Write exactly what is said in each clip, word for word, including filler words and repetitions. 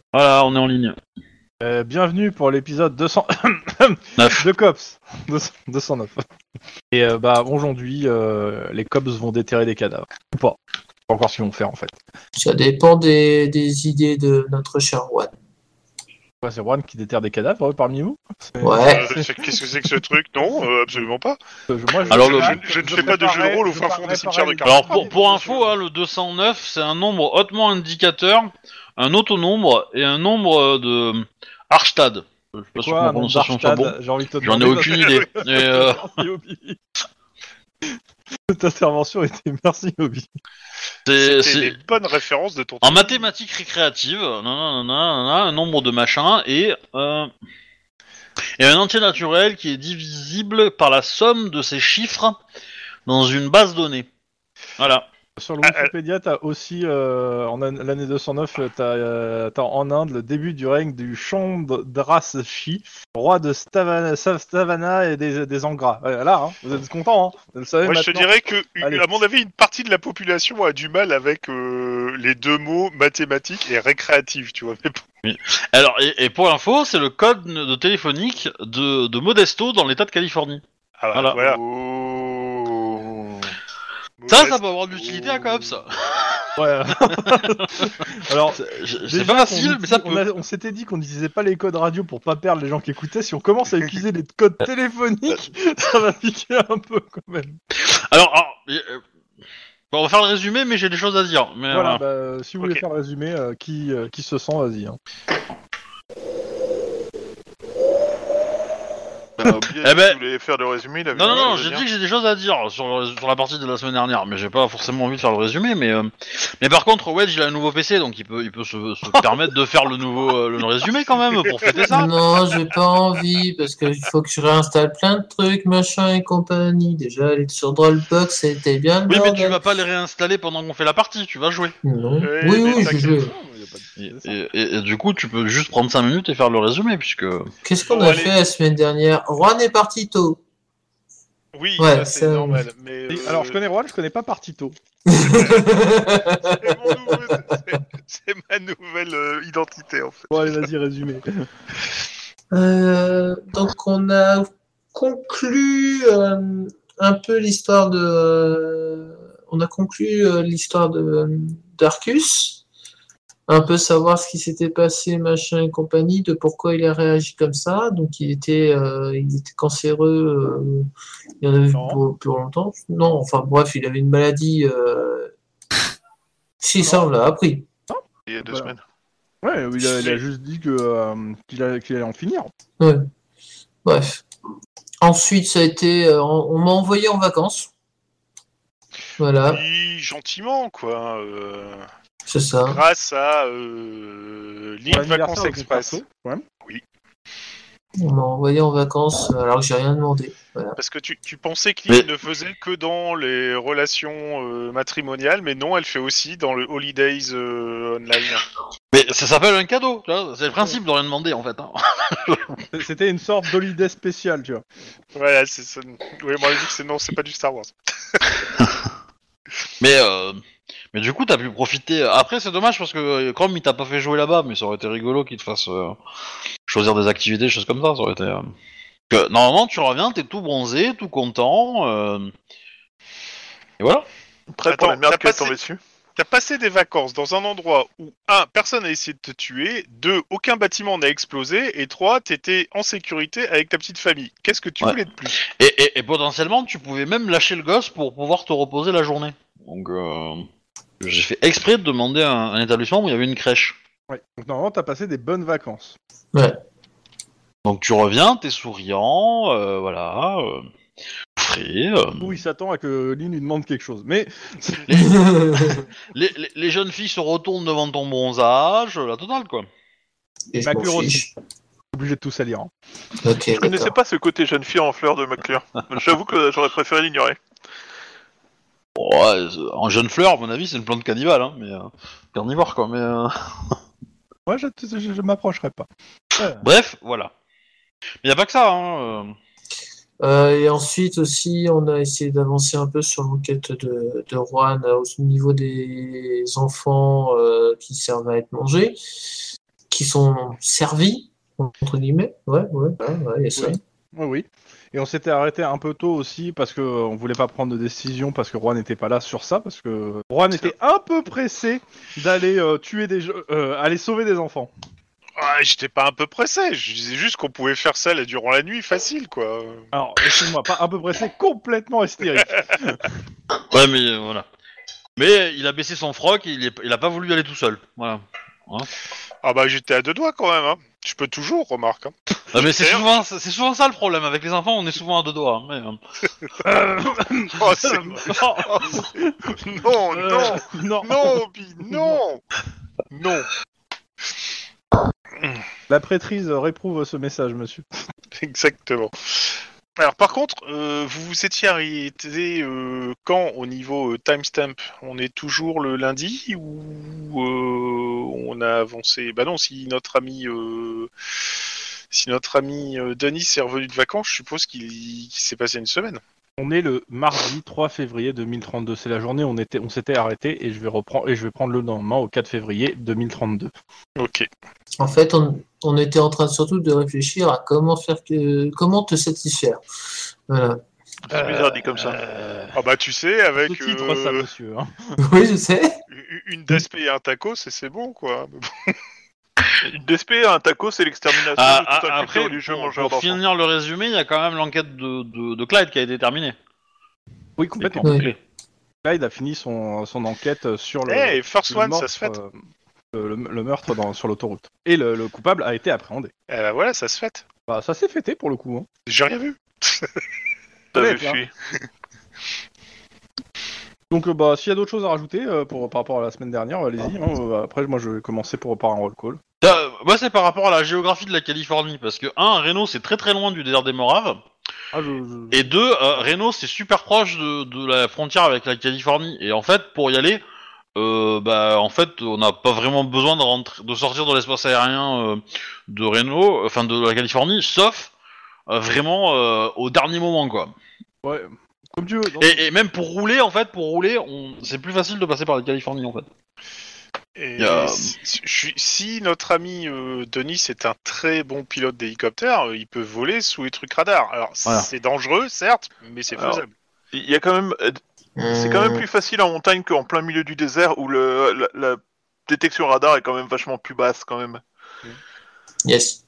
Voilà, on est en ligne. Euh, bienvenue pour l'épisode deux cents Neuf. de Cops. deux cent neuf. Et euh, bah aujourd'hui, euh, les Cops vont déterrer des cadavres. Ou pas. Pas encore ce qu'ils vont faire en fait. Ça dépend des, des idées de notre cher Juan. Ouais, c'est Juan qui déterre des cadavres euh, parmi vous. C'est- Ouais. Euh, c'est- Qu'est-ce que c'est que ce truc? Non, euh, absolument pas. Euh, je- moi, je, Alors, je, le- je- je ne fais pas de jeu de rôle au fin fond des cimetières de Alors Carpentras. pour, pour info, hein, le deux cent neuf, c'est un nombre hautement indicateur, un autonombre et un nombre euh, de Arstad. Je suis pas sûr que Quoi, ma un nom prononciation soit d'Arstad, bon. j'ai envie de te J'en ai demander, aucune parce- idée. Et, euh, Merci, Obi. Cette intervention était merci Obi. c'est, C'était des c'est bonnes références de ton en mathématiques récréatives, nanana, nanana, un nombre de machins et euh, et un entier naturel qui est divisible par la somme de ces chiffres dans une base donnée. Voilà. Sur le Ah, Wikipédia, t'as aussi, euh, en an- l'année deux cent neuf, t'as, euh, t'as en Inde le début du règne du Chandrashi, roi de Stavana, Stavana et des, des Angras. Ouais, là, hein, vous êtes contents, hein, vous le savez Moi, je te maintenant. dirais que, une- Allez. à mon avis, une partie de la population a du mal avec euh, les deux mots mathématiques et récréatif, tu vois. Mais bon. Alors, et, et pour info, c'est le code de téléphonique de, de Modesto dans l'état de Californie. Ah, bah, Voilà. voilà. Oh. Ça, Modeste- ça peut avoir de l'utilité à Cops. Ouais. Alors, C'est c'est déjà pas facile, qu'on- mais ça on, peut. a- on s'était dit qu'on n'utilisait pas les codes radio pour pas perdre les gens qui écoutaient. Si on commence à utiliser les codes téléphoniques, ça va piquer un peu quand même. Alors, alors, euh, bon, on va faire le résumé, mais j'ai des choses à dire. Mais, Voilà, euh, bah, si vous voulez Ok. faire le résumé, euh, qui, euh, qui se sent, vas-y. Hein. On a oublié Eh ben- que tu voulais faire le résumé. Il avait Non, non, dit non, de j'ai venir. dit que j'ai des choses à dire sur, le- sur la partie de la semaine dernière, mais j'ai pas forcément envie de faire le résumé. Mais, euh, mais par contre, Wedge, il a un nouveau P C, donc il peut, il peut se, se permettre de faire le nouveau euh, le résumé quand même pour fêter ça. Non, j'ai pas envie, parce qu'il faut que je réinstalle plein de trucs, machin et compagnie. Déjà, aller sur Dropbox, c'était bien le Oui, mais tu bordel. vas pas les réinstaller pendant qu'on fait la partie, tu vas jouer. Non. Ouais, Oui, mais oui, t'inquiète. je joue. Et, et- et- et du coup, tu peux juste prendre cinq minutes et faire le résumé, puisque... Qu'est-ce qu'on Bon, a allez. fait la semaine dernière? Juan est parti tôt. Oui, Ouais, ça, c'est ça- normal. Mais, Et- euh, Alors, je connais Juan, je connais pas Partito. c'est, mon nouveau- c'est- c'est ma nouvelle euh, identité, en fait. Bon, allez, vas-y, résumé. Euh, donc on a conclu euh, un peu l'histoire de euh, on a conclu euh, l'histoire de d'Arcus, un peu savoir ce qui s'était passé, machin et compagnie, de pourquoi il a réagi comme ça. Donc il était euh, il était cancéreux, euh, il en avait vu Non. pour, pour longtemps. Non, enfin bref, il avait une maladie. Euh... Si, ça on l'a appris. Il y a deux Voilà. semaines. Ouais, il a, il a juste dit que, euh, qu'il, a- qu'il allait en finir. Ouais. Bref. Ensuite, ça a été, euh, on, on m'a envoyé en vacances. Voilà, Oui, gentiment, quoi. euh, c'est ça. grâce à euh, Link Pour l'anniversaire Vacances de ton Express. perso. Ouais. On m'a envoyé en vacances euh, alors que j'ai rien demandé. Voilà. Parce que tu, tu pensais que Mais- Link ne faisait que dans les relations euh, matrimoniales, mais non, elle fait aussi dans le Holidays euh, Online. Mais ça s'appelle un cadeau, tu vois, c'est le principe de rien demander, en fait. Hein. C'était une sorte d'holiday spécial, tu vois. Voilà, c'est ça. Oui, moi, je dis que c'est non, c'est pas du Star Wars. Mais, euh, mais du coup, t'as pu profiter... Après, c'est dommage, parce que euh, Chrome, il t'a pas fait jouer là-bas, mais ça aurait été rigolo qu'il te fasse euh, choisir des activités, des choses comme ça, ça aurait été... euh, que, normalement, tu reviens, t'es tout bronzé, tout content, euh, et voilà. Prêt Attends, pour la merde t'as qui est passé- tombée dessus. T'as passé des vacances dans un endroit où, un, personne n'a essayé de te tuer, deux, aucun bâtiment n'a explosé, et trois, t'étais en sécurité avec ta petite famille. Qu'est-ce que tu Ouais. voulais de plus? Et, et, et potentiellement, tu pouvais même lâcher le gosse pour pouvoir te reposer la journée. Donc, euh, j'ai fait exprès de demander un, un établissement où il y avait une crèche. Ouais. Donc, normalement, t'as passé des bonnes vacances. Ouais. Donc, tu reviens, t'es souriant, euh, voilà, euh, frais. euh. Où il s'attend à que Lynn lui demande quelque chose. Mais, Les, les, les jeunes filles se retournent devant ton bronzage, la totale, quoi. Et je Ma m'en cure aussi. fiche. obligé de tout salir. Hein. Ok, Je connaissais d'accord. pas ce côté jeune fille en fleurs de McClure. J'avoue que j'aurais préféré l'ignorer. Ouais, en jeune fleur, à mon avis, c'est une plante cannibale, hein, mais euh, carnivore, quoi. Mais euh... Ouais, je, je, je, je m'approcherai pas. Ouais. bref, voilà. Mais y a pas que ça, hein. euh. Euh, et ensuite aussi, on a essayé d'avancer un peu sur l'enquête de, de Juan euh, au niveau des enfants euh, qui servent à être mangés, qui sont servis, entre guillemets. Ouais, ouais, ouais, ouais, il y a ça. Oui. Oui, oui. Et on s'était arrêté un peu tôt aussi parce que euh, on voulait pas prendre de décision parce que Juan n'était pas là sur ça parce que Juan était un peu pressé d'aller euh, tuer des jeux, euh, aller sauver des enfants. Ah, j'étais pas un peu pressé, je disais juste qu'on pouvait faire ça là, durant la nuit, facile quoi. Alors, excuse-moi, pas un peu pressé, complètement hystérique. Ouais, mais euh, voilà. Mais il a baissé son froc et il, est... il a pas voulu y aller tout seul. Voilà. Hein Ah bah j'étais à deux doigts quand même, hein. Je peux toujours, remarque. Hein. ah, mais c'est D'ailleurs- souvent, c'est souvent ça le problème. Avec les enfants, on est souvent à deux doigts. hein, Mais, euh, Oh, c'est... oh, c'est- non, Euh, non, non. non, Obi, non, non. La prêtrise réprouve ce message, monsieur. Exactement. Alors par contre, euh, vous vous étiez arrêté euh, quand au niveau euh, timestamp? On est toujours le lundi ou euh, on a avancé? Bah non, si notre ami, euh, si notre ami euh, Denis est revenu de vacances, je suppose qu'il, qu'il s'est passé une semaine. On est le mardi trois février deux mille trente-deux. C'est la journée où on était, on s'était arrêté et je vais reprendre et je vais prendre le lendemain au quatre février deux mille trente-deux. Ok. En fait, on, on était en train surtout de réfléchir à comment faire que, comment te satisfaire. Voilà. C'est bizarre dit comme ça. Euh, Ah bah tu sais, avec ce titre, euh, ça, monsieur. Hein. Oui, je sais. une D S P et un taco, c'est, c'est bon quoi. Mais bon. Une D S P, un taco, c'est l'extermination ah, de tout un ah, culte après, religieux pour, mangeur pour d'enfants. finir le résumé, il y a quand même l'enquête de, de, de Clyde qui a été terminée. Oui, complètement. Oui. Là, il a fini son, son enquête sur le, Hey, First le One, meurtre, ça se fait. euh, le, le meurtre dans, sur l'autoroute. Et le, le coupable a été appréhendé. Eh bah voilà, ça se fait. Bah, ça s'est fêté pour le coup. Hein. J'ai rien vu. T'avais Ouais, là. fui. Donc, euh, bah, s'il y a d'autres choses à rajouter euh, pour, par rapport à la semaine dernière, allez-y. Hein. Euh, après, moi, je vais commencer pour, par un roll call. Euh, moi, c'est par rapport à la géographie de la Californie, parce que un, Reno, c'est très très loin du désert des Moraves, Ah, je, je- et deux, euh, Reno, c'est super proche de, de la frontière avec la Californie. Et en fait, pour y aller, euh, bah, en fait, on n'a pas vraiment besoin de rentrer, de sortir de l'espace aérien euh, de Reno, enfin de la Californie, sauf euh, vraiment euh, au dernier moment, quoi. Ouais, comme tu veux. Non, Et, et même pour rouler, en fait, pour rouler, on... c'est plus facile de passer par la Californie, en fait. Et Y a- si, je suis- si notre ami euh, Denis est un très bon pilote d'hélicoptère, euh, il peut voler sous les trucs radars. Alors Voilà. c'est dangereux, certes, mais c'est Alors, faisable. Il y a quand même, c'est quand même plus facile en montagne qu'en plein milieu du désert où le, la, la détection radar est quand même vachement plus basse quand même. Yes.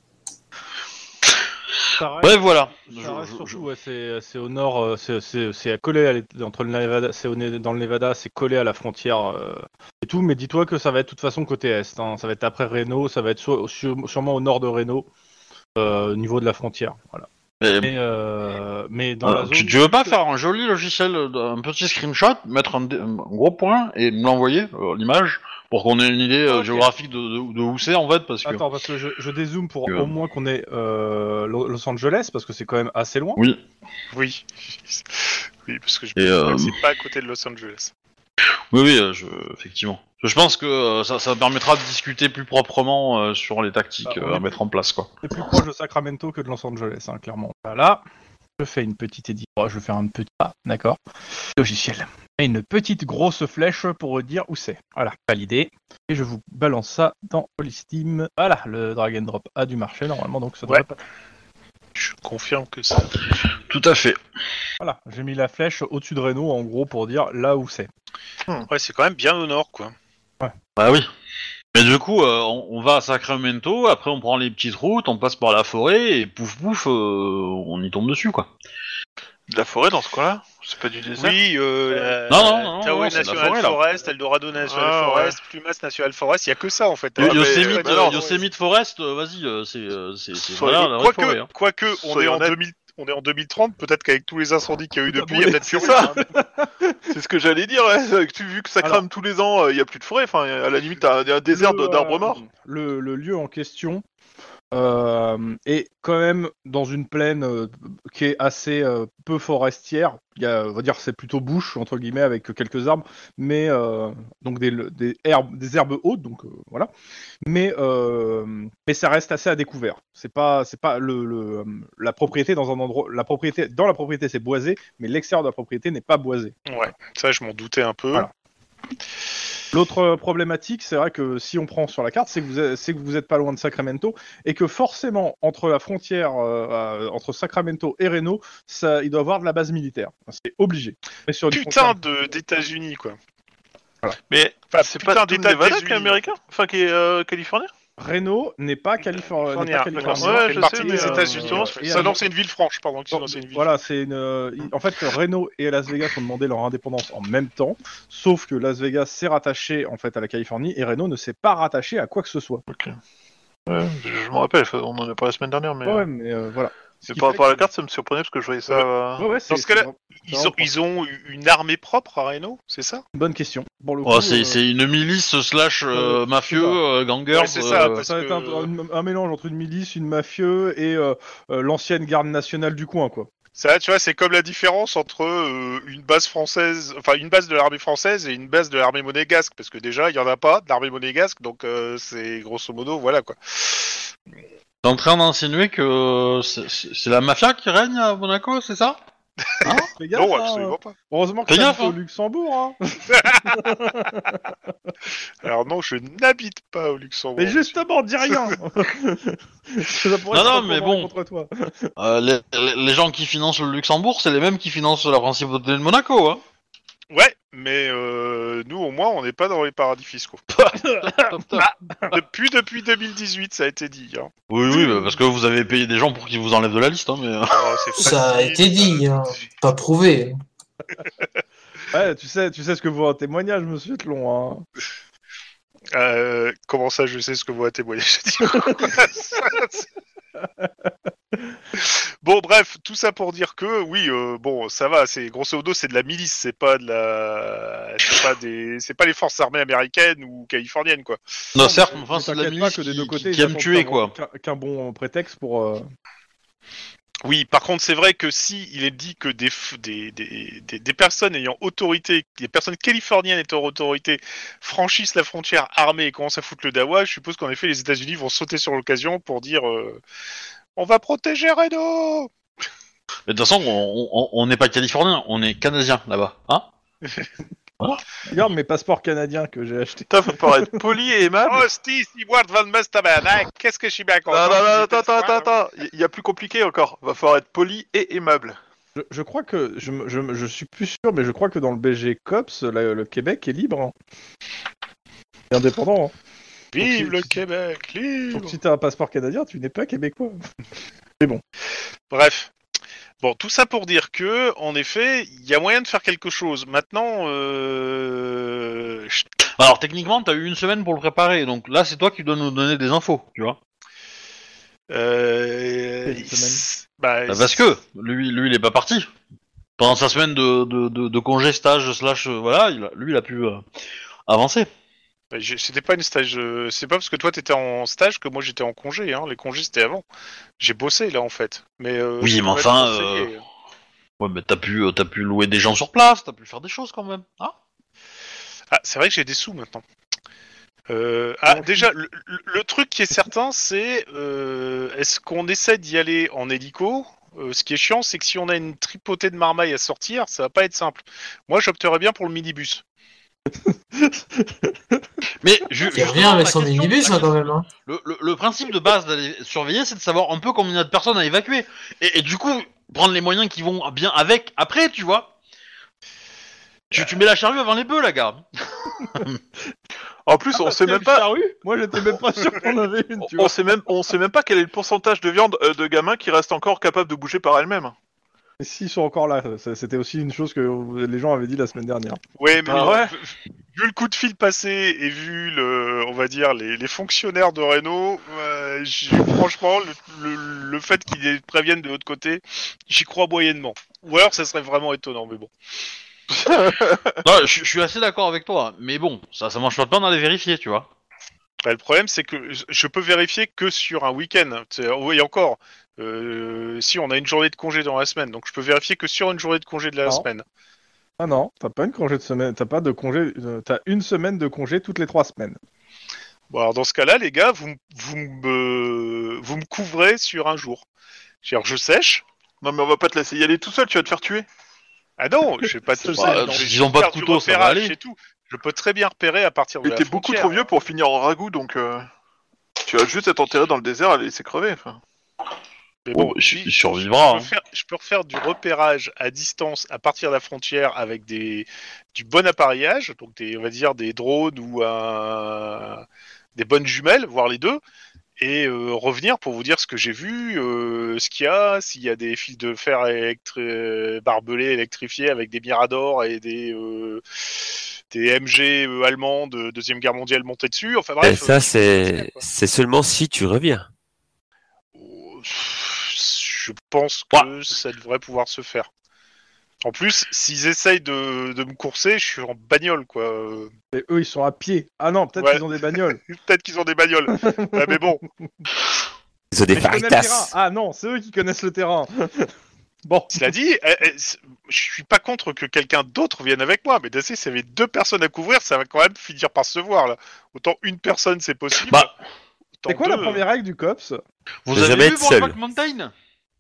ça reste- Ouais, voilà. Ça Je- reste je- surtout, je- ouais, c'est, c'est au nord, euh, c'est, c'est, c'est à coller à l'é- entre le Nevada, c'est au Né- dans le Nevada, c'est collé à la frontière euh, et tout. Mais dis-toi que ça va être de toute façon côté est. Hein, ça va être après Reno, ça va être sur- sur- sûrement au nord de Reno, euh, au niveau de la frontière. Voilà. Mais- Mais, euh, mais dans Voilà. la zone. tu, tu veux pas faire un joli logiciel, euh, un petit screenshot, mettre un, dé- un gros point et me l'envoyer, euh, l'image, pour qu'on ait une idée euh, Ok. géographique de, de, de où c'est en fait, parce que... Attends, parce que je, je dézoome pour Que- au moins qu'on ait euh, Lo- Los Angeles, parce que c'est quand même assez loin. Oui. Oui, oui, parce que je Et, me euh, que c'est pas à côté de Los Angeles. Oui, oui, euh, je... effectivement. Je pense que euh, ça, ça permettra de discuter plus proprement euh, sur les tactiques Ah, euh, on est à mettre en place, quoi. C'est plus proche de Sacramento que de Los Angeles, hein, clairement. Voilà. Je fais une petite édition. Je vais faire un petit. Ah, d'accord. Logiciel. Et une petite grosse flèche pour dire où c'est. Voilà, validé. Et je vous balance ça dans Steam. Voilà, le drag and drop a dû marcher normalement, donc ça devrait Ouais. pas. Je confirme que ça. Tout à fait. Voilà, j'ai mis la flèche au-dessus de Reno en gros pour dire là où c'est. Ouais, c'est quand même bien au nord, quoi. Bah oui. Mais du coup, euh, on, on va à Sacramento, après on prend les petites routes, on passe par la forêt, et pouf pouf, euh, on y tombe dessus, quoi. De la forêt dans ce coin-là? C'est pas du désert? Oui, euh, la, Non, non, non, Tahoe non, c'est de la National forêt, là. Forest, Eldorado National Ah, Forest, Plumas National Forest, il y a que ça en fait. Yo- Ah, mais, Yosemite, euh, alors, euh, Yosemite Forest, euh, vas-y, euh, c'est euh, c'est c'est Soyons- voilà, la vraie Quoique, forêt. Hein. quoique, on est Soyons en honnêtes. deux mille, on est en deux mille trente, peut-être qu'avec tous les incendies qu'il y a eu Tout a depuis, il y a brûlé, peut-être c'est plus ça. rien, hein. C'est ce que j'allais dire, ouais. Tu vu que ça crame Alors- tous les ans, il y a plus de forêt. Enfin, à la limite, t'as un désert Le, de- d'arbres euh, morts. Le, le lieu en question euh, est quand même dans une plaine euh, qui est assez euh, peu forestière. Il y a, on va dire, c'est plutôt bush entre guillemets avec quelques arbres, mais euh, donc des, des herbes, des herbes hautes, donc euh, voilà. Mais euh, mais ça reste assez à découvert. C'est pas, c'est pas le, le la propriété dans un endroit, la propriété dans la propriété c'est boisé, mais l'extérieur de la propriété n'est pas boisé. Ouais, ça je m'en doutais un peu. Voilà. L'autre problématique, c'est vrai que si on prend sur la carte, c'est que vous êtes, c'est que vous êtes pas loin de Sacramento et que forcément entre la frontière euh, entre Sacramento et Reno, ça, il doit y avoir de la base militaire. C'est obligé. Mais sur une Putain frontière- de d'états-Unis quoi. Mais Enfin, c'est putain pas tout le d'États Nevada des qui est Unis. américain, enfin qui est euh, californien. Reno n'est pas, Califor- n'est pas Californien, californien. d'accord. Ouais, C'est je une partie sais, des mais, euh, États-Unis. euh, ouais. et Ça, alors- non, c'est une ville franche, pardon. Bon, Non, c'est une ville. voilà, c'est une. euh, En fait, Reno et Las Vegas ont demandé leur indépendance en même temps, sauf que Las Vegas s'est rattaché en fait à la Californie et Reno ne s'est pas rattaché à quoi que ce soit. Ok. Ouais, je, je me rappelle, on en a parlé la semaine dernière, mais, Ouais, ouais, euh, mais euh, voilà. Ce mais qui par fait rapport à la que- carte, ça me surprenait parce que je voyais ça. euh, Ouais, ouais, c'est, Dans ce cas-là, c'est Ils vraiment ont, ils ont une armée propre à Reno, c'est ça? une bonne question. Pour le Oh, coup, c'est euh, c'est une milice slash euh, euh, mafieux, c'est ça. euh, gangers. Ouais, c'est ça, euh, parce ça va que- être un, un- un mélange entre une milice, une mafieux et euh, euh, l'ancienne garde nationale du coin, quoi. Ça, tu vois, c'est comme la différence entre euh, une base française, enfin une base de l'armée française et une base de l'armée monégasque, parce que déjà, il y en a pas de l'armée monégasque, donc euh, c'est grosso modo, voilà quoi. T'es en train d'insinuer que c'est- c'est c'est la mafia qui règne à Monaco, c'est ça? Fais gaffe, Non, hein, absolument euh, pas. Heureusement que Fais ça gaffe, au hein. Luxembourg, hein. Alors non, je n'habite pas au Luxembourg. Mais justement, dis rien. Ça pourrait Non, se non, mais retourner bon. contre toi. Euh, les, les- les gens qui financent le Luxembourg, c'est les mêmes qui financent la principauté de Monaco, hein. Ouais, mais euh, nous au moins, on n'est pas dans les paradis fiscaux. Top, top. Depuis depuis deux mille dix-huit, ça a été dit. Hein. Oui, oui, bah, parce que vous avez payé des gens pour qu'ils vous enlèvent de la liste, hein, mais... euh, Oh, c'est Ça a facile, été dit, ça. hein. Pas prouvé. Ouais, tu sais, tu sais ce que vaut un témoignage, monsieur Tlon. Hein. Euh, comment ça, je sais ce que vous a témoigné. Bon, bref, tout ça pour dire que oui, euh, bon, ça va. C'est grosso modo, c'est de la milice, c'est pas de la, c'est pas des, c'est pas les forces armées américaines ou californiennes, quoi. Non, certes, mais Mais enfin, c'est de la t'inquiète pas milice que des qui, deux qui- côtés, qui ils aime attendent tuer, qu'un- quoi. Qu'un, qu'un bon prétexte pour. euh, Oui, par contre, c'est vrai que si il est dit que des, f- des, des, des, des personnes ayant autorité, des personnes californiennes étant autorité, franchissent la frontière armée et commencent à foutre le dawa, je suppose qu'en effet, les États-Unis vont sauter sur l'occasion pour dire euh, on va protéger Reno. Mais de toute façon, on- on on n'est pas californien, on est canadien là-bas, hein? Regarde mes passeports canadiens que j'ai achetés. Putain, faut paraître poli et aimable. Oh, Steve, Stewart Van Mustabanak, qu'est-ce que je suis bien content. Non, non, non, qu'ils attends, étaient attends, ce attends, soir, attends. Il y a plus compliqué encore. Va falloir être poli et aimable. Je, je crois que je, me- je, me- je suis plus sûr, mais je crois que dans le B G Cops, la- le Québec est libre, hein. Et indépendant. Hein. Vive Donc, le si- Québec, libre. Donc si t'as un passeport canadien, tu n'es pas québécois. Bref. Bon, tout ça pour dire que, en effet, il y a moyen de faire quelque chose. Maintenant, euh... je- Alors, techniquement, t'as eu une semaine pour le préparer, donc là, c'est toi qui dois nous donner des infos, tu vois? euh... Quelle il- semaine bah, Bah, parce que, lui, lui, il est pas parti. Pendant sa semaine de, de, de, de congé, stage, slash, euh, voilà, il a- lui, il a pu euh, avancer. bah, je- c'était pas une stage. euh, C'est pas parce que toi t'étais en stage que moi j'étais en congé. Hein. Les congés c'était avant. J'ai bossé là en fait. Mais euh, Oui, je mais pourrais enfin, te conseiller. Ouais, mais t'as pu, euh, t'as pu louer des gens sur place, t'as pu faire des choses quand même, hein? Ah, c'est vrai que j'ai des sous maintenant. Euh, ah, Donc, déjà, le, le- le truc qui est certain, c'est euh, est-ce qu'on essaie d'y aller en hélico? Euh, ce qui est chiant, c'est que si on a une tripotée de marmailles à sortir, ça va pas être simple. Moi, j'opterais bien pour le minibus. Mais ju- Il justement, revient avec la son question- minibus, la hein, quand même. Hein. Le, le- le principe de base d'aller surveiller, c'est de savoir un peu combien il y a de personnes à évacuer. Et, et du coup, prendre les moyens qui vont bien avec après, tu vois. Tu, tu mets la charrue avant les bœufs, la gars. En plus, on sait Quelle même pas. charrue Moi, j'étais même pas sûr qu'on avait une, tu On vois. sait même, on sait même pas quel est le pourcentage de viande euh, de gamins qui restent encore capables de bouger par elles-mêmes. Et s'ils sont encore là, ça- c'était aussi une chose que les gens avaient dit la semaine dernière. Ouais, mais Ah ouais. vu, vu le coup de fil passé et vu le, on va dire les, les fonctionnaires de Renault, euh, j'ai- franchement, le, le, le fait qu'ils les préviennent de l'autre côté, j'y crois moyennement. Ou alors, ça serait vraiment étonnant, mais bon. Non, je, je suis assez d'accord avec toi, mais bon, ça, ça mange pas de pain d'aller vérifier, tu vois. Bah, le problème, c'est que je- je peux vérifier que sur un week-end. C'est- Oui, encore. Euh, si on a une journée de congé dans la semaine, donc je peux vérifier que sur une journée de congé de la Non. semaine. Ah non, t'as pas une congé de semaine, t'as pas de congé, euh, t'as une semaine de congé toutes les trois semaines. Bon, alors dans ce cas-là, les gars, vous, m- vous, me, vous me couvrez sur un jour. C'est-à-dire, je sèche. Non, mais on va pas te laisser y aller tout seul, tu vas te faire tuer. Ah non, je vais pas Ça, tout bah, ça. s'ils ont pas de couteau, ça va aller. Et tout. je peux très bien repérer à partir de Mais la t'es beaucoup frontière. trop vieux pour finir en ragoût, donc euh, tu vas juste être enterré dans le désert et laisser crever. Enfin. Mais Oh, bon, il si, il survivra. Je hein. peux, faire, je peux refaire du repérage à distance à partir de la frontière avec des, du bon appareillage, donc des, on va dire des drones ou un, des bonnes jumelles, voire les deux, et euh, revenir pour vous dire ce que j'ai vu, euh, ce qu'il y a, s'il y a des fils de fer électri- barbelés électrifiés avec des miradors et des, euh, des M G euh, allemands de Deuxième Guerre mondiale montés dessus. Enfin Et bref. ça, euh, c'est c'est seulement si tu reviens. Je pense que ça devrait pouvoir se faire. En plus, s'ils essayent de, de me courser, je suis en bagnole, quoi. Euh, Et eux, ils sont à pied. Ah non, peut-être Ouais. qu'ils ont des bagnoles. Peut-être qu'ils ont des bagnoles. Ouais, mais bon, Ils ont des Mais je connais le terrain. faritas. Ah non, c'est eux qui connaissent le terrain. Bon. cela dit, eh, eh, c'est- je suis pas contre que quelqu'un d'autre vienne avec moi, mais d'assez, s'il y avait deux personnes à couvrir, ça va quand même finir par se voir, là. Autant une personne, c'est possible. Bah, autant C'est quoi la deux, première règle du COPS? Vous Ne avez jamais vu être seul. Brokeback Mountain?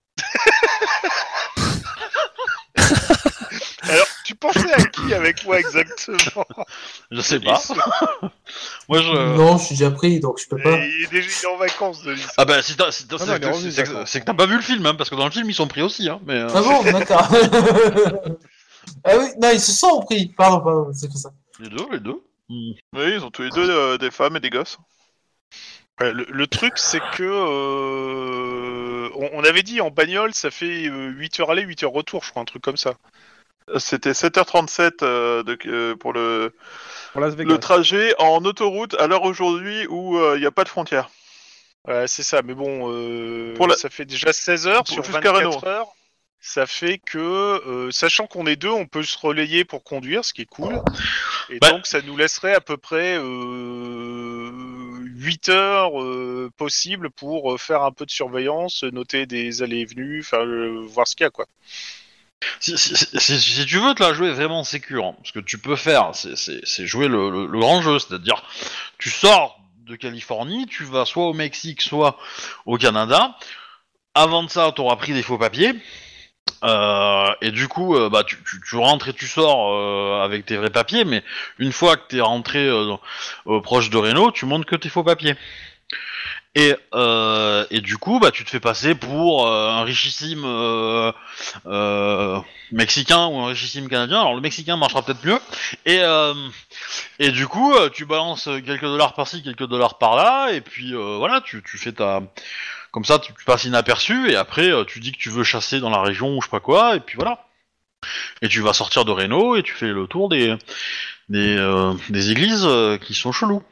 Alors, tu pensais à qui avec moi exactement? Je sais pas. Moi je. Non, je suis déjà pris, donc je peux pas. Et il est déjà il est en vacances, Denis. Ah bah si t'as- si t'as- Ah non, c'est il est que- revenu, c'est que d'accord. c'est que t'as pas vu le film, hein, parce que dans le film ils sont pris aussi. Hein, mais, euh, Ah bon, d'accord. Ah oui, non, ils se sont pris. Pardon, pardon, c'est pour ça. Les deux, les deux. Hmm. Oui, ils ont tous les deux euh, des femmes et des gosses. Ouais, le, le truc, c'est que euh, on, on avait dit en bagnole, ça fait euh, huit heures aller, huit heures retour, je crois, un truc comme ça. C'était sept heures trente-sept euh, de, euh, pour le, Pour Las Vegas. le trajet en autoroute à l'heure aujourd'hui où il n'y a pas de frontière. Ouais, c'est ça, mais bon, euh, Pour la- ça fait déjà seize heures Pour- sur jusqu'à vingt-quatre Renault. heures. Ça fait que, euh, sachant qu'on est deux, on peut se relayer pour conduire, ce qui est cool. Et Bah. donc, ça nous laisserait à peu près euh, huit heures euh, possibles pour euh, faire un peu de surveillance, noter des allées et venues, enfin, euh, voir ce qu'il y a, quoi. Si, si, si- si- si tu veux te la jouer vraiment sécure, hein, ce que tu peux faire, c'est- c'est c'est jouer le, le- le grand jeu, c'est-à-dire tu sors de Californie, tu vas soit au Mexique, soit au Canada. Avant de ça, tu auras pris des faux papiers. Euh, et du coup, euh, bah, tu, tu, tu rentres et tu sors euh, avec tes vrais papiers, mais une fois que t'es rentré euh, dans- euh, proche de Reno, tu montres que tes faux papiers. Et, euh, et du coup, bah, tu te fais passer pour euh, un richissime euh, euh, mexicain ou un richissime canadien. Alors le mexicain marchera peut-être mieux. Et, euh, et du coup, euh, tu balances quelques dollars par-ci, quelques dollars par-là, et puis euh, voilà, tu, tu fais ta... Comme ça, tu, tu passes inaperçu, et après, euh, tu dis que tu veux chasser dans la région ou je sais pas quoi, et puis voilà. Et tu vas sortir de Reno, et tu fais le tour des, des, euh, des églises euh, qui sont chelous.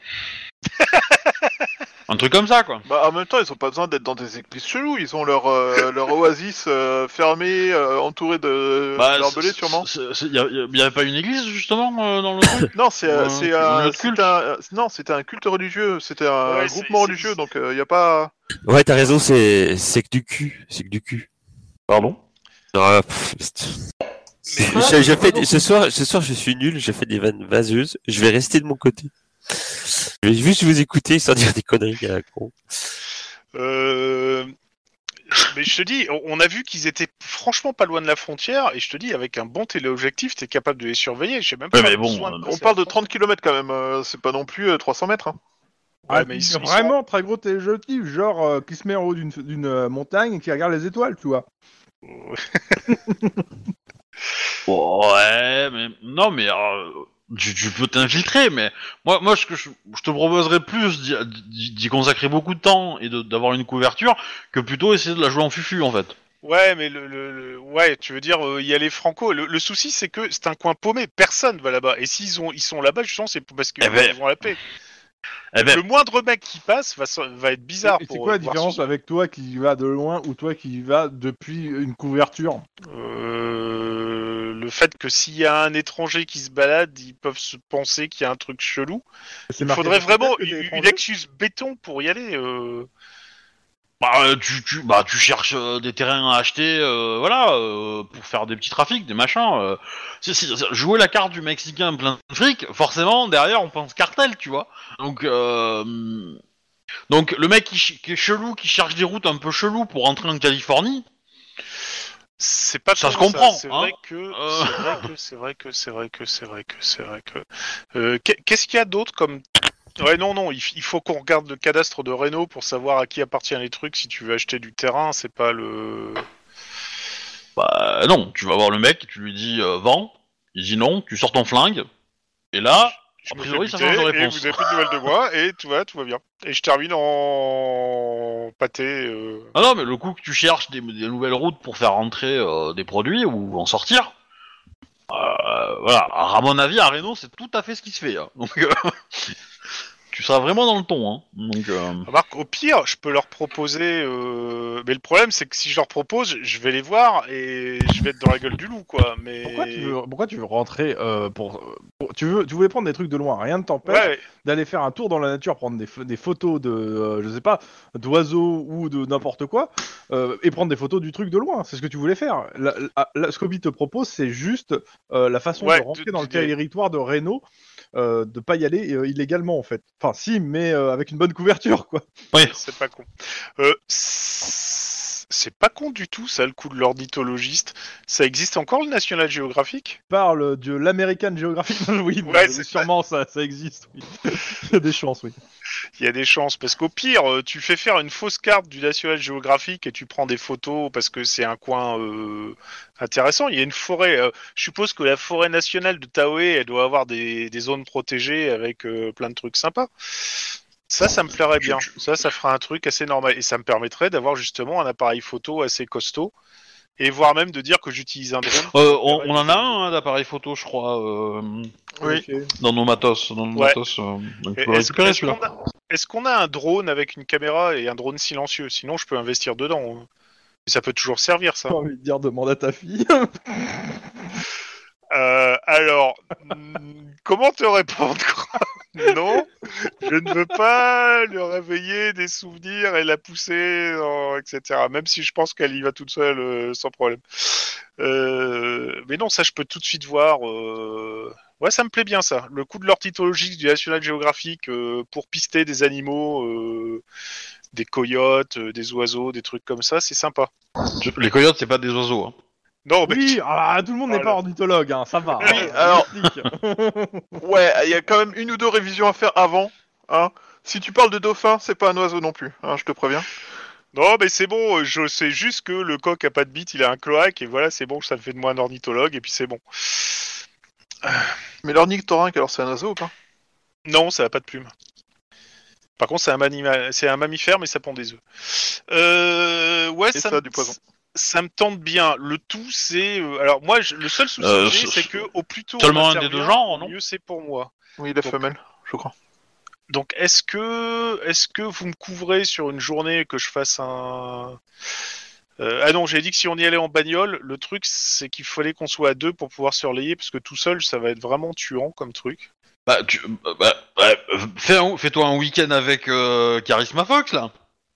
Un truc comme ça, quoi. Bah, en même temps, ils ont pas besoin d'être dans des églises chelous. Ils ont leur, euh, leur oasis euh, fermée, euh, entourée de Bah, barbelés, c'est- sûrement. c'est- c'est- y, a- y a- y avait pas une église, justement, euh, dans le truc? Non, c'est euh, Ouais, c'est un un, autre culte. c'est un, non, c'était un culte religieux. C'était un Ouais, groupement c'est- religieux, c'est- donc il y a pas. Ouais, t'as raison, c'est c'est que du cul. C'est que du cul. Pardon? Ah, pff, c'est- Mais- je, je fais des- ce soir, ce soir, je suis nul. J'ai fait des vannes vaseuses. Je vais rester de mon côté. Je vais juste vous écouter sans dire des conneries à la con. Euh... Mais je te dis, on- on a vu qu'ils étaient franchement pas loin de la frontière, et je te dis, avec un bon téléobjectif, t'es capable de les surveiller. Je sais même pas. Ouais, mais bon, besoin de euh, passer On parle la de trente kilomètres quand même. euh, c'est pas non plus euh, trois cents mètres. Hein. Ouais, mais ils sont- ils sont- Vraiment très gros téléobjectif, genre euh, qui se met en haut d'une d'une, euh, montagne et qui regarde les étoiles, tu vois. Ouais, mais non, mais euh, tu, tu peux t'infiltrer, mais moi, moi, ce que je, je te proposerais plus d'y, d'y- d'y consacrer beaucoup de temps et de- d'avoir une couverture que plutôt essayer de la jouer en fufu, en fait. Ouais, mais le, le- le- ouais, tu veux dire, euh, y aller franco. Le, le souci, c'est que c'est un coin paumé. Personne va là-bas. Et s'ils ont, ils sont là-bas, justement, c'est parce qu'ils Eh ben, vont la paix. Eh ben, Le moindre mec qui passe va, se- va être bizarre. Et c'est pour, quoi euh, la voir différence ce- avec toi qui y va de loin ou toi qui y va depuis une couverture? Euh, le fait que s'il y a un étranger qui se balade, ils peuvent se penser qu'il y a un truc chelou. C'est Il marqué faudrait sur vraiment ta tête que t'es une, une étranger. Lexus béton pour y aller. euh. bah, euh, tu, tu, bah, tu cherches euh, des terrains à acheter, euh, voilà, euh, pour faire des petits trafics, des machins. Euh. Si, si, si, jouer la carte du Mexicain plein de fric, forcément, derrière, on pense cartel, tu vois. Donc, euh, donc le mec qui, ch- qui est chelou, qui cherche des routes un peu cheloues pour rentrer en Californie, C'est pas Ça trop se comprend, C'est hein. vrai que Euh. c'est vrai que c'est vrai que c'est vrai que c'est vrai que c'est vrai que. Euh, qu'est- Qu'est-ce qu'il y a d'autre comme. Ouais, non, non, il, f- il faut qu'on regarde le cadastre de Renault pour savoir à qui appartient les trucs. Si tu veux acheter du terrain, c'est pas le. Bah non, tu vas voir le mec, tu lui dis euh, vends, il dit non, tu sors ton flingue, et là, Je a me fais priori, ça buter change de et réponse. vous avez plus de nouvelles de moi et tout va, tout va bien. Et je termine en pâté. Euh... Ah non, mais le coup que tu cherches des, des nouvelles routes pour faire rentrer euh, des produits ou en sortir, euh, voilà, à mon avis, à Renault, c'est tout à fait ce qui se fait. Hein. Donc, euh, tu seras vraiment dans le ton. Hein. Donc, euh, Remarque, au pire, je peux leur proposer. Euh... Mais le problème, c'est que si je leur propose, je vais les voir et je vais être dans la gueule du loup, quoi. Mais Pourquoi tu veux, pourquoi tu veux rentrer euh, pour, pour- tu veux, tu voulais prendre des trucs de loin. Rien ne t'empêche Ouais, d'aller faire un tour dans la nature, prendre des, pho- des photos de, euh, je sais pas, d'oiseaux ou de n'importe quoi, euh, et prendre des photos du truc de loin. C'est ce que tu voulais faire. La, la- la- ce qu'Obi te propose, c'est juste euh, la façon Ouais, de rentrer de- dans le de- territoire de Renault, euh, de pas y aller euh, illégalement en fait. Enfin, si, mais euh, avec une bonne couverture, quoi. oui. c'est pas con. Euh, c'est pas con du tout, ça, le coup de l'ornithologiste. Ça existe encore, le National Geographic? Parle de l'American Geographic. Oui, Ouais, mais c'est- sûrement ça, ça existe. Oui. Il y a des chances, oui. Il y a des chances, parce qu'au pire, euh, tu fais faire une fausse carte du National Geographic et tu prends des photos parce que c'est un coin euh, intéressant. Il y a une forêt. Euh, je suppose que la forêt nationale de Taoé, elle doit avoir des, des zones protégées avec euh, plein de trucs sympas. Ça, ça me plairait bien. Ça, ça fera un truc assez normal. Et ça me permettrait d'avoir justement un appareil photo assez costaud. Et voire même de dire que j'utilise un drone. Euh, on, on en a un hein, d'appareil photo, je crois, euh, Oui. dans nos matos. Dans nos Ouais. matos euh, donc tu Et peux Est-ce récupérer est-ce celui-là. qu'on a, est-ce qu'on a un drone avec une caméra et un drone silencieux? Sinon, je peux investir dedans. hein. Et ça peut toujours servir, ça. J'ai envie de dire, demande à ta fille. Euh, alors, hmm, comment te répondre? Non, je ne veux pas lui réveiller des souvenirs et la pousser, en- et cetera. Même si je pense qu'elle y va toute seule euh, sans problème. Euh, mais non, ça, je peux tout de suite voir. euh, Ouais, ça me plaît bien, ça. Le coup de l'ornithologie du National Geographic euh, pour pister des animaux, euh, des coyotes, euh, des oiseaux, des trucs comme ça, c'est sympa. Tu- Les coyotes, c'est pas des oiseaux. Hein. Non, mais Oui, ah, tout le monde n'est Voilà. pas ornithologue, hein, ça va. Oui, hein, alors- explique. Ouais, il y a quand même une ou deux révisions à faire avant. Hein. Si tu parles de dauphin, c'est pas un oiseau non plus, hein, je te préviens. Non, mais c'est bon, je sais juste que le coq a pas de bite, il a un cloaque, et voilà, c'est bon, ça me fait de moi un ornithologue, et puis c'est bon. Mais l'ornithorynque, alors c'est un oiseau ou pas? Non, ça a pas de plume. Par contre, c'est un, manima- c'est un mammifère, mais ça pond des œufs. Euh, ouais, Et ça, ça, me... du poison. ça me tente bien. Le tout, c'est... euh, Alors moi, je- le seul souci Euh, que j'ai, ce- c'est que au plus tôt seulement on un des intervient, deux genres, au non mieux c'est pour moi. Oui, la Donc- femelle, je crois. Donc, est-ce que, est-ce que vous me couvrez sur une journée que je fasse un... Euh, ah non, j'ai dit que si on y allait en bagnole, le truc c'est qu'il fallait qu'on soit à deux pour pouvoir se relayer, parce que tout seul ça va être vraiment tuant comme truc. Bah, tu, bah, bah, euh, fais un- fais-toi un week-end avec euh, Charisma Fox, là.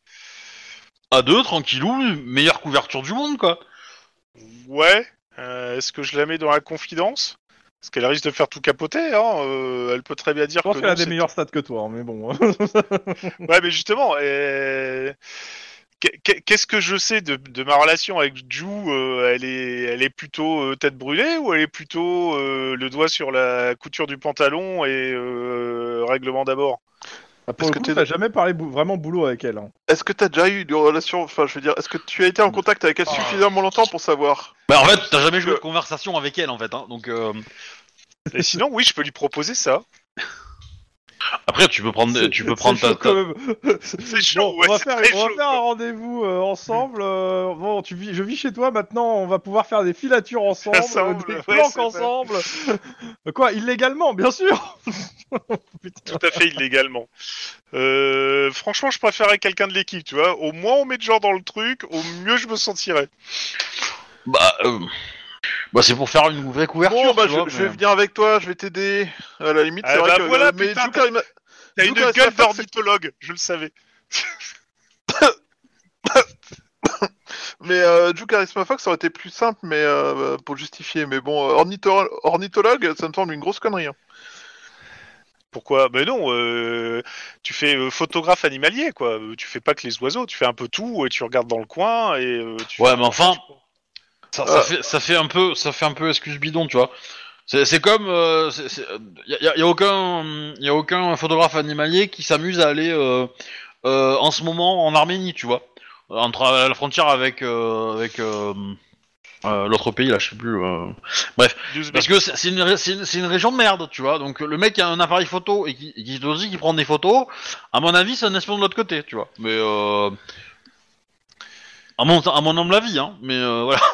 À deux, tranquillou, meilleure couverture du monde, quoi. Ouais, euh, est-ce que je la mets dans la confidence? Parce qu'elle risque de faire tout capoter, hein. euh, elle peut très bien dire Je pense que qu'elle a non, des c'est- meilleurs stats que toi, hein, mais bon. Ouais, mais justement, euh, qu'est- qu'est- qu'est-ce que je sais de, de ma relation avec Ju euh, Elle est, elle est plutôt euh, tête brûlée ou elle est plutôt euh, le doigt sur la couture du pantalon et euh, règlement d'abord? Ah, pour Est-ce le que coup, t'es- t'as jamais parlé bou- vraiment boulot avec elle. Hein. Est-ce que t'as déjà eu une relation, enfin je veux dire, est-ce que tu as été en contact avec elle Ah. suffisamment longtemps pour savoir? Bah, en fait, t'as jamais joué Que- de conversation avec elle, en fait, hein. Donc, euh, Et sinon, oui, je peux lui proposer ça. après, tu peux prendre, C'est- tu peux c'est prendre ta, chaud ta- quand même. C'est chaud, Bon, ouais, on va c'est faire, très on va chaud, faire quoi. un rendez-vous euh, ensemble. euh, bon, tu vis, je vis chez toi maintenant. On va pouvoir faire des filatures ensemble, Ensemble, des ouais, planques c'est vrai. ensemble. Quoi, illégalement, bien sûr. Putain. Tout à fait illégalement. Euh, franchement, je préférais quelqu'un de l'équipe, tu vois. Au moins, on met de genre dans le truc, au mieux je me sentirais. bah, euh, bah, c'est pour faire une vraie couverture. Bon, bah tu je, vois, je mais- vais venir avec toi, je vais t'aider. À la limite, Ah c'est vrai bah que. voilà, mais putain, Ju Karima- T'as Ju une Karima gueule Fox, c'est- d'ornithologue, je le savais. Mais euh, Ju Charisma Fox, ça aurait été plus simple, mais euh, pour justifier. Mais bon, euh, ornitho- ornithologue, ça me semble une grosse connerie. Hein. Pourquoi? Ben non, euh, tu fais euh, photographe animalier, quoi. Euh, Tu fais pas que les oiseaux, tu fais un peu tout, et tu regardes dans le coin, et euh, tu Ouais, fais un mais enfin- montage, quoi. Ça, ça, fait, ça fait un peu, ça fait un peu excuse bidon, tu vois. C'est, c'est comme, euh, c'est, c'est, y, a, y a aucun, y a aucun photographe animalier qui s'amuse à aller euh, euh, en ce moment en Arménie, tu vois, entre à la frontière avec euh, avec euh, euh, l'autre pays là, je sais plus. Euh... Bref, parce que c'est, c'est, une, c'est, une, c'est une région de merde, tu vois. Donc le mec qui a un appareil photo et qui, et qui te dit qu'il prend des photos, à mon avis, c'est un espion de l'autre côté, tu vois. Mais euh... à mon à mon humble avis, hein. Mais euh, voilà.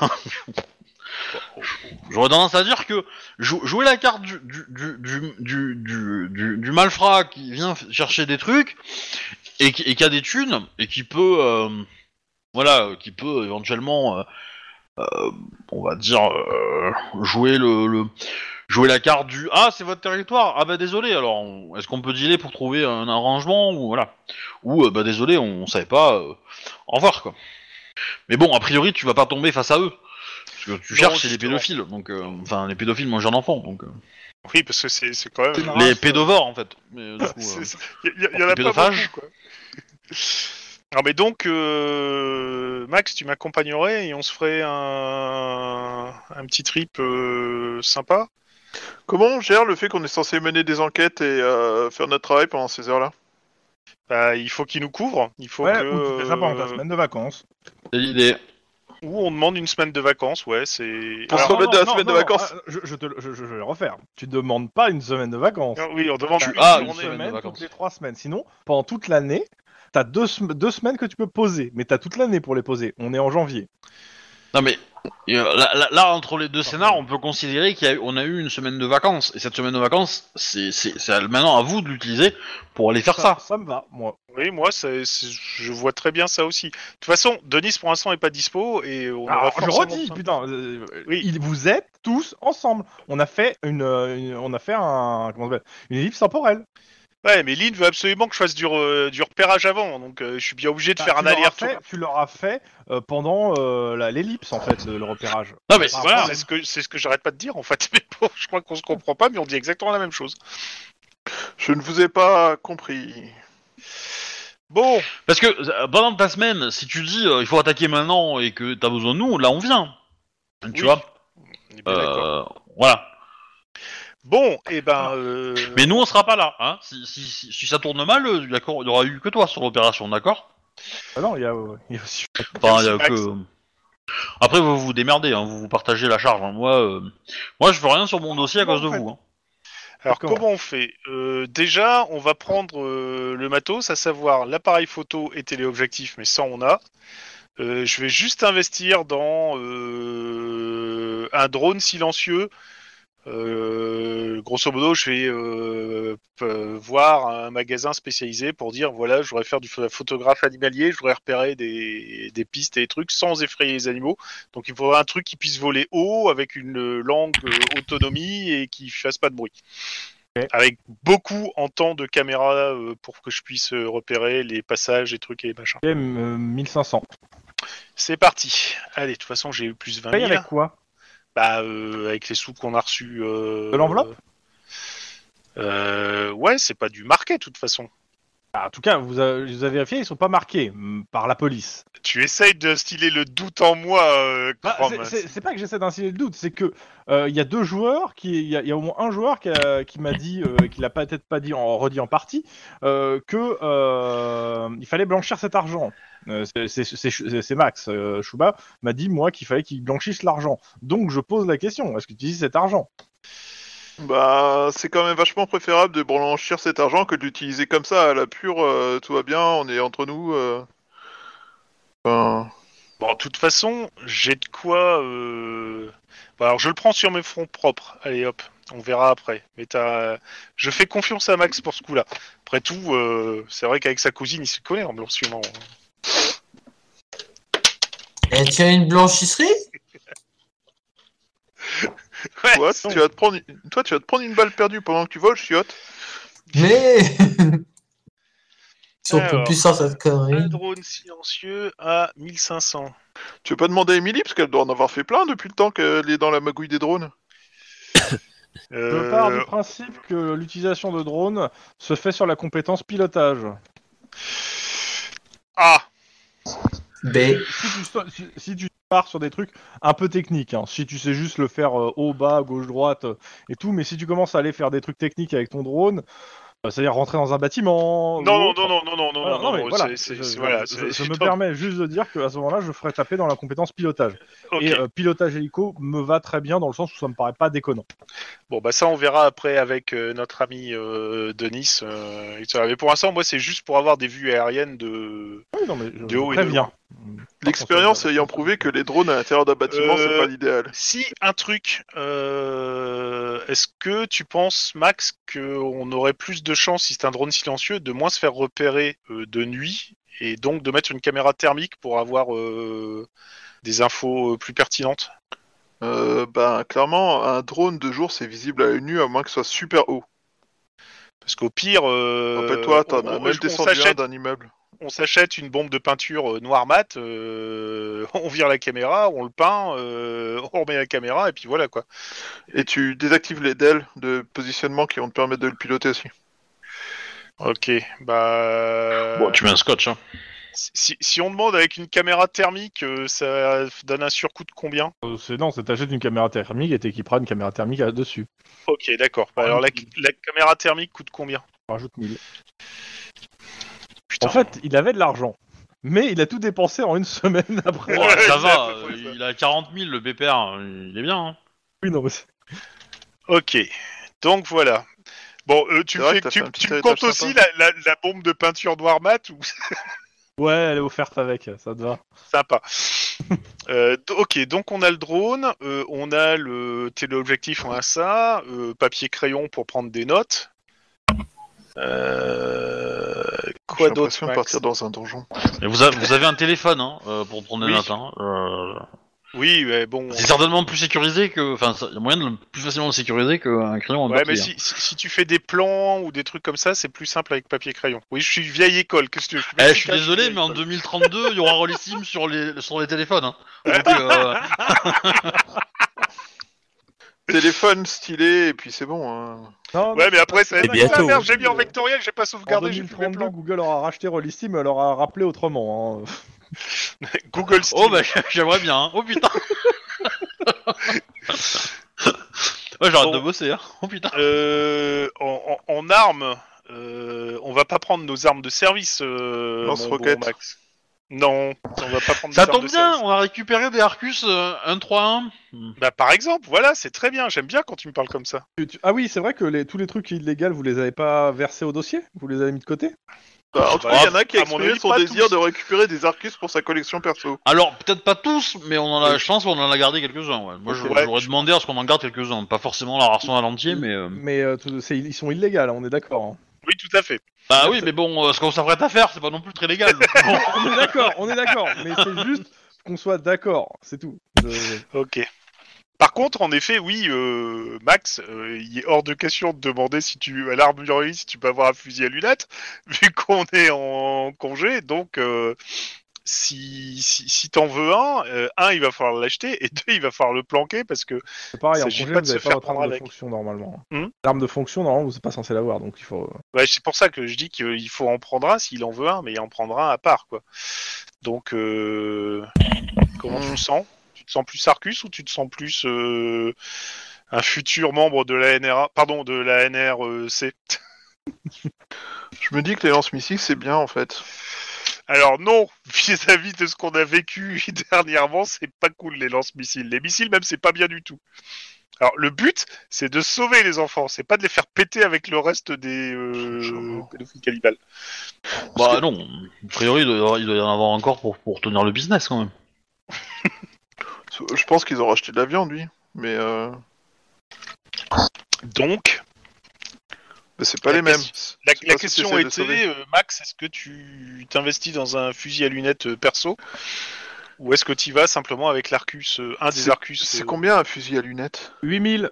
J'aurais tendance à dire que jou- jouer la carte du du, du, du, du, du, du, du malfrat qui vient f- chercher des trucs et qui, et qui a des thunes et qui peut, euh, voilà, qui peut éventuellement, euh, euh, on va dire, euh, jouer le, le jouer la carte du ah c'est votre territoire, ah bah désolé, alors on- est-ce qu'on peut dealer pour trouver un arrangement ou voilà, ou euh, bah désolé on, on savait pas, euh, au revoir quoi. Mais bon a priori tu vas pas tomber face à eux. Parce que tu Non, cherches, c'est les justement. pédophiles, donc euh, enfin les pédophiles mangent un enfant, donc euh, Oui, parce que c'est c'est quand même. C'est une les race, pédovores en fait. Mais du coup, C'est- euh, c'est- Il y, a- il y en les a pas pédophages. beaucoup, quoi. Alors, mais donc, euh, Max, tu m'accompagnerais et on se ferait un, un petit trip euh, sympa. Comment on gère le fait qu'on est censé mener des enquêtes et euh, faire notre travail pendant ces heures-là? Bah, il faut qu'il nous couvre. Il faut Ouais, que. ou tu fais ça pendant ta semaine de vacances. C'est l'idée. Ou on demande une semaine de vacances, ouais, c'est. Pour se Alors, remettre de la semaine de vacances. ah, je, je, te, je, je vais le refaire. Tu demandes pas une semaine de vacances. non, oui, on demande T'as une ah, une une journée. semaine de semaine vacances. toutes les trois semaines. Sinon, pendant toute l'année, t'as deux, sem- deux semaines que tu peux poser. Mais t'as toute l'année pour les poser. On est en janvier. Non mais euh, là, là, là, entre les deux scénars, on peut considérer qu'on a eu une semaine de vacances et cette semaine de vacances, c'est c'est c'est maintenant à vous de l'utiliser pour aller faire ça. Ça me va, moi. Oui, moi, c'est- c'est- je vois très bien ça aussi. De toute façon, Denis pour l'instant est pas dispo et on aura Alors, je forcément redis, besoin- putain. euh, Oui. il- vous êtes tous ensemble. On a fait une, euh, une- on a fait un, comment ça s'appelle, une ellipse temporelle. Ouais, mais Lynn veut absolument que je fasse du, re- du repérage avant, donc euh, je suis bien obligé de Bah, faire tu un l'auras aller-retour. fait- Tu l'auras fait euh, pendant euh, la- l'ellipse, en fait, le, le repérage. Non mais Ah, voilà. C'est ce que c'est ce que j'arrête pas de dire en fait. Mais bon, je crois qu'on se comprend pas, mais on dit exactement la même chose. Je ne vous ai pas compris. Bon, Parce que euh, pendant ta semaine, si tu dis euh, il faut attaquer maintenant et que t'as besoin de nous, là on vient. Tu Oui. vois. on est bien d'accord. Euh, voilà. Bon, et ben. euh, Mais nous on sera pas là. Hein. Si, si, si, si ça tourne mal, euh, d'accord, il y aura eu que toi sur l'opération, d'accord. Ah non, il y a, euh, il y a aussi. Enfin, il y a Max. que. Après, vous vous démerdez, hein, vous vous partagez la charge. Hein. Moi, euh... moi, je fais rien sur mon dossier à cause de en fait. vous. Hein. Alors D'accord. comment on fait Euh, Déjà, on va prendre euh, le matos, à savoir l'appareil photo et téléobjectif, mais ça on a. Euh, je vais juste investir dans euh, un drone silencieux. Euh, grosso modo, je vais euh, p- voir un magasin spécialisé pour dire voilà, je voudrais faire du ph- photographe animalier, je voudrais repérer des, des pistes et des trucs sans effrayer les animaux. Donc il faudra un truc qui puisse voler haut avec une longue euh, autonomie et qui fasse pas de bruit. Ok. Avec beaucoup en temps de caméra euh, pour que je puisse euh, repérer les passages et trucs et les machins. Ok, euh, mille cinq cents. C'est parti. Allez, de toute façon, j'ai eu plus vingt Paye mille. avec quoi? Bah, euh, avec les sous qu'on a reçus. Euh, De l'enveloppe euh, Ouais, c'est pas du marqué, de toute façon. Ah, en tout cas, vous avez, vous avez vérifié, ils sont pas marqués mm, par la police. Tu essayes d'instiller le doute en moi, euh, Bah, Chrome. c'est- c'est c'est pas que j'essaie d'insinuer le doute, c'est que euh, il y a deux joueurs, qui, il y, a- il y a au moins un joueur qui, a- qui m'a dit, euh, qui l'a peut-être pas dit, en redit en partie, euh, que euh, il fallait blanchir cet argent. Euh, c'est- c'est c'est- c'est Max euh, Chouba m'a dit moi qu'il fallait qu'il blanchisse l'argent. Donc je pose la question, est-ce que tu utilises cet argent? Bah, c'est quand même vachement préférable de blanchir cet argent que de l'utiliser comme ça à la pure. euh, tout va bien, on est entre nous. euh. Enfin, Bon, de toute façon, j'ai de quoi. Euh... Bon, alors, je le prends sur mes fonds propres. Allez, hop, on verra après. Mais t'as... je fais confiance à Max pour ce coup-là. Après tout, euh, c'est vrai qu'avec sa cousine, il se connaît en blanchiment. Et tu as une blanchisserie? Ouais, toi, tu vas te prendre, une- toi, tu vas te prendre une balle perdue pendant que tu voles, chiotte. Mais si on peut Alors, plus sortir cette un connerie. drone silencieux à mille cinq cents. Tu veux pas demander à Emily parce qu'elle doit en avoir fait plein depuis le temps qu'elle est dans la magouille des drones. Je pars du Euh... principe que l'utilisation de drones se fait sur la compétence pilotage. Ah, B. Si tu, si, si tu pars sur des trucs un peu techniques. Hein. Si tu sais juste le faire euh, haut, bas, gauche, droite euh, et tout, mais si tu commences à aller faire des trucs techniques avec ton drone, euh, c'est-à-dire rentrer dans un bâtiment. Non, ou non, autre, non, non, non, non, voilà, non, non, non, mais non, voilà, c'est- c'est- je, c'est- je- voilà, je- c'est- je me c'est- permets juste de dire qu'à ce moment-là, je ferais taper dans la compétence pilotage. Ok. Et euh, pilotage hélico me va très bien dans le sens où ça me paraît pas déconnant. Bon, bah ça, on verra après avec euh, notre ami euh, Denis. Euh, et cetera. Mais pour l'instant, moi, c'est juste pour avoir des vues aériennes de, Oui, non, mais je, de je haut et de préviens. loin. L'expérience ayant prouvé que les drones à l'intérieur d'un bâtiment, c'est Euh, pas l'idéal. Si, un truc, euh, est-ce que tu penses, Max, qu'on aurait plus de chances, si c'est un drone silencieux, de moins se faire repérer euh, de nuit et donc de mettre une caméra thermique pour avoir euh, des infos euh, plus pertinentes? Euh, ben, clairement, un drone de jour, c'est visible à l'œil nu, à moins que ce soit super haut. Parce qu'au pire, euh, Rappelle-toi, t'en on- as on- même on descendu un s'achète- d'un immeuble. on s'achète une bombe de peinture euh, noir mat, euh, on vire la caméra, on le peint, euh, on remet la caméra et puis voilà quoi. Et tu désactives les D E L de positionnement qui vont te permettre de le piloter aussi. Ok, bah. Bon, tu mets un scotch, hein. Si, si on demande avec une caméra thermique, euh, ça donne un surcoût de combien? Euh, c'est non, c'est t'achètes une caméra thermique et t'équiperas une caméra thermique à- dessus. Ok, d'accord. Bah, alors la, la caméra thermique coûte combien? Rajoute mille. Putain. En fait, il avait de l'argent, mais il a tout dépensé en une semaine après. Ouais, Ouais, ça c'est va, à peu près euh, ça. il a quarante mille le P P R, il est bien. Hein. Oui, non, mais c'est- Ok, donc voilà. Bon, euh, tu C'est me, vrai fais, que t'as tu, fait un petit tu me héritage comptes sympa. aussi la, la, la bombe de peinture noir mat ou ouais, elle est offerte avec, ça te va. sympa. Euh, d- ok, donc on a le drone, euh, on a le téléobjectif, on a ça, euh, papier crayon pour prendre des notes. Euh, quoi J'ai d'autre, l'impression de Max? partir dans un donjon. Et vous, a- vous avez un téléphone hein, euh, pour prendre des Oui. notes. Hein. Euh, Oui, ouais, bon. c'est certainement plus sécurisé que. Enfin, il y a moyen de le plus facilement le sécuriser qu'un crayon en Ouais, papier. mais si, si, si tu fais des plans ou des trucs comme ça, c'est plus simple avec papier crayon. Oui, je suis vieille école. Qu'est-ce que tu veux? Eh, je suis mexicain, désolé, vieille mais en école. deux mille trente-deux, il y aura Rollissim sur les sur les téléphones. Hein. Donc, euh, Téléphone stylé, et puis c'est bon. Hein. Non, Ouais, non, mais après, ça c'est va pas être bientôt. ah, merde, j'ai possible. mis en vectoriel, j'ai pas En sauvegardé, j'ai plus mes deux mille trente-deux, plans. Google aura racheté Rollistim, elle aura rappelé autrement. Hein. Google Steam. Oh bah j'aimerais bien. Hein. Oh putain. Ouais, j'arrête Bon. de bosser. Hein. Oh putain. Euh, en, en, en armes, euh, on va pas prendre nos armes de service, euh, mon Lance-roquettes. bon Max. Non, on va pas prendre Ça des armes tombe de bien, service. on a récupéré des Arcus euh, un trois un. Bah, par exemple, voilà, c'est très bien, j'aime bien quand tu me parles comme ça. Tu- tu- Ah oui, c'est vrai que les, tous les trucs illégaux, vous les avez pas versés au dossier? Vous les avez mis de côté? Bah, en tout Bah, cas, il y en a qui a à mon exprimé avis, son pas désir tous. de récupérer des Arcus pour sa collection perso. Alors peut-être pas tous, mais on en a, Oui. je pense qu'on en a gardé quelques-uns. Ouais. Moi je- Ouais, j'aurais je demandé à ce qu'on en garde quelques-uns, pas forcément l'arsenal entier, mais. euh, Mais euh, tout- c'est- ils sont illégaux, on est d'accord. Hein. Oui, tout à fait. Bah oui, mais bon, euh, ce qu'on s'apprête à faire, c'est pas non plus très légal. donc bon. On est d'accord, on est d'accord, mais c'est juste qu'on soit d'accord, c'est tout. Je- Ok. Par contre, en effet, oui, euh, Max, euh, il est hors de question de demander si tu à l'armurerie si tu peux avoir un fusil à lunettes, vu qu'on est en congé. Donc, euh, si si, si t'en veux un, euh, un il va falloir l'acheter et deux il va falloir le planquer parce que C'est pareil, Il en s'agit congé, pas vous de avez se pas faire votre arme prendre de avec. fonction normalement. Hmm L'arme de fonction, normalement, vous n'êtes pas censé l'avoir, donc il faut... ouais, c'est pour ça que je dis qu'il faut en prendre un s'il en veut un, mais il en prendra un à part quoi. Donc, euh, comment tu te sens? Tu te sens plus Arcus ou tu te sens plus euh, un futur membre de la N R A, pardon, de la N R C? Je me dis que les lance-missiles, c'est bien en fait. Alors non, vis-à-vis de ce qu'on a vécu dernièrement, c'est pas cool les lance-missiles. Les missiles même, c'est pas bien du tout. Alors le but, c'est de sauver les enfants, c'est pas de les faire péter avec le reste des euh, pédophiles cannibales. Bah non, a priori il doit, y avoir- il doit y en avoir encore pour, pour tenir le business quand même. Je pense qu'ils ont racheté de la viande, oui. Mais euh... Donc, mais c'est pas La les mêmes. question- la, C'est la pas ce question qu'ils essaient de était, sauver. euh, Max, est-ce que tu t'investis dans un fusil à lunettes euh, perso ou est-ce que tu vas simplement avec l'Arcus, euh, un des C'est- Arcus C'est euh, combien un fusil à lunettes huit mille.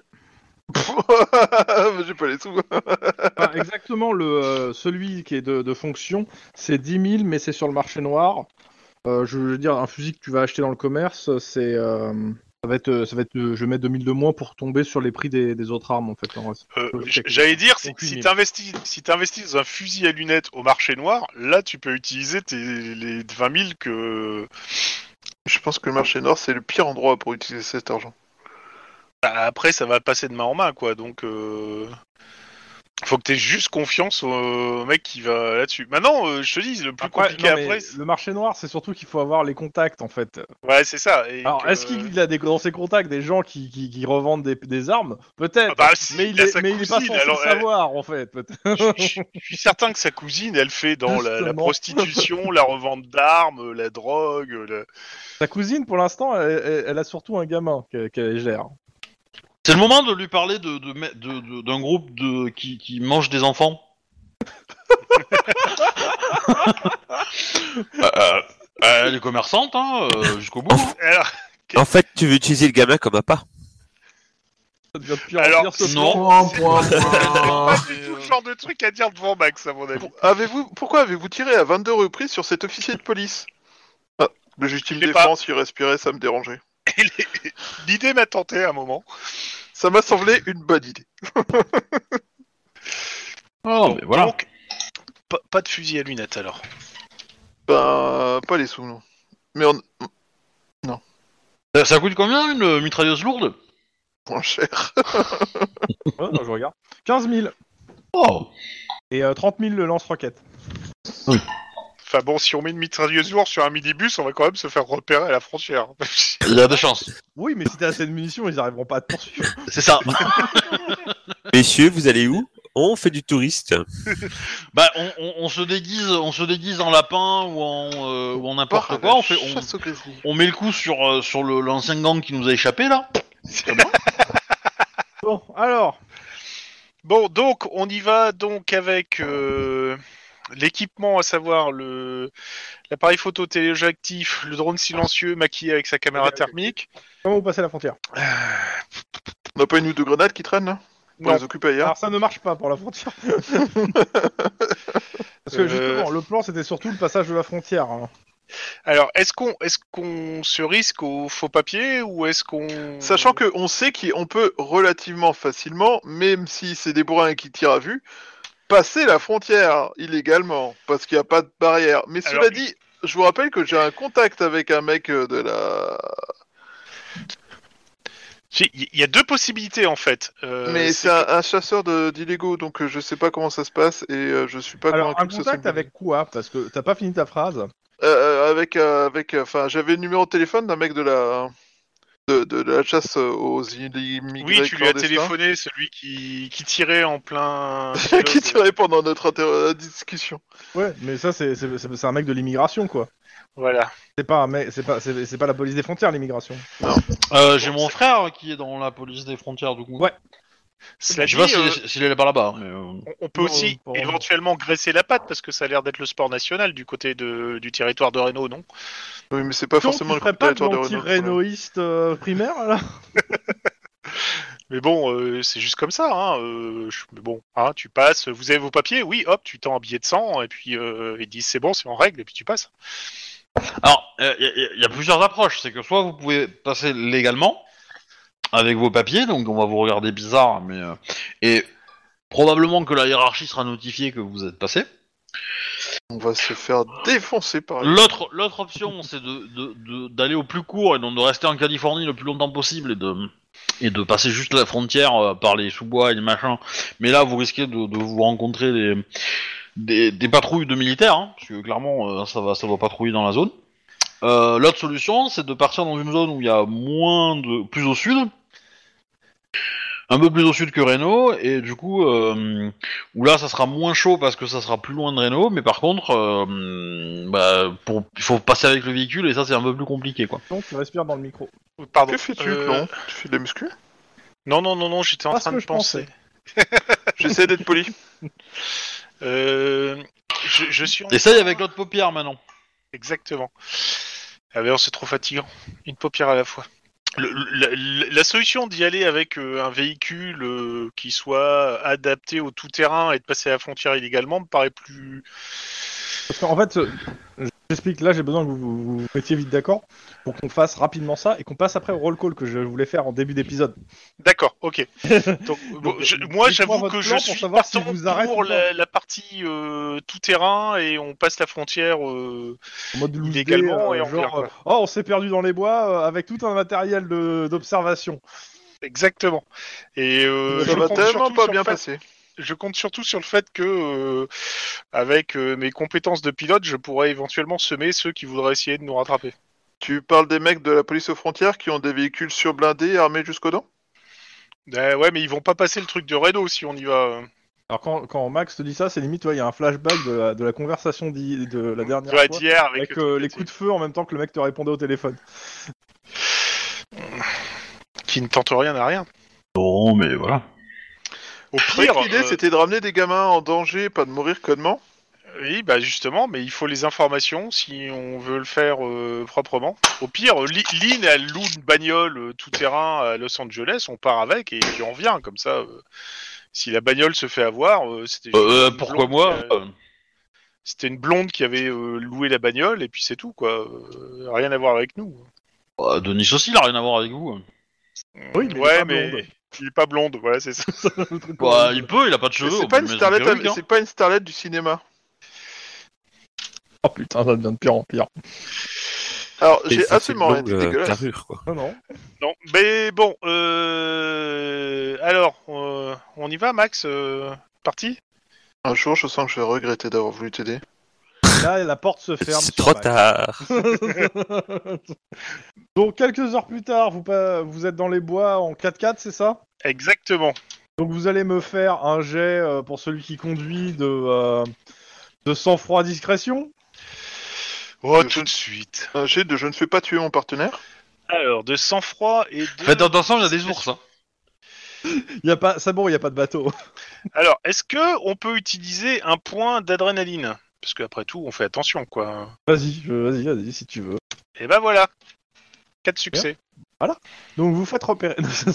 J'ai pas les sous. Enfin, exactement, le, euh, celui qui est de, de fonction, c'est dix mille, mais c'est sur le marché noir. Euh, je veux dire, un fusil que tu vas acheter dans le commerce, c'est... euh, Ça va être, ça va être, je vais mettre deux mille de moins pour tomber sur les prix des, des autres armes en fait. En vrai. Euh, Donc, j- J'allais dire, si, donc, si huit mille. t'investis si t'investis dans un fusil à lunettes au marché noir, là tu peux utiliser tes, les vingt mille que Je pense que le marché noir, c'est le pire endroit pour utiliser cet argent. Bah, après, ça va passer de main en main, quoi. Donc, euh... faut que t'aies juste confiance au mec qui va là-dessus. Maintenant, euh, je te dis, le plus Après, compliqué non, mais après... c'est- le marché noir, c'est surtout qu'il faut avoir les contacts, en fait. Ouais, c'est ça. Et Alors, que- est-ce qu'il a des, dans ses contacts des gens qui, qui, qui revendent des, des armes? Peut-être, Ah bah, si, mais il il a est, sa mais il est pas cousine, censé alors, le elle- savoir, en fait. peut-être. je, je- je suis certain que sa cousine, elle fait dans la, la Justement. prostitution, la revente d'armes, la drogue... la- Sa cousine, pour l'instant, elle, elle- elle a surtout un gamin qu'elle qu'elle gère. C'est le moment de lui parler de, de, me- de- de- d'un groupe de, qui, qui mange des enfants. Euh, euh, elle est commerçante, hein, euh, jusqu'au bout. Enfin, Alors, En fait, tu veux utiliser le gamin comme appât. Ça devient de pire en Alors, pire, ce non. plan. Point, point, point. pas du tout le genre de truc à dire devant Max, à mon avis. Pour- Avez-vous, pourquoi avez-vous tiré à vingt-deux reprises sur cet officier de police? Ah, légitime Je sais pas. défense, il respirait, ça me dérangeait. L'idée m'a tenté à un moment. Ça m'a semblé une bonne idée. Oh, mais voilà. Donc, pas, pas de fusil à lunettes alors. Ben, pas les sous, non. Mais on... Ça, ça coûte combien une mitrailleuse lourde? moins cher. Ouais, je regarde. quinze mille. Oh. Et euh, trente mille le lance-roquette. Enfin bon, si on met une mitrailleuse lourde sur un minibus, on va quand même se faire repérer à la frontière. Il y a des chances. Oui, mais si t'as assez de munitions, ils arriveront pas à te poursuivre. C'est ça. Messieurs, vous allez où? On fait du touriste. Bah, on, on, on se déguise, on se déguise en lapin ou en, euh, ou en n'importe Par quoi. On fait, on, chasse au grizzly. on met le coup sur, euh, sur le, l'ancien gang qui nous a échappé là. Très bien. Bon, alors. Bon, donc on y va donc avec euh, l'équipement, à savoir le l'appareil photo téléobjectif, le drone silencieux maquillé avec sa caméra Ok, ok. thermique. Comment vous passez la frontière? On n'a pas une ou deux grenades qui traînent là? Pour Non. les occuper ailleurs? Alors ça ne marche pas pour la frontière. Parce que Euh, justement, le plan c'était surtout le passage de la frontière. hein. Alors, est-ce qu'on est-ce qu'on se risque au faux papier ou est-ce qu'on Sachant qu'on sait qu'on peut relativement facilement, même si c'est des bourrins qui tirent à vue, passer la frontière illégalement, parce qu'il n'y a pas de barrière. Mais Alors, cela dit, je vous rappelle que j'ai un contact avec un mec euh, de la... il y a deux possibilités en fait. Euh, Mais c'est c'est un, un chasseur de- d'illégaux, donc euh, je sais pas comment ça se passe, et euh, je suis pas Alors convaincu un que ce soit contact une bonne avec quoi? Parce que t'as pas fini ta phrase. Euh, avec, euh, avec, euh, enfin, j'avais le numéro de téléphone d'un mec de la, de, de, de la chasse euh, aux immigrés Oui, tu lui as clandestins. téléphoné, celui qui, qui tirait en plein. qui tirait pendant notre inter- discussion. Ouais, mais ça c'est c'est- c'est- c'est un mec de l'immigration quoi. Voilà. C'est pas un mec, c'est pas c'est c'est pas la police des frontières l'immigration. Euh, j'ai mon frère qui est dans la police des frontières du coup. Ouais. Cela Je dit, sais pas euh, s'il est- s'il est pas là-bas. Mais, euh, on- on peut Non, aussi pas vraiment. éventuellement graisser la patte parce que ça a l'air d'être le sport national du côté de, du territoire de Renault, non? Oui, mais c'est pas Donc, forcément tu le ferais pas de territoire de Renault. le problème. l'anti-rénoïste euh, primaire là? Mais bon, euh, c'est juste comme ça. Hein, euh, je- mais bon, hein, tu passes, vous avez vos papiers, oui, hop, tu t'en un billet de sang et puis euh, ils disent c'est bon, c'est en règle et puis tu passes. Alors, il y, a- y a plusieurs approches. C'est que soit vous pouvez passer légalement avec vos papiers, donc on va vous regarder bizarre, mais euh, et probablement que la hiérarchie sera notifiée que vous êtes passé. On va se faire défoncer par elle. L'autre, l'autre option, c'est de, de- de- d'aller au plus court et donc de rester en Californie le plus longtemps possible et de, et de passer juste la frontière euh, par les sous-bois et les machins. Mais là, vous risquez de, de vous rencontrer des, des, des patrouilles de militaires, hein, parce que clairement, euh, ça va, ça va patrouiller dans la zone. Euh, l'autre solution, c'est de partir dans une zone où il y a moins de, plus au sud, un peu plus au sud que Reno, et du coup, euh, où là, ça sera moins chaud parce que ça sera plus loin de Reno, mais par contre, euh, bah, pour, il faut passer avec le véhicule et ça, c'est un peu plus compliqué, quoi. Donc tu respires dans le micro. Pardon. Que fais-tu, Euh, Clon? Tu fais de la muscu? Non, non, non, non, j'étais en Pas ce train que de je penser. pensais. J'essaie d'être poli. Euh, je, je suis en... Essaye avec l'autre paupière maintenant. Exactement. Ah mais non, c'est trop fatigant. Une paupière à la fois. Le- la, la- la solution d'y aller avec euh, un véhicule euh, qui soit adapté au tout-terrain et de passer la frontière illégalement me paraît plus... Parce qu'en fait, euh, J'explique, là j'ai besoin que vous vous, vous mettiez vite d'accord pour qu'on fasse rapidement ça et qu'on passe après au roll call que je voulais faire en début d'épisode. D'accord, ok. Donc, bon, Donc, je- euh, moi, dites-moi j'avoue votre que je plan pour suis savoir si partant vous arrêtez pour ou pas. la, la partie euh, tout terrain et on passe la frontière euh, En mode loose day, illégalement euh, et on vient, genre, quoi. euh, oh on s'est perdu dans les bois euh, avec tout un matériel de- d'observation. Exactement. Et euh, Ça je va compte tellement surtout pas sur bien le fait- passer. Je compte surtout sur le fait que, euh, avec euh, mes compétences de pilote, je pourrais éventuellement semer ceux qui voudraient essayer de nous rattraper. Tu parles des mecs de la police aux frontières qui ont des véhicules surblindés armés jusqu'aux dents? Euh, ouais, mais ils vont pas passer le truc de Reno si on y va. Alors quand, quand Max te dit ça, c'est limite, il y a un flashback de la, de la conversation d'hi- de la dernière Ouais, fois. d'hier avec, Avec le euh, truc les de- coups de feu en même temps que le mec te répondait au téléphone. qui ne tente rien à rien. Non, mais voilà. Au Je croyais pire, que l'idée euh, c'était de ramener des gamins en danger, pas de mourir connement. oui, bah justement, mais il faut les informations si on veut le faire euh, proprement. Au pire, Li- Lynn, elle loue une bagnole euh, tout terrain à Los Angeles, on part avec et puis on revient comme ça. euh, si la bagnole se fait avoir, euh, c'était juste Euh, une pourquoi blonde moi qui a- C'était une blonde qui avait euh, loué la bagnole et puis c'est tout quoi. Euh, rien à voir avec nous. Bah, Denis aussi, il a rien à voir avec vous. Oui, mais il est ouais, pas mais blonde. il est pas blonde, voilà, c'est ça. Le truc Bah, horrible. il peut, il a pas de Mais cheveux. C'est on pas peut une lui mettre starlette, perruque, hein. c'est pas une starlette du cinéma. Oh putain, ça devient de pire en pire. Alors Et j'ai ça fait absolument rien une dit longue, euh, dégueulasse. carrure, quoi. Non, non. Non, mais bon, euh... alors, euh, on y va, Max euh... Parti. Un jour je sens que je vais regretter d'avoir voulu t'aider. Là, la porte se ferme. C'est sur trop Max. tard. Donc quelques heures plus tard, vous, pa- vous êtes dans les bois en quatre-quatre, c'est ça? Exactement. Donc vous allez me faire un jet euh, pour celui qui conduit de, euh, de sang-froid discrétion. Oh, Je- tout de suite. Un jet de je ne fais pas tuer mon partenaire. Alors, de sang-froid et de... Faites attention, il y a des ours. Hein. Y a pas, c'est bon, il y a pas de bateau. Alors, est-ce que on peut utiliser un point d'adrénaline? Parce qu'après tout, on fait attention, quoi. Vas-y, je- vas-y, vas-y, si tu veux. Et ben voilà. Quatre succès. Donc vous faites repérer.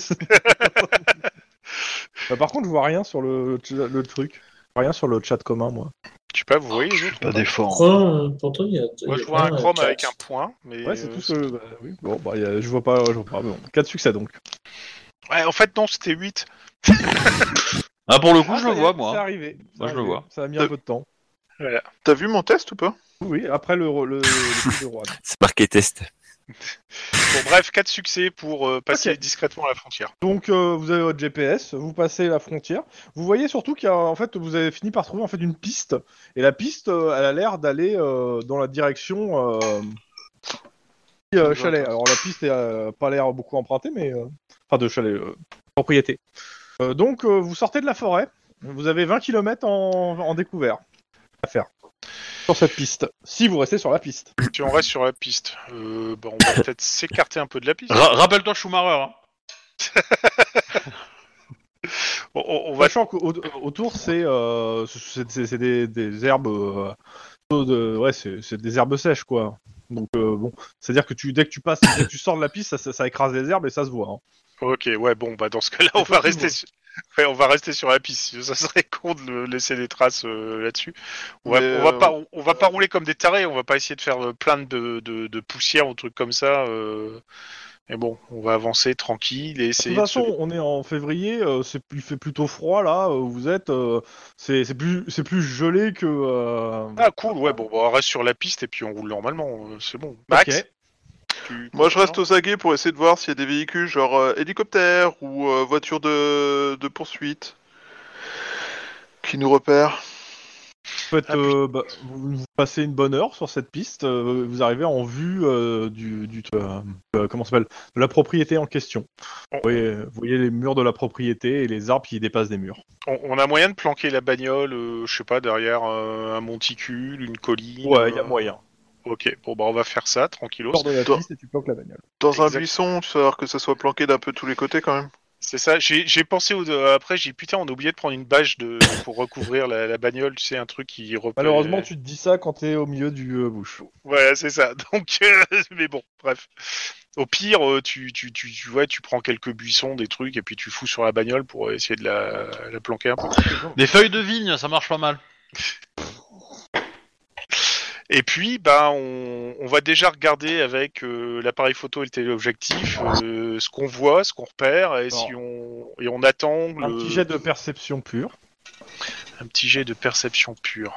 Bah, par contre, je vois rien sur le, le truc. Je vois rien sur le chat commun, moi. Je sais pas, vous voyez les autres? Pas d'effort. Pourtant, euh, pourtant, il y a. il Moi, y je a vois un bien, chrome quatre. avec un point, mais... Ouais, c'est euh, tout ce que. Bah, oui. Bon, bah, y a- je vois pas. Je vois pas. Bon, quatre succès donc. Ouais, en fait, non, c'était huit. Ah, pour le coup, Ah, je ça le y est, vois, C'est moi. arrivé. C'est Moi, je le arrivé. vois. Ça a mis un peu de temps. Voilà. T'as vu mon test ou pas? Oui, après le, le, le, le coup de roi. C'est marqué test. Bon, bref, quatre succès pour euh, passer Ok. discrètement à la frontière. Donc euh, vous avez votre G P S, vous passez la frontière. Vous voyez surtout qu'il y a en fait vous avez fini par trouver en fait une piste et la piste euh, elle a l'air d'aller euh, dans la direction euh, euh, chalet. Alors la piste n'a euh, pas l'air beaucoup empruntée mais euh, enfin de chalet euh, propriété. Euh, donc euh, vous sortez de la forêt. Vous avez vingt kilomètres en, en découvert à faire sur cette piste. Si vous restez sur la piste. Si on reste sur la piste, euh, bah, on va peut-être s'écarter un peu de la piste. Ra- Rappelle-toi Schumacher. Hein. On, on- on va... Sachant qu'autour c'est euh, c'est c'est- c'est des, des herbes euh, de, ouais c'est c'est des herbes sèches quoi. Donc euh, bon, c'est-à-dire que tu dès que tu passes, dès que tu sors de la piste, ça, ça, ça écrase les herbes et ça se voit. Hein. Ok, ouais, bon, bah dans ce cas-là, on va rester, sur... ouais, on va rester sur la piste. Ça serait con de le- laisser des traces euh, là-dessus. On va, Mais, on va euh, pas, on va pas rouler comme des tarés. On va pas essayer de faire euh, plein de, de, de poussière ou trucs comme ça. Euh... Mais bon, on va avancer tranquille et De essayer toute de se- façon, on est en février, euh, c'est il fait plutôt froid là. Où vous êtes, euh, c'est c'est plus c'est plus gelé que. Euh... Ah cool, ouais, bon, bah, on reste sur la piste et puis on roule normalement. euh, C'est bon. Max, Ok. tu- Moi je reste non aux aguets pour essayer de voir s'il y a des véhicules genre euh, hélicoptère ou euh, voiture de... de poursuite qui nous repèrent. En fait, Ah, euh, bah, vous, vous passez une bonne heure sur cette piste. euh, vous arrivez en vue euh, du, du euh, euh, comment ça s'appelle de la propriété en question. Vous voyez, vous voyez les murs de la propriété et les arbres qui dépassent des murs. on, on a moyen de planquer la bagnole, euh, je sais pas, derrière euh, un monticule, une colline. Ouais, il y a euh, moyen. Ok, bon bah on va faire ça, tranquillos. Sors de la Toi- piste et tu planques la bagnole. Dans un Exact. buisson, tu sais, que ça soit planqué d'un peu tous les côtés quand même. C'est ça, j'ai j'ai pensé au, euh, après, j'ai dit, putain, on a oublié de prendre une bâche de, pour recouvrir la, la bagnole, tu sais, un truc qui repère. Malheureusement, tu te dis ça quand t'es au milieu du euh, bush. Voilà, c'est ça. Donc, euh, mais bon, bref. Au pire, euh, tu, tu, tu, tu, ouais, tu prends quelques buissons, des trucs, et puis tu fous sur la bagnole pour essayer de la, la planquer un peu. Des feuilles de vigne, ça marche pas mal. Et puis, ben, on, on va déjà regarder avec euh, l'appareil photo et le téléobjectif euh, ce qu'on voit, ce qu'on repère, et, si on, et on attend Un le... petit jet de perception pure. un petit jet de perception pure.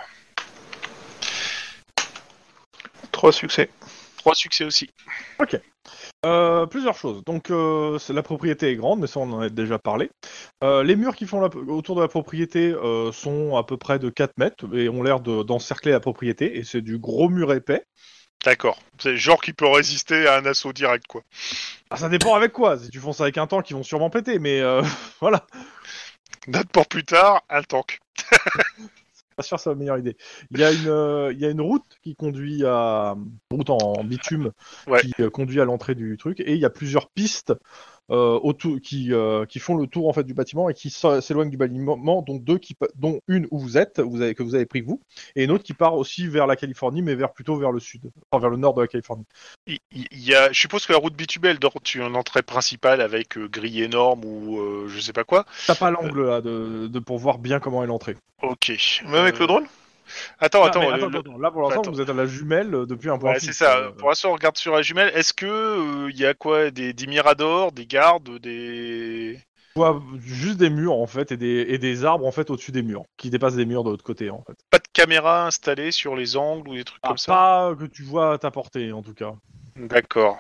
Trois succès. Trois succès aussi. Euh, plusieurs choses. Donc, euh, c'est- la propriété est grande, mais ça, on en a déjà parlé. Euh, les murs qui font la- autour de la propriété euh, sont à peu près de quatre mètres et ont l'air de- d'encercler la propriété. Et c'est du gros mur épais. D'accord. C'est le genre qui peut résister à un assaut direct, quoi. Ah, ça dépend avec quoi. Si tu fonces avec un tank, ils vont sûrement péter, mais euh, voilà. Date pour plus tard, un tank. Pas sûr que c'est la meilleure idée. Il y a une, euh, il y a une route qui conduit à une route en, en bitume Ouais. qui euh, conduit à l'entrée du truc et il y a plusieurs pistes euh, autour, qui, euh, qui font le tour en fait du bâtiment et qui s'é- s'éloignent du bâtiment. Donc deux qui, pa- dont une où vous êtes, vous avez, que vous avez pris vous, et une autre qui part aussi vers la Californie, mais vers plutôt vers le sud, enfin vers le nord de la Californie. Il, il- il y a, je suppose que la route bitumelle donne une entrée principale avec euh, grille énorme ou euh, je sais pas quoi. T'as pas l'angle là de, de pour voir bien comment est l'entrée. Ok. Même avec Euh, le drone Attends, Ah, attends. mais le- attends, le- attends, là pour l'instant attends. vous êtes à la jumelle euh, depuis un point Ouais, fixe. c'est ça. euh. Pour l'instant, on regarde sur la jumelle. Est-ce que il y a quoi, des, des miradors, des gardes, des Tu vois juste des murs en fait et des, et des arbres en fait au-dessus des murs qui dépassent des murs de l'autre côté en fait. pas de caméras installées sur les angles ou des trucs Ah, comme ça? pas que tu vois à ta portée en tout cas. D'accord.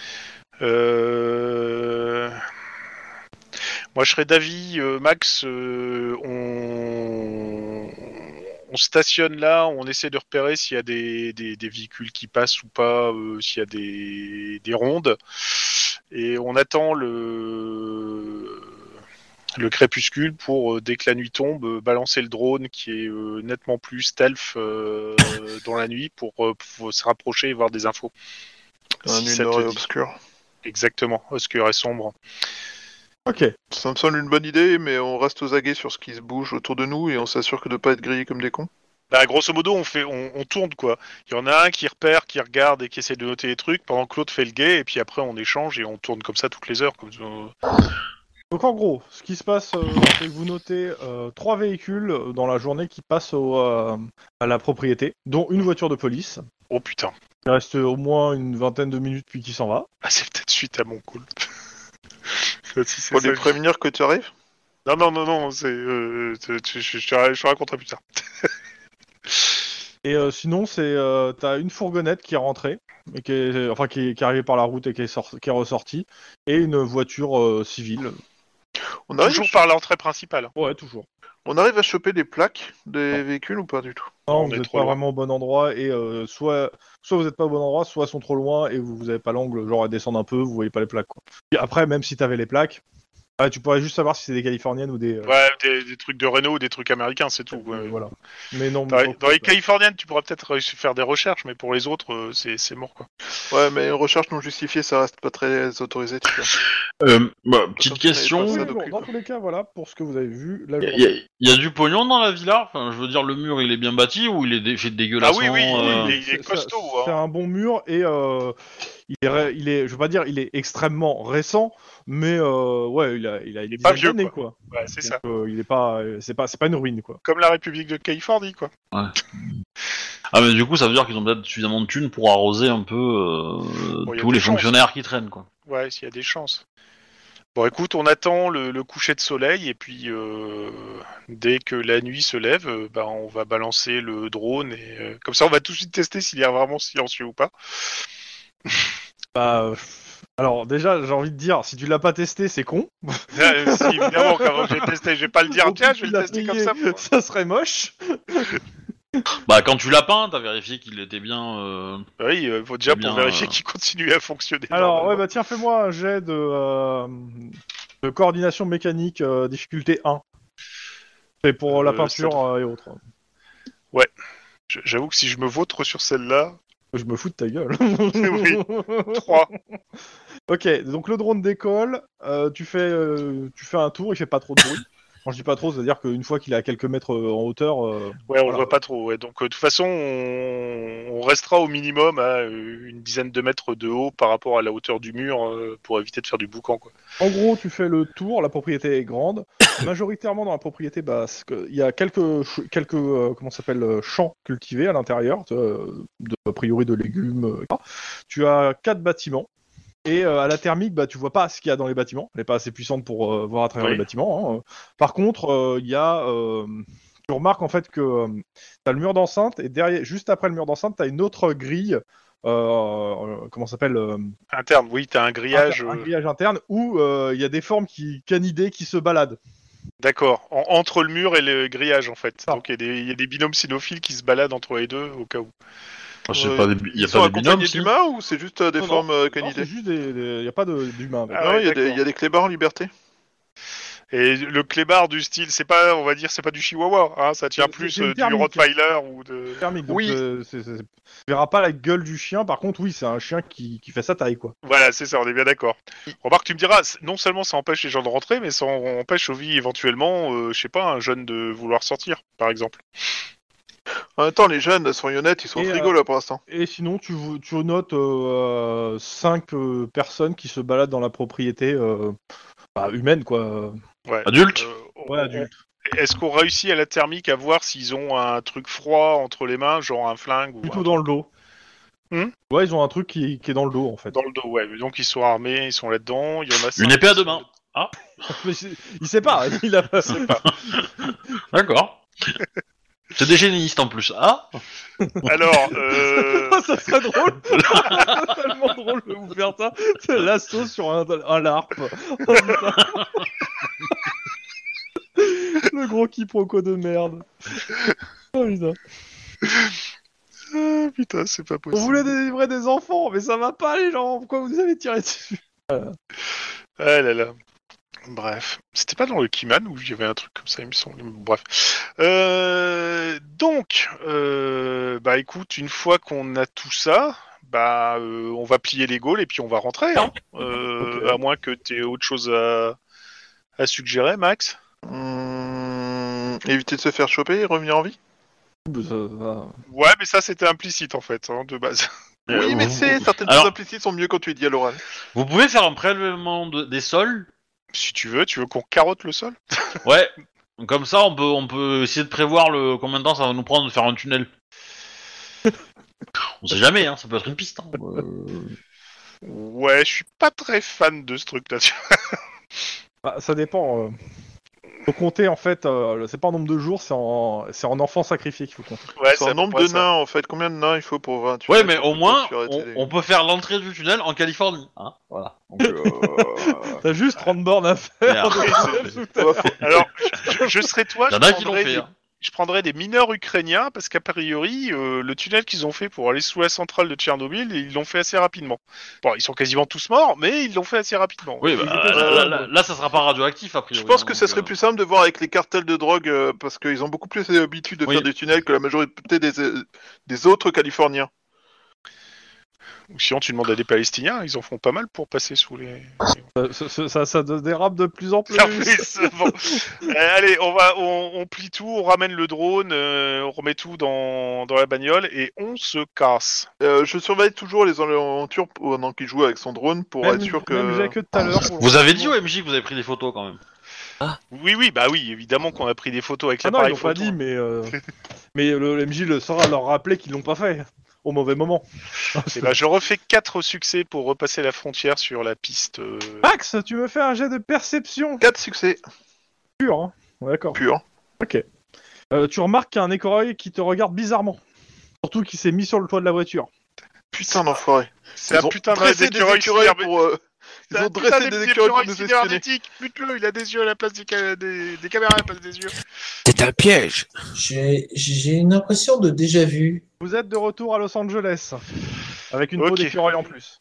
Euh... Moi, je serais d'avis, euh, Max, euh, on... on stationne là, on essaie de repérer s'il y a des, des, des véhicules qui passent ou pas, euh, s'il y a des, des rondes, et on attend le, le crépuscule pour, euh, dès que la nuit tombe, euh, balancer le drone qui est euh, nettement plus stealth euh, dans la nuit pour, euh, pour se rapprocher et voir des infos. Un Si ça une te heure dit. obscure. Exactement, obscur et sombre. Ok. Ça me semble une bonne idée, mais on reste aux aguets sur ce qui se bouge autour de nous et on s'assure que de pas être grillés comme des cons. Bah, grosso modo, on fait, on, on tourne quoi. Il y en a un qui repère, qui regarde et qui essaie de noter les trucs, pendant que l'autre fait le guet, et puis après on échange et on tourne comme ça toutes les heures. Comme ça. Donc en gros, ce qui se passe, euh, c'est que vous notez euh, trois véhicules euh, dans la journée qui passent au, euh, à la propriété, dont une voiture de police. Oh putain. Il reste au moins une vingtaine de minutes puis qui s'en va. Ah, c'est peut-être suite à mon call. Si c'est Pour ça, les je- prévenir que tu arrives. Non, non, non, non, c'est. Euh, tu- tu- je, je, te- je te raconterai plus tard. Et euh, sinon, c'est euh, t'as une fourgonnette qui est rentrée, et qui est, enfin qui est, qui est arrivée par la route et qui est, sor- qui est ressortie, et une voiture euh, civile. On arrive, Toujours par l'entrée principale. Ouais, toujours. on arrive à choper les plaques des véhicules ou pas du tout? Non, On vous est n'êtes trop pas loin. vraiment au bon endroit et euh, soit soit vous n'êtes pas au bon endroit, soit elles sont trop loin et vous vous avez pas l'angle, genre elles descendent un peu, vous voyez pas les plaques quoi. Et après, même si t'avais les plaques, ah, tu pourrais juste savoir si c'est des californiennes ou des. euh, Ouais, des, des trucs de Renault ou des trucs américains, c'est tout. euh, Ouais. Voilà. Mais non. Dans, mais les- pas- dans les californiennes, tu pourras peut-être réussir à faire des recherches, mais pour les autres, euh, c'est c'est mort quoi. Ouais, mais une recherche non justifiée, ça reste pas très autorisé, tu vois. Euh, bah, petite Quand tu n'avais question. pas Oui, ça bon, d'occupe. dans tous les cas, voilà pour ce que vous avez vu la Il y, journée. a- y a du pognon dans la villa. Enfin, je veux dire, le mur, il est bien bâti ou il est dé- fait Ah dégueulassement. oui, oui, euh, il est, il est C'est- costaud. c'est- C'est Hein. un bon mur et euh, il, est, ré- il est, je veux pas dire, il est extrêmement récent, mais euh, ouais, il a, il a une Il est pas dizaine vieux, d'années, quoi. quoi. Ouais, c'est Donc, ça. euh, il est pas, euh, c'est pas, c'est pas une ruine quoi. Comme la République de Californie, quoi. Ah, mais du coup, ça veut dire qu'ils ont peut-être suffisamment de thunes pour arroser un peu euh, Bon, y a tous des les chances. fonctionnaires qui traînent, quoi. Ouais, s'il y a des chances. Bon, écoute, on attend le, le coucher de soleil et puis euh, dès que la nuit se lève, euh, bah, on va balancer le drone et euh, comme ça, on va tout de suite tester s'il est vraiment silencieux ou pas. Bah, euh, alors déjà, j'ai envie de dire, si tu l'as pas testé, c'est con. Euh, si, évidemment, quand j'ai testé, je vais pas le dire. Au Tiens, plus je vais tu le l'as tester payé, comme ça. pour- ça serait moche. Bah, quand tu l'as peint, t'as vérifié qu'il était bien. euh, Oui, il faut déjà Eh bien, pour vérifier euh, qu'il continue à fonctionner. Alors, ouais, normalement. bah tiens, fais-moi un jet de, euh, de coordination mécanique, euh, difficulté un. C'est pour la Euh, peinture ça euh, et autres. J- J'avoue que si je me vautre sur celle-là, Je me fous de ta gueule. Oui. trois. Ok, donc le drone décolle, euh, tu, fais, euh, tu fais un tour, il fait pas trop de bruit. Quand je dis pas trop, c'est-à-dire qu'une fois qu'il est à quelques mètres euh, en hauteur, euh, Ouais, on Voilà. le voit pas trop. Ouais. Donc, euh, de toute façon, on... on restera au minimum à euh, une dizaine de mètres de haut par rapport à la hauteur du mur euh, pour éviter de faire du boucan. Quoi. en gros, tu fais le tour, la propriété est grande. majoritairement dans la propriété, bah, c'est que il y a quelques, ch- quelques euh, comment ça s'appelle, euh, champs cultivés à l'intérieur, euh, de, a priori de légumes. euh, et cetera. Tu as quatre bâtiments. Et euh, à la thermique, bah, tu vois pas ce qu'il y a dans les bâtiments. Elle n'est pas assez puissante pour euh, voir à travers Oui. les bâtiments. Hein. Par contre, euh, il y a... euh, tu remarques en fait que euh, tu as le mur d'enceinte et derrière, juste après le mur d'enceinte, tu as une autre grille. Euh, euh, comment ça s'appelle euh, Interne, oui, t'as un grillage. Un euh, grillage interne où euh, il y a des formes qui, canidées qui se baladent. D'accord, en- entre le mur et le grillage en fait. Ah. Donc il y, a des- il y a des binômes cynophiles qui se baladent entre les deux au cas où. Ah, c'est Ouais. pas des... Il y a Ils sont pas des binômes, accompagnés si d'humains ou c'est juste euh, des Non, non. formes euh, Non, canidées c'est juste des, il n'y a pas de- d'humains. avec. Ah Non, ouais, il y, a des- d'accord. il y a des clébards en liberté. Et le clébard du style, c'est pas, on va dire, c'est pas du chihuahua, hein, ça tient C'est- plus c'est une euh, du thermique. Rottweiler ou de. Thermique, donc, Oui. euh, c'est- c'est- tu verras pas la gueule du chien. Par contre, oui, c'est un chien qui, qui fait sa taille, quoi. Voilà, c'est ça, on est bien d'accord. Remarque, tu me diras, c- non seulement ça empêche les gens de rentrer, mais ça en- empêche aussi éventuellement, euh, je sais pas, un jeune de vouloir sortir, par exemple. En même temps, les jeunes, soyons honnêtes, ils sont Et, au frigo euh, là pour l'instant. Et sinon, tu, tu notes euh, cinq personnes qui se baladent dans la propriété euh, bah, humaine, quoi. Ouais. Adulte Euh, on- Ouais, on- adulte. Est-ce qu'on réussit à la thermique à voir s'ils ont un truc froid entre les mains, genre un flingue ou Plutôt un dans le dos. Hmm Ouais, ils ont un truc qui, qui est dans le dos, en fait. dans le dos, ouais. Donc ils sont armés, ils sont là-dedans. Il y en a cinq Une épée à qui deux sont- mains. Ah, Mais c'est- il sait pas, il a pas. d'accord. C'est des génistes en plus. Ah, Alors, euh... ça serait drôle. C'est tellement drôle de vous faire ça. C'est l'assaut sur un, un larpe. Oh, putain. Le gros quiproquo de merde. Oh putain. ah, putain, c'est pas On possible. voulait délivrer des enfants, mais ça va pas les gens. Pourquoi vous nous avez tiré dessus? Ah là là. Bref, c'était pas dans le Keyman où il y avait un truc comme ça, il me semble. Bref. Euh, donc, euh, bah écoute, une fois qu'on a tout ça, bah euh, on va plier les Gaules et puis on va rentrer. Hein. Euh, Ok. À moins que tu aies autre chose à, à suggérer, Max. Hum, éviter de se faire choper et revenir en vie. Bah, ça va. Ouais, mais ça c'était implicite en fait, hein, de base. Euh, Oui, mais vous- c'est certaines Alors- choses implicites sont mieux quand tu es dit à l'oral. vous pouvez faire un prélèvement de- des sols. Si tu veux, tu veux qu'on carotte le sol? Ouais. Comme ça, on peut, on peut essayer de prévoir le combien de temps ça va nous prendre de faire un tunnel. On sait jamais, hein. Ça peut être une piste. Hein. Euh, Ouais, je suis pas très fan de ce truc-là. tu Bah, ça dépend. Euh... Faut compter en fait. Euh, c'est pas en nombre de jours, c'est en, c'est en enfants sacrifiés qu'il faut compter. vois. Ouais, C'est à un peu nombre près de ça. nains en fait. Combien de nains il faut pour vingt Ouais, mais au moins, pour on, arrêter les- on peut faire l'entrée du tunnel en Californie. Hein. Voilà. Donc, euh, T'as juste trente bornes à faire. merde. Ouais, faut- Alors, je, je serais toi, Y en je a qui l'ont prendrais, fait. des, Hein. je prendrais des mineurs ukrainiens parce qu'a priori, euh, le tunnel qu'ils ont fait pour aller sous la centrale de Tchernobyl, ils l'ont fait assez rapidement. Bon, ils sont quasiment tous morts, mais ils l'ont fait assez rapidement. Oui, Ils bah, étaient là, jeunes. là, là, ça sera pas radioactif a priori. Je pense hein, que ça donc, serait euh, plus simple de voir avec les cartels de drogue euh, parce qu'ils ont beaucoup plus l'habitude de Oui. faire des tunnels que la majorité des, euh, des autres Californiens. Ou sinon, tu demandes à des Palestiniens, ils en font pas mal pour passer sous les. Ça, ça, ça, ça dérape de plus en plus. Ça fait- bon. Euh, allez, on va, on, on plie tout, on ramène le drone, euh, on remet tout dans, dans la bagnole et on se casse. Euh, je surveille toujours les aventures pendant qu'il joue avec son drone pour Même, être sûr que. même j'ai que tout à l'heure. pour- Vous avez dit au M J que vous avez pris des photos quand même. Oui, oui, bah oui, évidemment qu'on a pris des photos avec Ah non, ils l'appareil l'ont pas photo. dit, mais euh, mais le, le M J le saura leur rappeler qu'ils l'ont pas fait au mauvais moment. Et bah, je refais quatre succès pour repasser la frontière sur la piste. euh, Max, tu me fais un jet de perception quatre succès pur, hein. Ouais, d'accord. purs. Ok. Euh, tu remarques qu'il y a un écureuil qui te regarde bizarrement. Surtout qu'il s'est mis sur le toit de la voiture. Putain d'enfoiré. C'est Ils un ont putain de dressé des d'écureuil écureuils cyberné- pour. euh, Ils C'est un ont putain dressé de des écureuils pour d'écureuil nous espionner. cybernétique. Bute-le, il a des yeux à la place des, ca- des, des caméras à la place des yeux. C'est un piège. J'ai j'ai une impression de déjà vu. Vous êtes de retour à Los Angeles. Avec une peau Ok. d'écureuil en plus.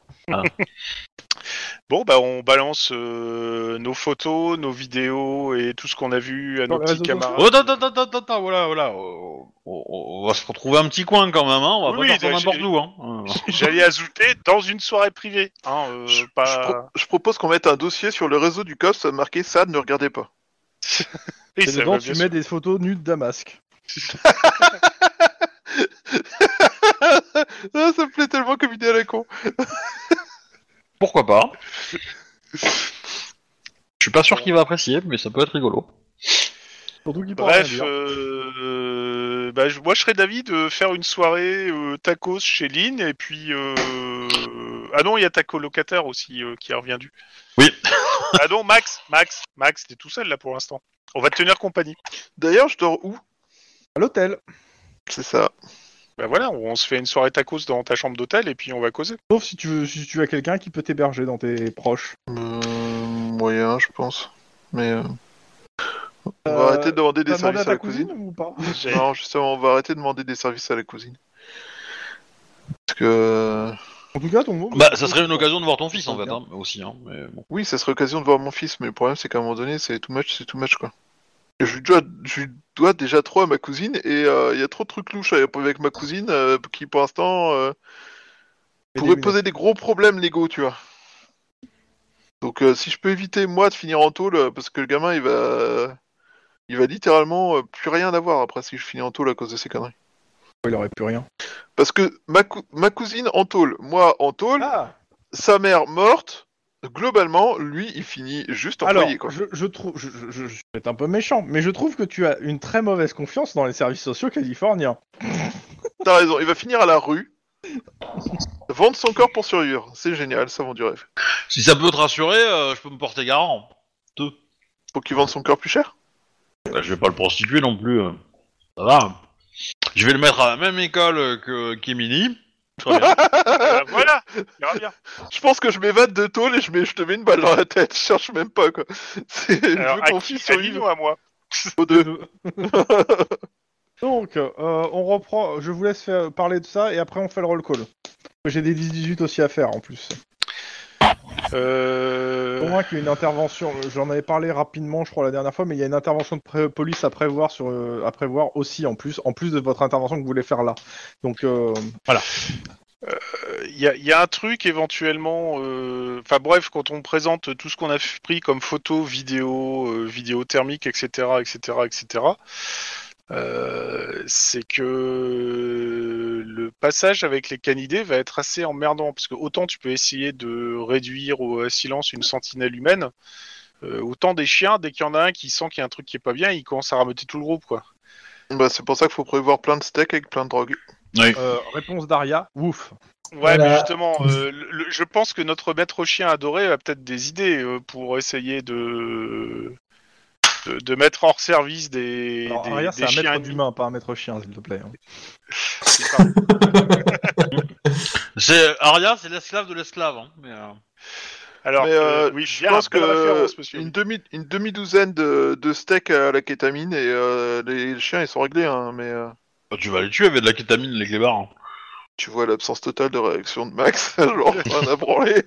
Bon, bah on balance euh, nos photos, nos vidéos et tout ce qu'on a vu à Sur nos les petits réseaux camarades. Oh, attends, attends, attends, attends, voilà, voilà. On, on- on va se retrouver un petit coin quand même, hein. On va Oui, pas faire ça j'ai- n'importe j'ai- où, hein. Euh, J'allais ajouter dans une soirée privée. Hein, euh, Je, pas... je pro- je propose qu'on mette un dossier sur le réseau du C O S marqué ça, ne regardez pas. Oui, Et ça dedans, va, tu bien mets sûr. des photos nues de Damasque. Ah, ça me plaît tellement comme idée à la con. Pourquoi pas. Je suis pas sûr qu'il va apprécier, mais ça peut être rigolo. Surtout qu'il peut rien Bref, dire. euh, bah, je- moi je serais d'avis de faire une soirée euh, tacos chez Lynn et puis euh... ah non il y a ta colocataire aussi euh, qui est reviendue. Oui. Ah non Max, Max, Max, t'es tout seul là pour l'instant. On va te tenir compagnie. D'ailleurs, je dors où? À l'hôtel. C'est ça. Bah voilà, on se fait une soirée tacos dans ta chambre d'hôtel et puis on va causer. Sauf si tu veux, si tu as quelqu'un qui peut t'héberger dans tes proches. Euh, moyen, je pense. Mais euh, on va Euh, arrêter de demander des T'as demandé services à à ta la cousine. cousine ou pas? J'ai- Non, justement, on va arrêter de demander des services à la cousine. Parce que En tout cas, ton mot. Bah, ça serait une occasion de voir ton fils en fait, hein, aussi. Hein, mais bon. oui, ça serait l'occasion de voir mon fils, mais le problème c'est qu'à un moment donné, c'est too much, c'est too much quoi. Je lui dois, je lui dois déjà trop à ma cousine et il euh, y a trop de trucs louches avec ma cousine euh, qui pour l'instant euh, Et pourrait des poser des gros problèmes légaux, tu vois. Donc euh, si je peux éviter moi de finir en tôle, euh, parce que le gamin il va, il va littéralement euh, plus rien avoir après si je finis en tôle à cause de ces conneries. Il aurait plus rien. Parce que ma, cou- ma cousine en tôle, moi en tôle, Ah. sa mère morte. Globalement, lui, il finit juste Alors, employé, quoi. je, je trouve, je, je, je, je vais être un peu méchant, mais je trouve que tu as une très mauvaise confiance dans les services sociaux californiens. T'as raison, il va finir à la rue, vendre son corps pour survivre. C'est génial, ça vend du rêve. Si ça peut te rassurer, euh, je peux me porter garant. Deux. Faut qu'il vende son corps plus cher. Bah, je vais pas le prostituer non plus. euh. Ça va. Je vais le mettre à la même école que qu'Emily. Très bien. Euh, voilà, il ira bien. Je pense que je m'évade de tôle et je, mets, je te mets une balle dans la tête. Je cherche même pas, quoi. C'est, je Alors, veux à qu'on qui, fils à Lynn survive ou à moi? aux deux. Donc, euh, on reprend. Je vous laisse faire, parler de ça et après on fait le roll call. J'ai des dix dix-huit aussi à faire en plus. Euh... Pour moi, qu'il y a une intervention. J'en avais parlé rapidement, je crois, la dernière fois, mais il y a une intervention de pré- police à prévoir sur, euh, à prévoir aussi en plus, en plus de votre intervention que vous voulez faire là. Donc euh, voilà. Il y, a- y a un truc éventuellement, euh, enfin bref, quand on présente tout ce qu'on a pris comme photos, vidéos, euh, vidéos thermiques, et cetera, et cetera, et cetera, euh, c'est que le passage avec les canidés va être assez emmerdant, parce que autant tu peux essayer de réduire au silence une sentinelle humaine, euh, autant des chiens, dès qu'il y en a un qui sent qu'il y a un truc qui est pas bien, il commence à rameuter tout le groupe, quoi. Bah, c'est pour ça qu'il faut prévoir plein de steaks avec plein de drogue. Oui. Euh, réponse d'Aria. Ouf. Ouais, Voilà. mais justement, euh, le- le- je pense que notre maître chien adoré a peut-être des idées euh, pour essayer de... de de mettre hors service des, Alors, des, Aria, des c'est un chiens maître ennemis. d'humain, pas un maître chien, s'il te plaît. hein. C'est pas- C'est Aria, c'est l'esclave de l'esclave. Hein, mais, euh, Alors, Mais euh, euh, oui, je bien, pense belle que référence, monsieur. une demi une demi douzaine de, de steaks à la kétamine et euh, les chiens ils sont réglés, hein, mais euh, bah, tu vas les tuer avec de la kétamine, les clébards. Hein. tu vois l'absence totale de réaction de Max, genre on a branlé.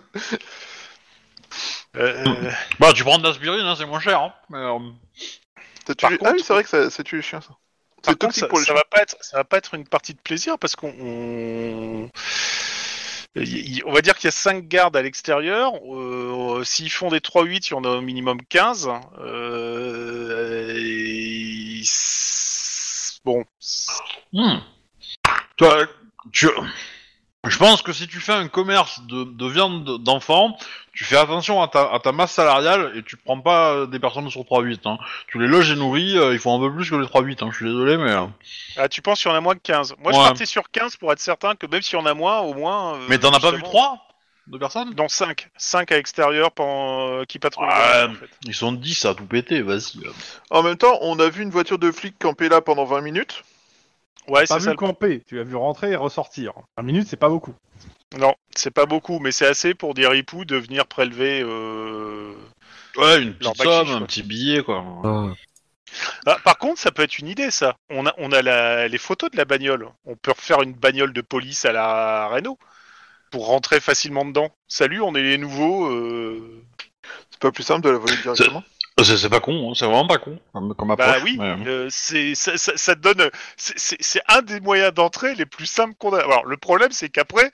Euh, Bah, tu prends de l'aspirine, hein, c'est moins cher. Hein, mais, euh, T'as tué Par les- contre- ah oui, c'est vrai que ça, ça tue les chiens, ça. Par C'est contre, toxique ça, pour les ça chiens. va pas être, ça va pas être une partie de plaisir parce qu'on, on, il- il- on va dire qu'il y a cinq gardes à l'extérieur. Euh, s'ils font des trois huit, il y en a au minimum quinze. Euh, et- Bon, hmm. Toi, tu... Je pense que si tu fais un commerce de, de viande d'enfants, tu fais attention à ta, à ta masse salariale et tu prends pas euh, des personnes sur trois huit. Hein. Tu les loges et nourris, euh, il faut un peu plus que les trois huit. Hein. Je suis désolé, mais... euh, ah, tu penses qu'il y en a moins que quinze. Moi, je Ouais. partais sur quinze pour être certain que même s'il y en a moins, au moins. euh, Mais t'en as pas vu justement, trois de personnes? Dans cinq. cinq à l'extérieur pendant... qui patrouillent. Ouais. en fait. Ils sont dix à tout péter, vas-y. euh. En même temps, on a vu une voiture de flic camper là pendant vingt minutes. Ouais, Pas c'est vu ça. le- camper, tu l'as vu rentrer et ressortir. Un minute, c'est pas beaucoup. Non, c'est pas beaucoup, mais c'est assez pour des ripoux de venir prélever. Euh... Ouais, une Leur petite backchiche, somme, un quoi. petit billet, quoi. Ah, par contre, ça peut être une idée, ça. On a, on a la- les photos de la bagnole. On peut refaire une bagnole de police à la Renault pour rentrer facilement dedans. Salut, on est les nouveaux. Euh... C'est pas plus simple de la voler directement. C'est, c'est pas con, hein, c'est vraiment pas con comme, comme approche. Bah oui, mais- euh, c'est ça, ça, ça te donne. c'est- C'est c'est un des moyens d'entrée les plus simples qu'on a. Alors le problème, c'est qu'après,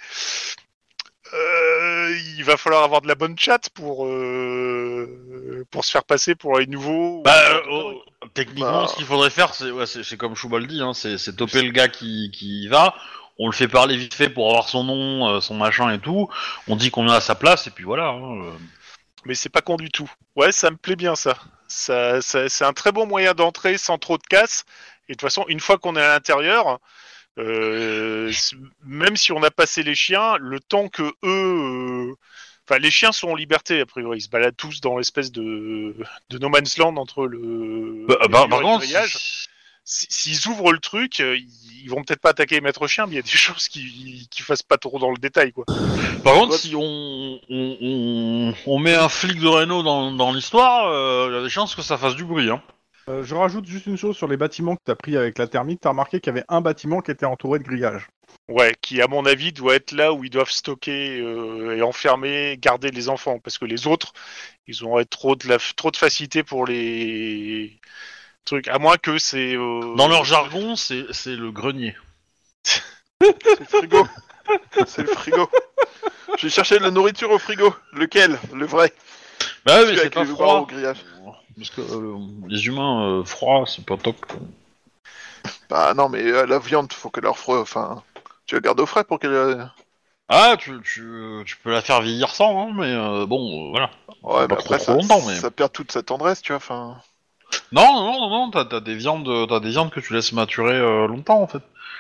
euh, il va falloir avoir de la bonne chatte pour euh, pour se faire passer pour les nouveaux. Bah, ou- euh, oh, techniquement, Bah. ce qu'il faudrait faire, c'est, ouais, c'est, c'est comme Choubal dit, hein, c'est, c'est toper le gars qui, qui y va. On le fait parler vite fait pour avoir son nom, euh, son machin et tout. On dit qu'on est à sa place et puis voilà. Hein, euh. Mais c'est pas con du tout. Ouais, ça me plaît bien ça. ça, ça, c'est un très bon moyen d'entrer sans trop de casse. Et de toute façon, une fois qu'on est à l'intérieur, euh, même si on a passé les chiens, le temps que eux... Euh, enfin, les chiens sont en liberté, a priori. Ils se baladent tous dans l'espèce de, de no man's land entre le... Bah, le bah, mur par et le contre, grillage. si- Si- S'ils ouvrent le truc, euh, ils ils vont peut-être pas attaquer les maîtres chiens, mais il y a des choses qui qui fassent pas trop dans le détail, quoi. par contre, si on, on, on, on met un flic de Reno dans, dans l'histoire, il y a des chances que ça fasse du bruit. Hein. Euh, je rajoute juste une chose sur les bâtiments que t'as pris avec la thermite. T'as remarqué qu'il y avait un bâtiment qui était entouré de grillage. Ouais, qui à mon avis doit être là où ils doivent stocker euh, et enfermer, garder les enfants, parce que les autres, ils auraient trop de la, trop de facilité pour les trucs, à moins que c'est. Euh... Dans leur jargon, c'est c'est le grenier. C'est le frigo. C'est le frigo. J'ai cherché de la nourriture au frigo. Lequel? Le vrai. Bah oui, Celui mais c'est avec pas les bras froid. au grillage. Parce que euh, les humains euh, froids, c'est pas top. Bah non, mais euh, la viande, faut qu'elle leur froid. Enfin, tu la gardes au frais pour qu'elle. euh, Ah, tu, tu, tu peux la faire vieillir sans, hein, mais euh, bon, euh, voilà. Ouais, Pas mais trop, après trop ça, longtemps, mais- ça perd toute sa tendresse, tu vois. Enfin. Non, non, non, non, t'as, t'as des viandes, t'as des viandes que tu laisses maturer euh, longtemps en fait.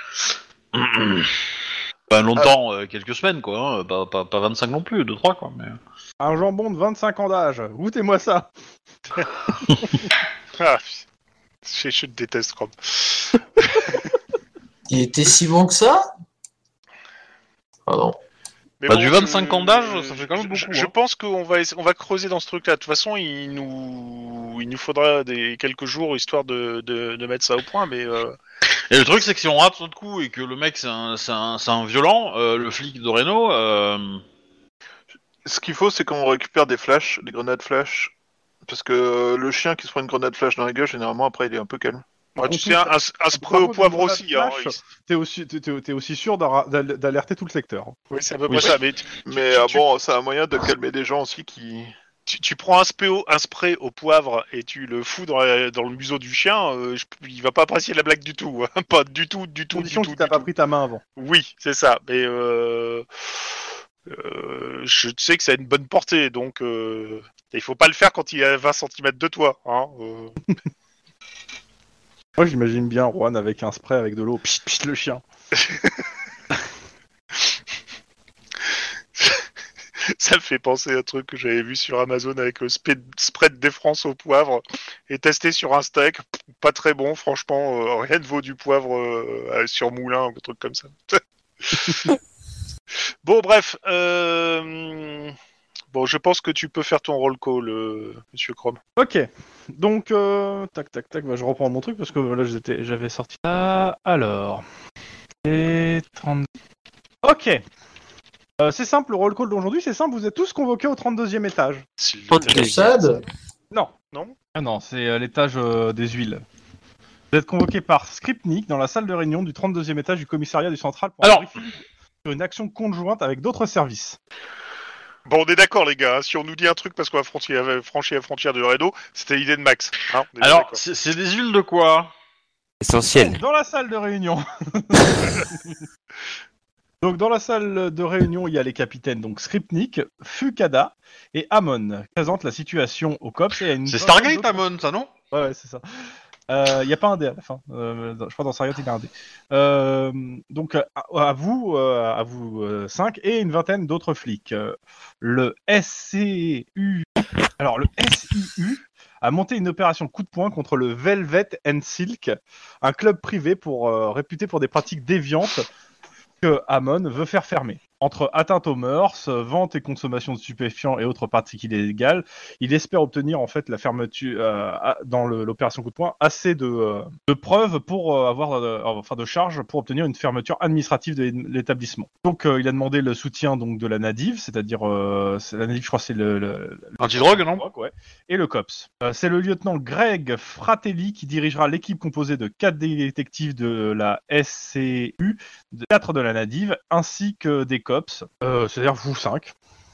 Pas longtemps, euh, quelques semaines quoi, hein, pas, pas, pas vingt-cinq non plus, deux trois quoi. Mais... Un jambon de vingt-cinq ans d'âge. Goûtez-moi ça. Ah, je, je déteste Chrome. Il était si bon que ça? Pardon. Mais Bah, du vingt-cinq je- ans d'âge, ça fait quand même je- beaucoup, Je, hein. pense qu'on va, essa- on va creuser dans ce truc-là. De toute façon, il nous, il nous faudra des quelques jours histoire de, de, de mettre ça au point, mais. Euh... Et le truc c'est que si on rate notre coup et que le mec c'est un, c'est un, c'est un violent, euh, le flic de Reno, euh... Ce qu'il faut, c'est qu'on récupère des flashs, des grenades flash. Parce que euh, le chien qui se prend une grenade flash dans la gueule, généralement, après, il est un peu calme. Ouais, tu En sais, plus, un, un, un spray au Par contre, poivre une aussi. grenade Hein, flash, il- T'es aussi, t'es, t'es- t'es aussi sûr d'ar- d'al- d'alerter tout le secteur. Oui, c'est à peu Oui. près ça. Mais tu, Mais tu- ah tu- bon, c'est un moyen de calmer des gens aussi qui. tu, tu prends un spray, au, un spray au poivre et tu le fous dans, la- dans le museau du chien, euh, je- il va pas apprécier la blague du tout. Hein. Pas du tout, du tout, du Condition tout. que t'as du pas tout. pris ta main avant. Oui, c'est ça. Mais euh, euh, je sais que ça a une bonne portée, donc euh, il faut pas le faire quand il est à vingt centimètres de toi. Hein, euh. Moi, j'imagine bien Juan avec un spray avec de l'eau. Pchit, pchit, le chien. Ça me fait penser à un truc que j'avais vu sur Amazon avec le spray spray de défrance au poivre et testé sur un steak. Pas très bon, franchement. Euh, rien ne vaut du poivre euh, sur moulin ou un truc comme ça. Bon, bref. Euh... Bon, je pense que tu peux faire ton roll call, euh, Monsieur Chrome. Ok. Donc, euh, tac, tac, tac. Bah, je reprends mon truc parce que là, j'étais, j'avais sorti. Ah, alors. Et trente. Ok. Euh, c'est simple, le roll call d'aujourd'hui, c'est simple. Vous êtes tous convoqués au trente-deuxième étage. S'il Oh, te plaît. Dieu. Sad? Non. Non. Ah non, c'est euh, l'étage euh, des huiles. Vous êtes convoqués par Skripnik dans la salle de réunion du trente-deuxième étage du commissariat du central pour un Alors. briefing sur une action conjointe avec d'autres services. Bon, on est d'accord, les gars. hein. Si on nous dit un truc parce qu'on a franchi, franchi la frontière de Laredo, c'était l'idée de Max. Hein, on est bien Alors, d'accord. c'est, c'est des huiles de quoi? Essentiel. Donc, dans la salle de réunion. Donc dans la salle de réunion, il y a les capitaines donc Skripnik, Fukada et Amon qui présentent la situation au cops. Et il y a une C'est vingtaine Stargate, d'autres- Amon, ça non? Ouais, ouais, c'est ça. Euh, Il n'y a pas un dé à la fin. Euh, je crois dans Stargate, il y a un dé. Euh, donc à, à vous, euh, à vous euh, cinq et une vingtaine d'autres flics. Euh, le S C U, alors le S I U a monté une opération coup de poing contre le Velvet and Silk, un club privé pour euh, réputé pour des pratiques déviantes que Amon veut faire fermer. Entre atteinte aux mœurs, vente et consommation de stupéfiants et autres pratiques illégales, il espère obtenir en fait la fermeture euh, dans le, l'opération coup de poing assez de, euh, de preuves pour euh, avoir euh, enfin de charges pour obtenir une fermeture administrative de l'établissement. Donc euh, il a demandé le soutien donc de la Nadiv, c'est-à-dire euh, c'est, la Nadiv, je crois c'est le, le, le Antidrogue, non? ouais, et le cops. Euh, c'est le lieutenant Greg Fratelli qui dirigera l'équipe composée de quatre détectives de la S C U, de quatre de la Nadiv, ainsi que des cops, euh, c'est-à-dire vous cinq.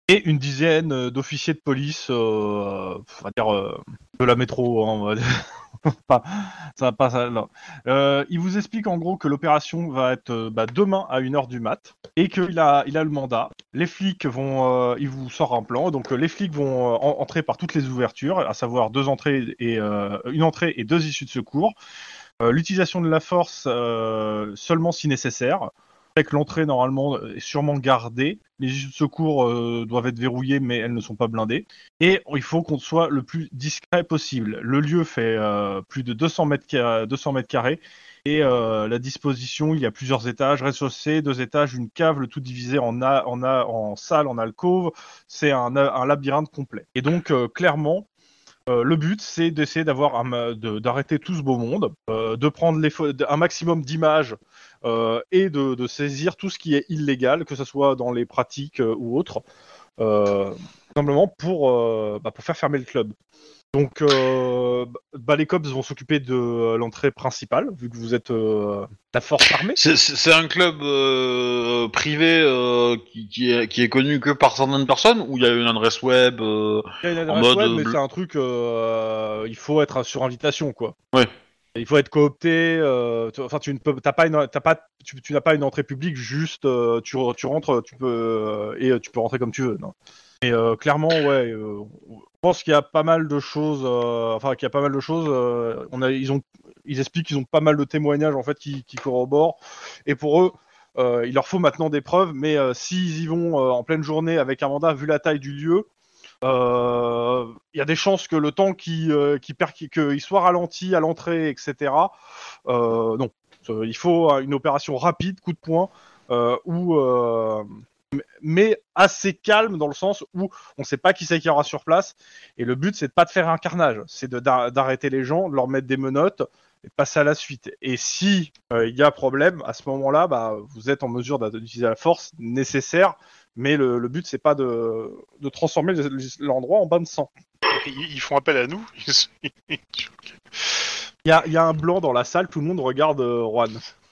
et une dizaine d'officiers de police, euh, on va dire euh, de la métro. Hein, on va dire. pas, ça va pas ça. Non. Euh, il vous explique en gros que l'opération va être euh, bah, demain à une heure du mat et qu'il a, il a le mandat. Les flics vont, euh, il vous sort un plan. Donc euh, les flics vont euh, en, entrer par toutes les ouvertures, à savoir deux entrées et euh, une entrée et deux issues de secours. Euh, l'utilisation de la force euh, seulement si nécessaire. Avec l'entrée normalement est sûrement gardée. Les issues de secours euh, doivent être verrouillées, mais elles ne sont pas blindées. Et il faut qu'on soit le plus discret possible. Le lieu fait euh, plus de deux cents mètres carrés. Et euh, la disposition, il y a plusieurs étages, rez-de-chaussée, deux étages, une cave, le tout divisé en, a, en, a, en salle, en alcôve. C'est un, un labyrinthe complet. Et donc, euh, clairement, Euh, le but, c'est d'essayer d'avoir un, de, d'arrêter tout ce beau monde, euh, de prendre les, un maximum d'images euh, et de, de saisir tout ce qui est illégal, que ce soit dans les pratiques euh, ou autres, euh, simplement pour, euh, bah, pour faire fermer le club. Donc, euh, bah, les cops vont s'occuper de l'entrée principale, vu que vous êtes euh, la force armée. C'est, c'est, c'est un club euh, privé euh, qui, qui, est, qui est connu que par certaines personnes, ou il y a une adresse web euh, Il y a une adresse en mode web, mais bl- c'est un truc, euh, il faut être sur invitation, quoi. Ouais. Il faut être coopté. Euh, tu, enfin, tu ne peux, t'as pas une, t'as pas, tu, tu n'as pas une entrée publique. Juste, euh, tu, tu rentres, tu peux euh, et tu peux rentrer comme tu veux. Non. Et euh, clairement, ouais, euh, je pense qu'il y a pas mal de choses. Euh, enfin, qu'il y a pas mal de choses. Euh, on a, ils ont, ils expliquent qu'ils ont pas mal de témoignages en fait qui, qui corroborent. Et pour eux, euh, il leur faut maintenant des preuves. Mais euh, s'ils y vont euh, en pleine journée avec un mandat, vu la taille du lieu. Il euh, y a des chances que le temps qui, euh, qui per- qu'il soit ralenti à l'entrée, et cetera. Euh, non, euh, il faut une opération rapide, coup de poing, euh, ou euh, mais assez calme dans le sens où on ne sait pas qui c'est qui aura sur place. Et le but, c'est de pas de faire un carnage, c'est de, d'arrêter les gens, de leur mettre des menottes et de passer à la suite. Et si il euh, y a problème, à ce moment-là, bah, vous êtes en mesure d'utiliser la force nécessaire. Mais le, le but, c'est pas de, de transformer l'endroit en bain de sang. Ils, ils font appel à nous. Il y a, y a un blanc dans la salle, tout le monde regarde euh, Juan.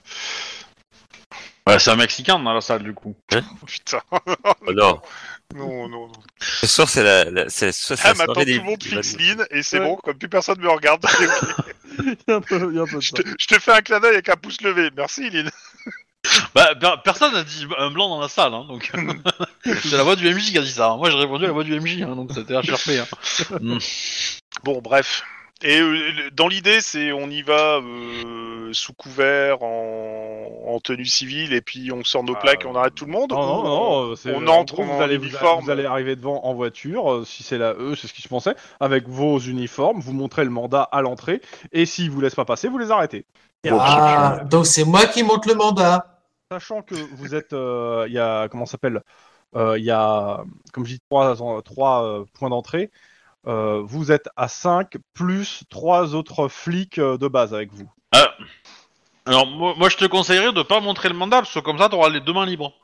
Ouais, c'est un Mexicain dans la salle du coup. Putain. Oh non. Non, non, non. Ce soir, c'est la, la, c'est, c'est Ah, la maintenant soirée tout des... le monde des fixe vannes. Lynn et c'est Ouais. bon, comme plus personne me regarde. Il y a un peu, il y a un peu de je, ça. te, je te fais un clin d'œil avec un pouce levé. Merci Lynn. Bah, per- personne n'a dit un blanc dans la salle, hein, donc c'est la voix du M J qui a dit ça. Hein. Moi, j'ai répondu à la voix du M J, hein, donc c'était H R P. Hein. Mm. Bon, bref. Et euh, dans l'idée, c'est on y va euh, sous couvert, en, en tenue civile, et puis on sort nos Ah, plaques et on arrête tout le monde. Non, ou non, on, non, c'est, on en entre gros, en vous allez, vous, uniforme. vous allez arriver devant en voiture, euh, si c'est là, eux, c'est ce qu'ils pensaient, avec vos uniformes, vous montrez le mandat à l'entrée, et s'ils vous laissent pas passer, vous les arrêtez. Et Bon, Ah, donc c'est moi qui monte le mandat. Sachant que vous êtes, il euh, y a, comment ça s'appelle, il euh, y a, comme je dis, trois, trois euh, points d'entrée. Euh, vous êtes à cinq plus trois autres flics euh, de base avec vous. Ah. Alors, moi, moi, je te conseillerais de pas montrer le mandat, parce que comme ça, t'auras les deux mains libres.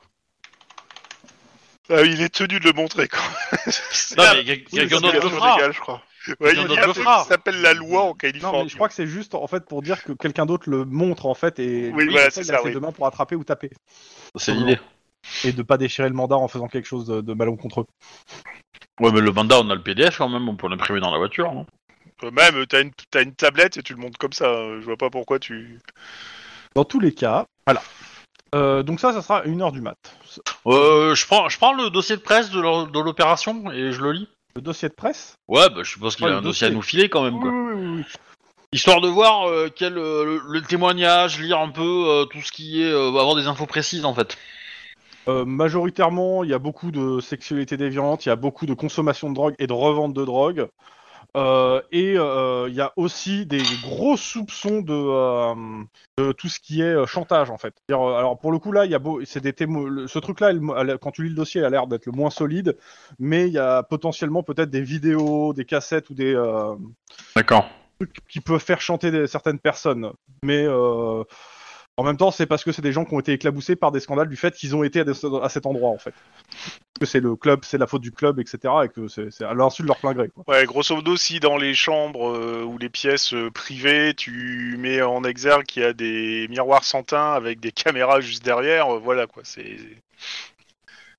Ah, il est tenu de le montrer, quoi. C'est Non, un- mais quel- Oui, quelqu'un c'est d'autre le obligation fera. légale, je crois. Ouais, quelqu'un il y d'autre a un le truc fera. qui s'appelle la loi en Californie. Non, mais je crois que c'est juste en fait pour dire que quelqu'un d'autre le montre en fait et Oui, lui, voilà, comme ça, c'est il a ça, ses oui. deux mains pour attraper ou taper C'est l'idée. et de pas déchirer le mandat en faisant quelque chose de, de malencontreux. Ouais, mais le mandat, on a le P D F quand même, on peut l'imprimer dans la voiture. Hein. Euh, Même, t'as une, t'as une tablette et tu le montres comme ça. hein. Je vois pas pourquoi tu... Dans tous les cas, voilà. Euh, donc ça, ça sera à une heure du mat. Euh, je prends, je prends le dossier de presse de l'o- de l'opération et je le lis. Le dossier de presse. Ouais, bah je suppose qu'il Ouais, a le un dossier dossier. à nous filer quand même, Oui, quoi. oui, oui, oui. Histoire de voir euh, quel euh, le, le témoignage, lire un peu euh, tout ce qui est, euh, avoir des infos précises en fait. Euh, majoritairement, il y a beaucoup de sexualité déviante, il y a beaucoup de consommation de drogue et de revente de drogue. Euh, et euh, il y a aussi des gros soupçons de, euh, de tout ce qui est euh, chantage en fait. C'est-à-dire, euh, alors pour le coup là, il y a beau, c'est des témo- le- ce truc-là, il- elle- quand tu lis le dossier, il a l'air d'être le moins solide, mais il y a potentiellement peut-être des vidéos, des cassettes ou des euh, D'accord. trucs qui peuvent faire chanter des- certaines personnes. Mais euh, en même temps, c'est parce que c'est des gens qui ont été éclaboussés par des scandales du fait qu'ils ont été à, des- à cet endroit en fait. Que c'est le club, c'est la faute du club, et cetera. Et que c'est, c'est à l'insu de leur plein gré. Quoi. Ouais, grosso modo, si dans les chambres euh, ou les pièces euh, privées, tu mets en exergue qu'il y a des miroirs sans teint avec des caméras juste derrière, euh, voilà quoi, c'est...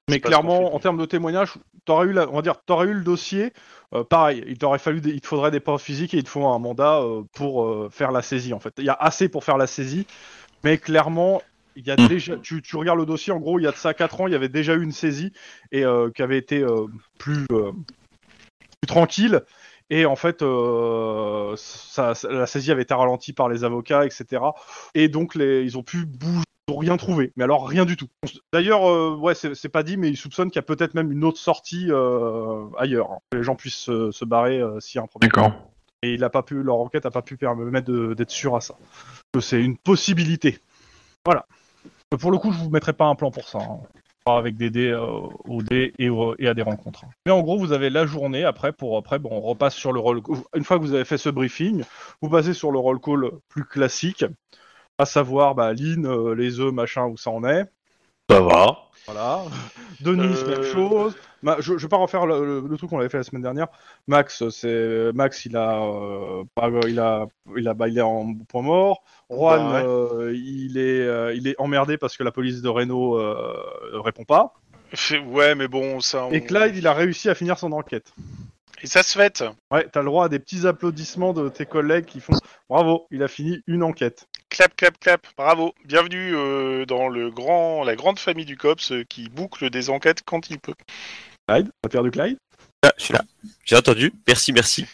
Mais C'est pas ce qu'on clairement, fait. en termes de témoignage, t'aurais eu, la, on va dire, t'aurais eu le dossier. euh, pareil, il t'aurait fallu, des- il te faudrait des preuves physiques et il te faut un mandat euh, pour euh, faire la saisie. En fait, il y a assez pour faire la saisie, mais clairement, il y a Hmm. déjà. Tu, tu regardes le dossier, en gros, il y a de ça quatre ans, il y avait déjà eu une saisie et euh, qui avait été euh, plus, euh, plus tranquille. Et en fait, euh, ça, ça- la saisie avait été ralentie par les avocats, et cetera. Et donc, les, ils ont pu bouger. Ils n'ont rien trouvé, mais alors rien du tout. D'ailleurs, euh, ouais, c'est c'est pas dit, mais ils soupçonnent qu'il y a peut-être même une autre sortie euh, ailleurs, hein, que les gens puissent se, se barrer euh, s'il y a un problème. D'accord. Et il a pas pu, leur enquête a pas pu permettre de- d'être sûr à ça. Que c'est une possibilité. Voilà. Pour le coup, je vous mettrai pas un plan pour ça. Hein. Pas avec des dés euh, au dé et, au- et à des rencontres. Mais en gros, vous avez la journée après pour après, bon, on repasse sur le roll. Une fois que vous avez fait ce briefing, vous passez sur le roll call plus classique. À savoir, bah, Lynn, euh, les œufs, machin, où ça en est. Ça va. Voilà. Denis, Euh, même chose. Ma- je, je vais pas refaire le, le- le truc qu'on avait fait la semaine dernière. Max, c'est Max, il a, euh, pas- il a, il a, bah, il est en point mort. Juan, Bah, ouais. euh, il est, euh, il est emmerdé parce que la police de Reno euh, répond pas. fait- Ouais, mais bon, ça. On... Et Clyde, il a réussi à finir son enquête. Et ça se fait. Ouais, t'as le droit à des petits applaudissements de tes collègues qui font bravo, il a fini une enquête. Clap, clap, clap. Bravo. Bienvenue euh, dans le grand, la grande famille du COPS euh, qui boucle des enquêtes quand il peut. Clyde, t'as perdu Clyde? Ah, je suis là. J'ai entendu. Merci, merci.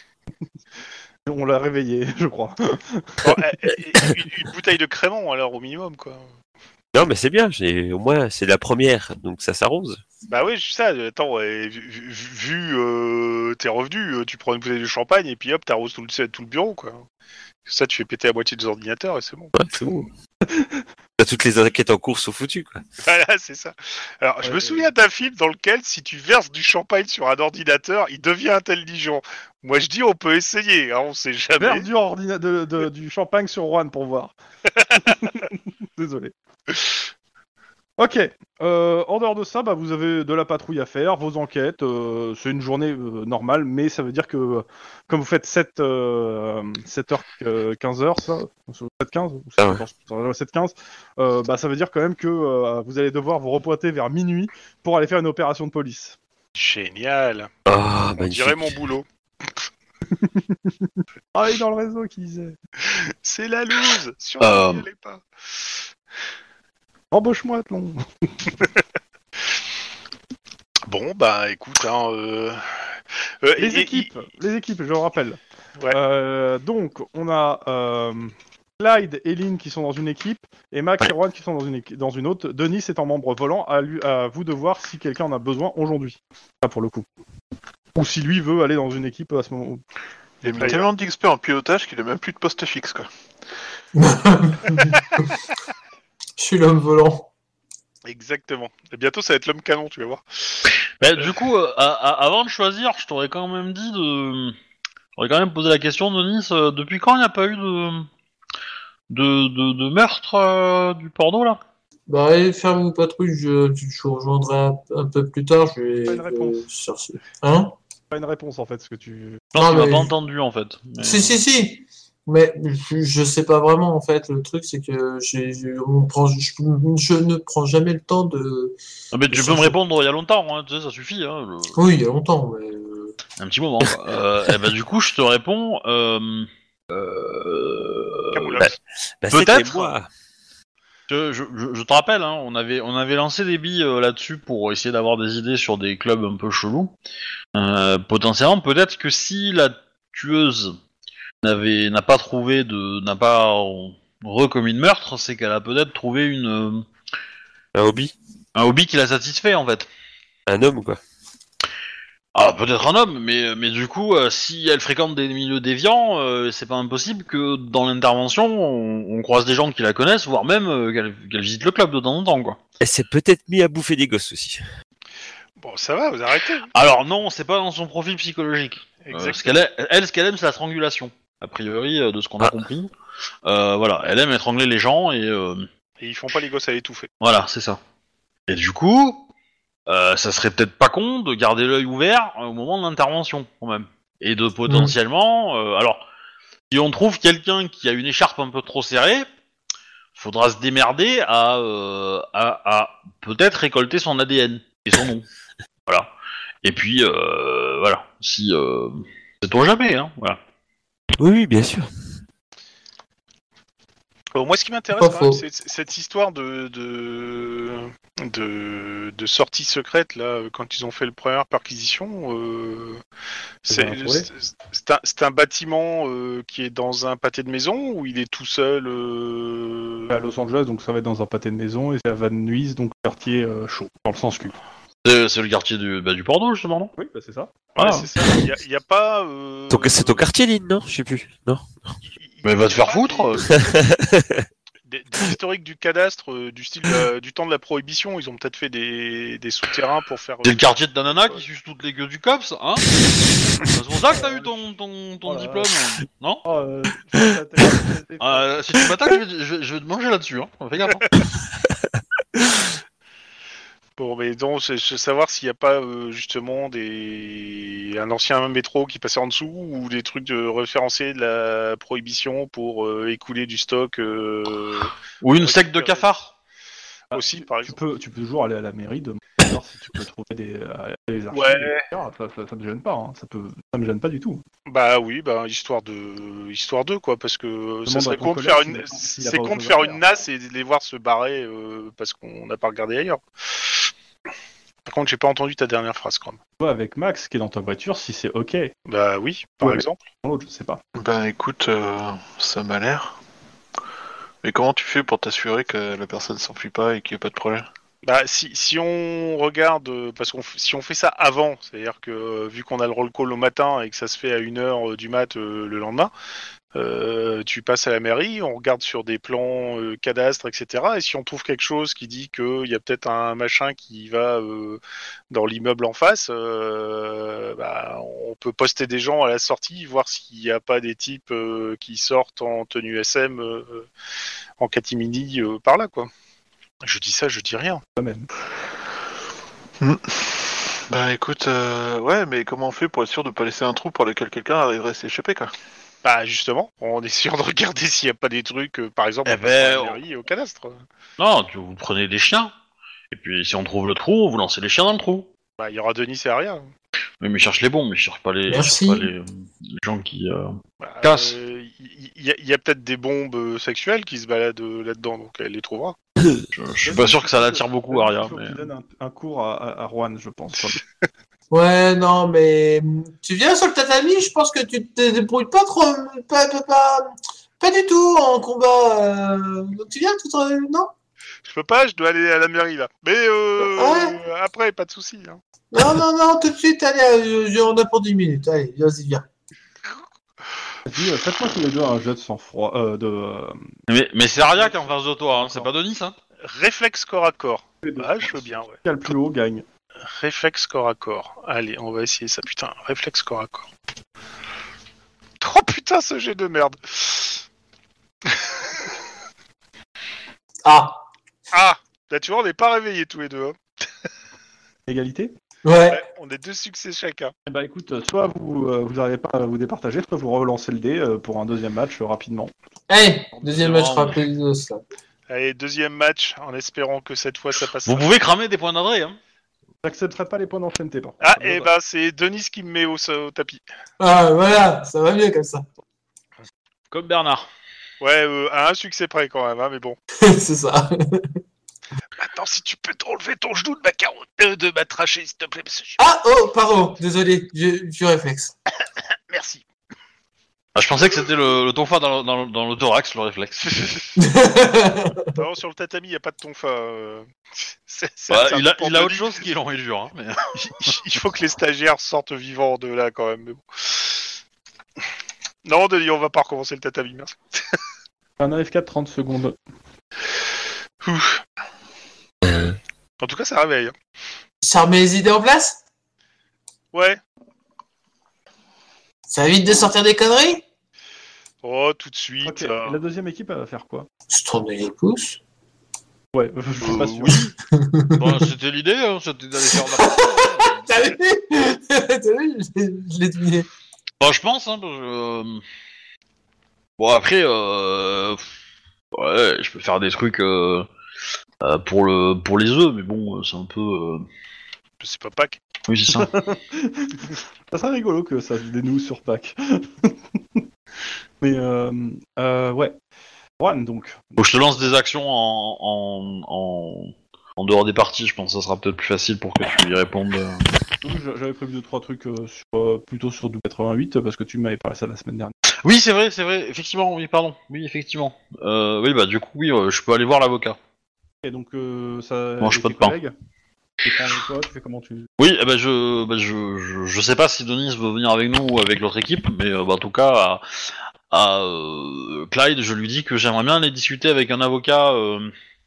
On l'a réveillé, je crois. Bon, eh, eh, une, une bouteille de crémant alors au minimum quoi. Non, mais c'est bien. J'ai au moins c'est la première, donc ça s'arrose. Bah oui, je sais ça. Attends, ouais, vu, vu, vu, euh, tes revenus, euh, tu prends une bouteille de champagne et puis hop, t'arroses tout le, tout le bureau quoi. Ça, tu fais péter la moitié des ordinateurs et c'est bon. Ouais, c'est bon. T'as toutes les enquêtes en cours sont foutues, quoi. Voilà, c'est ça. Alors, je Ouais, me souviens d'un film dans lequel, si tu verses du champagne sur un ordinateur, il devient intelligent. Moi, je dis, on peut essayer, hein, on sait jamais. Verre du, ordina- de- de- du champagne sur Juan pour voir. Désolé. Ok. Euh, en dehors de ça, bah, vous avez de la patrouille à faire, vos enquêtes. euh, c'est une journée euh, normale, mais ça veut dire que euh, comme vous faites sept, euh, sept heures, euh, quinze heures, ça, sept quinze, ou Ah ouais. sept quinze, euh, bah, ça veut dire quand même que euh, vous allez devoir vous repointer vers minuit pour aller faire une opération de police. Génial. Oh, On magnifique. dirait mon boulot. Ah, il est dans le réseau qui disait. C'est la loose. Surtout, Euh. n'y allez pas. Embauche-moi, Tlon. Bon, bah, écoute, hein, euh... euh, Les et- et- équipes, les équipes, je le rappelle. Ouais. Euh, donc, on a euh, Clyde et Lynn qui sont dans une équipe, et Max et Juan qui sont dans une, équi- dans une autre. Denis est en membre volant, à, lui, à vous de voir si quelqu'un en a besoin aujourd'hui. Ça, pour le coup. Ou si lui veut aller dans une équipe à ce moment. Il a mis D'ailleurs. tellement d'X P en pilotage qu'il a même plus de poste fixe, quoi. Je suis l'homme volant. Exactement. Et bientôt, ça va être l'homme canon, tu vas voir. Bah, du coup, euh, à- à- avant de choisir, je t'aurais quand même dit de. J'aurais quand même posé la question, Denis, euh, depuis quand il n'y a pas eu de. de, de, de meurtre euh, du porno là? Bah, allez faire vos patrouilles, je, je vous rejoindrai un, un peu plus tard. Je vais Pas une réponse. euh, chercher. Hein? Pas une réponse en fait, ce que tu. Non, Non, tu m'as mais- pas entendu en fait. Mais- Si, si, si. Mais je, je sais pas vraiment en fait. Le truc, c'est que j'ai, j'ai- on prend, je, je ne prends jamais le temps de. Ah, mais tu Je peux me cherche- répondre il y a longtemps, hein, tu sais, ça suffit. Hein, le- Oui, il y a longtemps, mais. euh, Un petit moment. Quoi. euh, et bah, du coup, je te réponds. Euh... euh, Camoulox. bah, Bah, Peut-être. c'était moi. Je, je, je- je te rappelle, hein, on avait on avait lancé des billes euh, là-dessus pour essayer d'avoir des idées sur des clubs un peu chelous. Euh, potentiellement, peut-être que si la tueuse n'avait n'a pas trouvé de n'a pas recommis de meurtre, c'est qu'elle a peut-être trouvé une euh, Un hobby. un hobby qui l'a satisfait en fait. Un homme, quoi. Ah, peut-être un homme, mais, mais du coup, euh, si elle fréquente des milieux déviants, euh, c'est pas impossible que dans l'intervention, on, on croise des gens qui la connaissent, voire même euh, qu'elle qu'elle visite le club de temps en temps, quoi. Elle s'est peut-être mis à bouffer des gosses aussi. Bon, ça va, vous arrêtez. Alors non, c'est pas dans son profil psychologique. Euh, ce Exact. qu'elle est- elle, ce qu'elle aime, c'est la strangulation, a priori, euh, de ce qu'on a Ah. compris. Euh, voilà, elle aime étrangler les gens, et euh, Et ils font pas les gosses à étouffer. voilà, c'est ça. Et du coup, euh, ça serait peut-être pas con de garder l'œil ouvert euh, au moment de l'intervention, quand même. Et de potentiellement... euh, alors, si on trouve quelqu'un qui a une écharpe un peu trop serrée, faudra se démerder à, euh, à, à peut-être récolter son A D N. et son nom. Voilà. Et puis, euh, voilà. Si. Euh... Sait-on jamais, hein. Voilà. Oui, oui, bien sûr. Bon, moi, ce qui m'intéresse, Pas quand même, faux. c'est c'est cette histoire de de, de de sortie secrète là, quand ils ont fait le première perquisition. Euh, c'est bien trouvé. c'est- c'est un, c'est un bâtiment euh, qui est dans un pâté de maison ou il est tout seul. Euh... À Los Angeles, donc ça va être dans un pâté de maison, et c'est à Van Nuys, donc quartier euh, chaud, dans le sens cul. C'est, c'est le quartier du, bah, du porno, justement, non? Oui, bah c'est ça. Ouais, Ah. c'est ça. Il y a, il y a pas. Euh... Donc, c'est ton quartier, Lynn, non? Je sais plus. Non. Mais va te faire foutre. Des, des historiques du cadastre, euh, du style euh, du temps de la prohibition, ils ont peut-être fait des, des souterrains pour faire. C'est le quartier de ta nana qui suce toutes les gueules du cops, hein? C'est pour ça que t'as eu ton, ton, ton Oh là diplôme, non? Oh, euh, ça t'a- ça t'a- Euh, si tu m'attaques, je vais, je, vais, je vais te manger là-dessus, hein. Fais gaffe. Hein. Bon, mais donc, je je veux savoir s'il n'y a pas euh, justement des un ancien métro qui passait en dessous ou des trucs de référencés de la prohibition pour euh, écouler du stock euh, Ou une secte de cafards. Ah, aussi, tu, par tu exemple. peux, tu peux toujours aller à la mairie de voir si tu peux trouver des, euh, des archives. Ouais. et cetera. Ça, ça, ça me gêne pas, hein. ça, peut, ça me gêne pas du tout. Bah oui, bah histoire de histoire d'eux quoi, parce que ça Demande serait à ton con de collègue faire s'il une a- s'il a c'est pas con autre de chose faire à une faire. nasse et de les voir se barrer euh, parce qu'on n'a pas regardé ailleurs. Par contre, j'ai pas entendu ta dernière phrase quand même. Toi, avec Max, qui est dans ta voiture, si c'est ok. Bah oui, par Ouais, mais- exemple. Dans l'autre, je sais pas. Ben écoute, euh, ça m'a l'air. Mais comment tu fais pour t'assurer que la personne s'enfuit pas et qu'il n'y a pas de problème? Bah si, si on regarde, euh, parce qu'on f- si on fait ça avant, c'est-à-dire que euh, vu qu'on a le roll call au matin et que ça se fait à une heure euh, du mat euh, le lendemain, euh, tu passes à la mairie, on regarde sur des plans euh, cadastres, et cetera. Et si on trouve quelque chose qui dit qu'il y a peut-être un machin qui va euh, dans l'immeuble en face, euh, bah, on peut poster des gens à la sortie, voir s'il n'y a pas des types euh, qui sortent en tenue S M, euh, en catimini euh, par là, quoi. Je dis ça, je dis rien. Quand même. Ben écoute, euh, ouais, mais comment on fait pour être sûr de pas laisser un trou pour lequel quelqu'un arriverait à s'échapper, quoi? Bah justement, on est sûr de regarder s'il n'y a pas des trucs, euh, par exemple, Eh on passe par ben, la mairie et au cadastre. Non, tu, vous prenez des chiens. Et puis, si on trouve le trou, vous lancez les chiens dans le trou. Bah il y aura Denis et Aria. Mais, mais cherche les bons, mais cherche pas les, Merci. cherche pas les, les gens qui. Euh... Bah, Casse. euh, Il y, y a- y a peut-être des bombes euh, sexuelles qui se baladent euh, là-dedans, donc elle les trouvera. Je, je suis pas sûr que ça l'attire beaucoup, Vas-y, Aria. il faut que Mais... tu donnes un, un cours à, à, à Juan, je pense. Ouais, non, mais tu viens sur le tatami, je pense que tu te débrouilles pas trop, pas, pas, pas, pas du tout en combat. euh, Donc tu viens tout en... Non? Je peux pas, je dois aller à la mairie là. Mais euh, Ouais. après, pas de soucis. Hein. Non, non, non, tout de suite, allez, euh, on a pour dix minutes. Allez, vas-y, viens. Vas-y, euh, faites-moi tous les deux un jet de sang-froid. Euh, de, euh, Mais, mais c'est Aria qui est en face de toi, hein. C'est pas Denis, hein. Réflexe corps à corps. les deux. Ah, je veux bien, ouais. Qui a le plus haut gagne. Réflexe corps à corps. Allez, on va essayer ça, putain. Réflexe corps à corps. Oh putain, ce jet de merde. Ah, Ah, là tu vois, on n'est pas réveillés tous les deux. Hein. Égalité. ouais. Ouais, on a deux succès chacun. Eh ben écoute, euh, soit vous euh, vous n'arrivez pas à vous départager, soit vous relancez le dé euh, pour un deuxième match euh, rapidement. Allez, deuxième match Non, rapide de ça. Allez, deuxième match, en espérant que cette fois ça passe. Vous pouvez cramer des points d'adresse, hein. J'accepterai pas les points d'ancienneté par contre. Ah, Ça me et va. ben c'est Denis qui me met au, au tapis. Ah, voilà, ça va mieux comme ça. Comme Bernard. Ouais, euh, à un succès près quand même, hein, mais bon. C'est ça. Maintenant, si tu peux t'enlever ton genou de ma carotte, euh, de ma trachée, s'il te plaît, parce que je- Ah, oh, pardon, désolé, j'ai du réflexe. Merci. Ah, je pensais que c'était le, le tonfa dans, le- dans, le- dans le thorax, le réflexe. Non, sur le tatami, il n'y a pas de tonfa. Euh... c'est- c'est- Ouais, c'est un il a, peu il a autre pantoni. chose qui est long et dur, hein. Mais... Il faut que les stagiaires sortent vivants de là quand même. Mais bon. Non, Denis, on va pas recommencer le tatami, merci. Un F quatre, trente secondes. Ouf. En tout cas, ça réveille. hein. Ça remet les idées en place? Ouais. Ça évite de sortir des conneries? Oh, tout de suite. Ok, là. et la deuxième équipe, elle va faire quoi? Se tourner les pouces. Ouais, je suis pas Euh, sûr. oui. Bon, c'était l'idée, hein, c'était d'aller faire de la... T'as vu? T'as vu? Je l'ai- je l'ai deviné. Bon, je pense, hein, parce que... euh, Bon, après, euh... ouais, je peux faire des trucs euh, euh, pour, le, pour les œufs, mais bon, c'est un peu... euh, C'est pas Pâques. Oui, c'est ça. Ça serait rigolo que ça se dénoue sur Pâques. Mais euh, euh, ouais. Juan, donc. Faut que je te lance des actions en, en, en, en dehors des parties, je pense que ça sera peut-être plus facile pour que tu y répondes. Donc, j'avais prévu deux trois trucs euh, sur, euh, plutôt sur double quatre-vingt-huit parce que tu m'avais parlé ça la semaine dernière. Oui, c'est vrai, c'est vrai, effectivement, oui, pardon, oui, effectivement. Euh, oui, bah du coup, oui, euh, je peux aller voir l'avocat. Et donc euh, ça. Mange avec pas tes de pain. collègues, tu prends avec toi, tu fais comment tu. Oui, eh ben je, bah, je, je, je sais pas si Denis veut venir avec nous ou avec l'autre équipe, mais euh, bah, en tout cas, à, à euh, Clyde, je lui dis que j'aimerais bien aller discuter avec un avocat euh,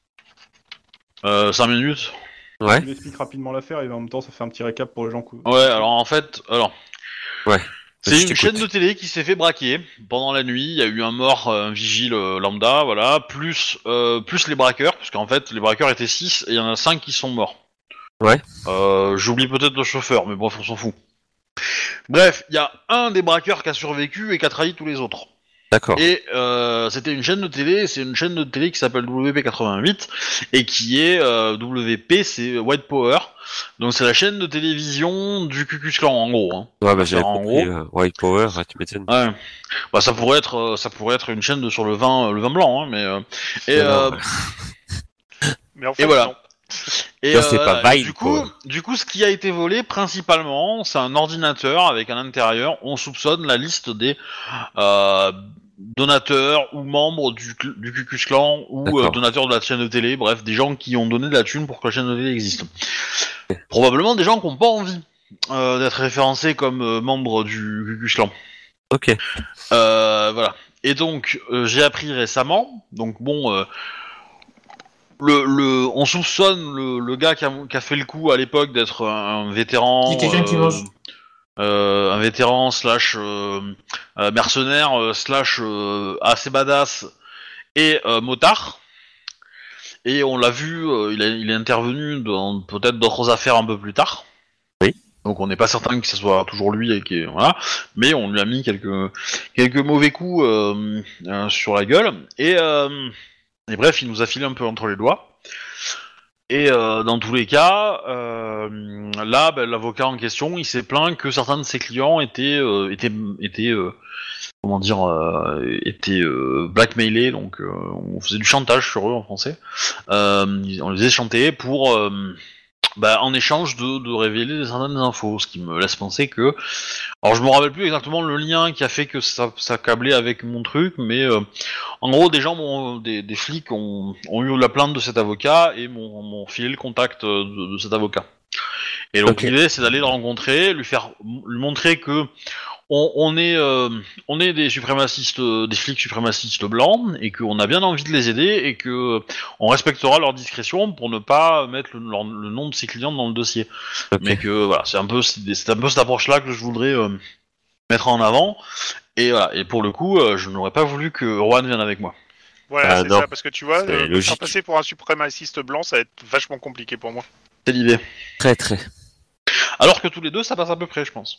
euh, cinq minutes. Ouais. Tu lui expliques rapidement l'affaire et en même temps ça fait un petit récap pour les gens. Que... Ouais, alors en fait, alors. Ouais. C'est Je une t'écoute. chaîne de télé qui s'est fait braquer pendant la nuit. Il y a eu un mort, un vigile euh, lambda, voilà, plus euh, plus les braqueurs, parce qu'en fait les braqueurs étaient six et il y en a cinq qui sont morts. Ouais. Euh, J'oublie peut-être le chauffeur, mais bref, on s'en fout. Bref, il y a un des braqueurs qui a survécu et qui a trahi tous les autres. D'accord. Et euh, c'était une chaîne de télé, c'est une chaîne de télé qui s'appelle W P quatre-vingt-huit et qui est euh, W P, c'est White Power. Donc c'est la chaîne de télévision du Ku Klux Klan en gros. Hein. Ouais, bah j'avais en compris. gros. euh, White Power, ouais, tu m'étonnes. Ouais. Bah ça pourrait être, euh, ça pourrait être une chaîne de, sur le vin, euh, le vin blanc, hein, mais euh, et, Mais non, euh, ouais. Mais en fait, et voilà. non. Et Ça, c'est pas Vine, du coup, quoi. du coup, ce qui a été volé principalement, c'est un ordinateur avec un intérieur. On soupçonne la liste des euh, donateurs ou membres du, cl- du Ku Klux Klan ou euh, D'accord. donateurs de la chaîne de télé. Bref, des gens qui ont donné de la thune pour que la chaîne de télé existe. Probablement des gens qui n'ont pas envie euh, d'être référencés comme euh, membres du Ku Klux Klan. Ok. Euh, voilà. Et donc, euh, j'ai appris récemment. Donc bon. Euh, Le, le, on soupçonne le, le gars qui a, qui a fait le coup à l'époque d'être un, un vétéran, C'est quelqu'un qui mange. euh, un vétéran slash euh, euh, mercenaire euh, slash euh, assez badass et euh, motard. Et on l'a vu, euh, il, a, il est intervenu dans peut-être d'autres affaires un peu plus tard. Oui. Donc on n'est pas certain que ce soit toujours lui et qui voilà, mais on lui a mis quelques quelques mauvais coups euh, euh, sur la gueule et euh, Et bref, il nous a filé un peu entre les doigts. Et euh, dans tous les cas, euh, là, ben, l'avocat en question, il s'est plaint que certains de ses clients étaient, euh, étaient, étaient, euh, comment dire, euh, étaient euh, blackmailés. Donc, euh, on faisait du chantage sur eux en français. Euh, on les faisait chanter pour, euh, bah, en échange de, de révéler certaines infos, ce qui me laisse penser que. Alors, je me rappelle plus exactement le lien qui a fait que ça, ça câblait avec mon truc, mais euh, en gros, des gens, m'ont- des, des flics ont, ont eu la plainte de cet avocat et m'ont, m'ont filé le contact de, de cet avocat. Et donc, Ok. l'idée, c'est d'aller le rencontrer, lui faire, lui montrer que on, on est, euh, on est des suprémacistes, euh, des flics suprémacistes blancs, et qu'on a bien envie de les aider, et que on respectera leur discrétion pour ne pas mettre le, leur- le nom de ses clients dans le dossier. Ok. Mais que voilà, c'est un peu, c'est un peu cette approche-là que je voudrais euh, mettre en avant. Et voilà. Et pour le coup, euh, je n'aurais pas voulu que Juan vienne avec moi. Voilà, Ah, c'est non. ça, parce que tu vois, C'est euh, me logique. faire passer pour un suprémaciste blanc, ça va être vachement compliqué pour moi. C'est l'idée. Très très. Alors que tous les deux, ça passe à peu près, je pense.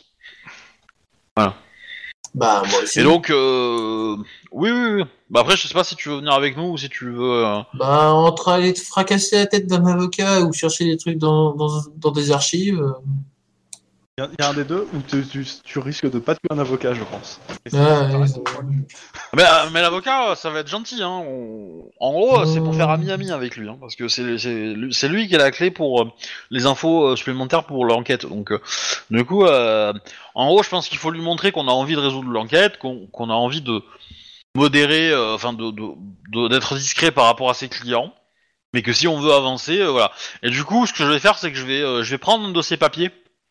Bah, moi aussi. Et donc, euh... oui, oui, oui. Bah après, je sais pas si tu veux venir avec nous ou si tu veux. Euh... Bah, entre aller te fracasser la tête d'un avocat ou chercher des trucs dans, dans, dans des archives. euh, Il y, a- il y a un des deux où tu, tu, tu risques de pas tuer un avocat, je pense. Et ça- Ouais, ça ouais, reste- ouais. Mais, euh, mais l'avocat, ça va être gentil, hein. On- En gros, euh, c'est pour Mmh. faire ami-ami avec lui, hein, parce que c'est c'est lui c'est lui qui a la clé pour euh, les infos euh, supplémentaires pour l'enquête. Donc, euh, du coup, euh, en gros, je pense qu'il faut lui montrer qu'on a envie de résoudre l'enquête, qu'on qu'on a envie de modérer, euh, enfin, de de- de- d'être discret par rapport à ses clients, mais que si on veut avancer, euh, voilà. Et du coup, ce que je vais faire, c'est que je vais, euh, je vais prendre un dossier papier.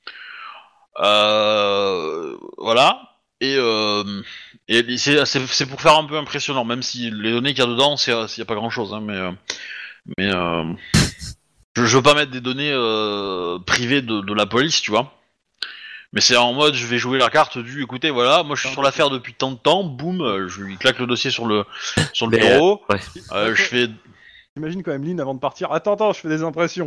Euh, voilà. Et, euh, et c'est, c'est, c'est pour faire un peu impressionnant, même si les données qu'il y a dedans, c'est, il y a pas grand chose, hein, mais, euh, mais euh, je, je veux pas mettre des données euh, privées de, de la police, tu vois. Mais c'est en mode, je vais jouer la carte du, écoutez, voilà, moi je suis sur l'affaire depuis tant de temps, boum, euh, je lui claque le dossier sur le, sur le Mais, bureau, ouais. euh, je fais. J'imagine quand même Lynn avant de partir. Attends, attends, je fais des impressions.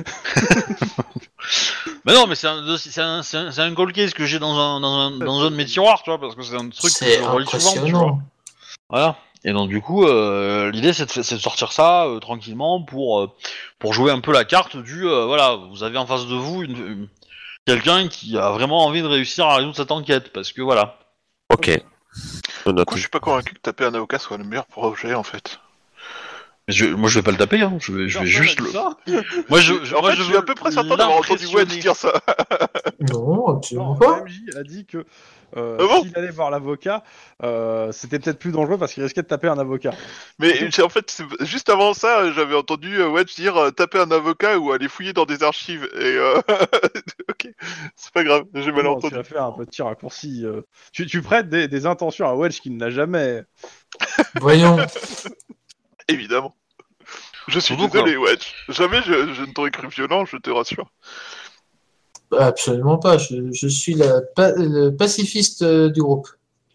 Mais non, mais c'est un, dossier- c'est un, c'est un, c'est un cold case que j'ai dans un, dans un, dans un de mes tiroirs, tu vois, parce que c'est un truc que C'est je relis souvent, tu vois. impressionnant. Voilà. Et donc du coup, euh, l'idée c'est de, fa- c'est de sortir ça euh, tranquillement pour euh, pour jouer un peu la carte du euh, voilà, vous avez en face de vous une, une- quelqu'un qui a vraiment envie de réussir à résoudre cette enquête parce que voilà. Ok. On Du note. coup, je suis pas convaincu que taper un avocat soit le meilleur projet en fait. Mais je- moi je vais pas le taper, hein. je vais, je vais Personne juste a le. dit ça. Moi je, je, en moi, fait, je je suis veux à peu près certain d'avoir entendu Wedge l'impressionner. dire ça. Non, Non, absolument le pas. M J a dit que euh, Ah bon s'il allait voir l'avocat, euh, c'était peut-être plus dangereux parce qu'il risquait de taper un avocat. Mais j'ai- en fait, c'est- juste avant ça, j'avais entendu euh, Wedge dire euh, taper un avocat ou aller fouiller dans des archives. Et euh... ok, c'est pas grave, j'ai mal Non, entendu. tu vas faire un petit raccourci. euh. Tu, tu prêtes des, des intentions à Wedge qu'il n'a jamais. Voyons. Évidemment. Je suis Surtout désolé, Wedge. Jamais je, je ne t'aurais cru violent, je te rassure. Bah, absolument pas. Je, je suis la pa- le pacifiste euh, du groupe.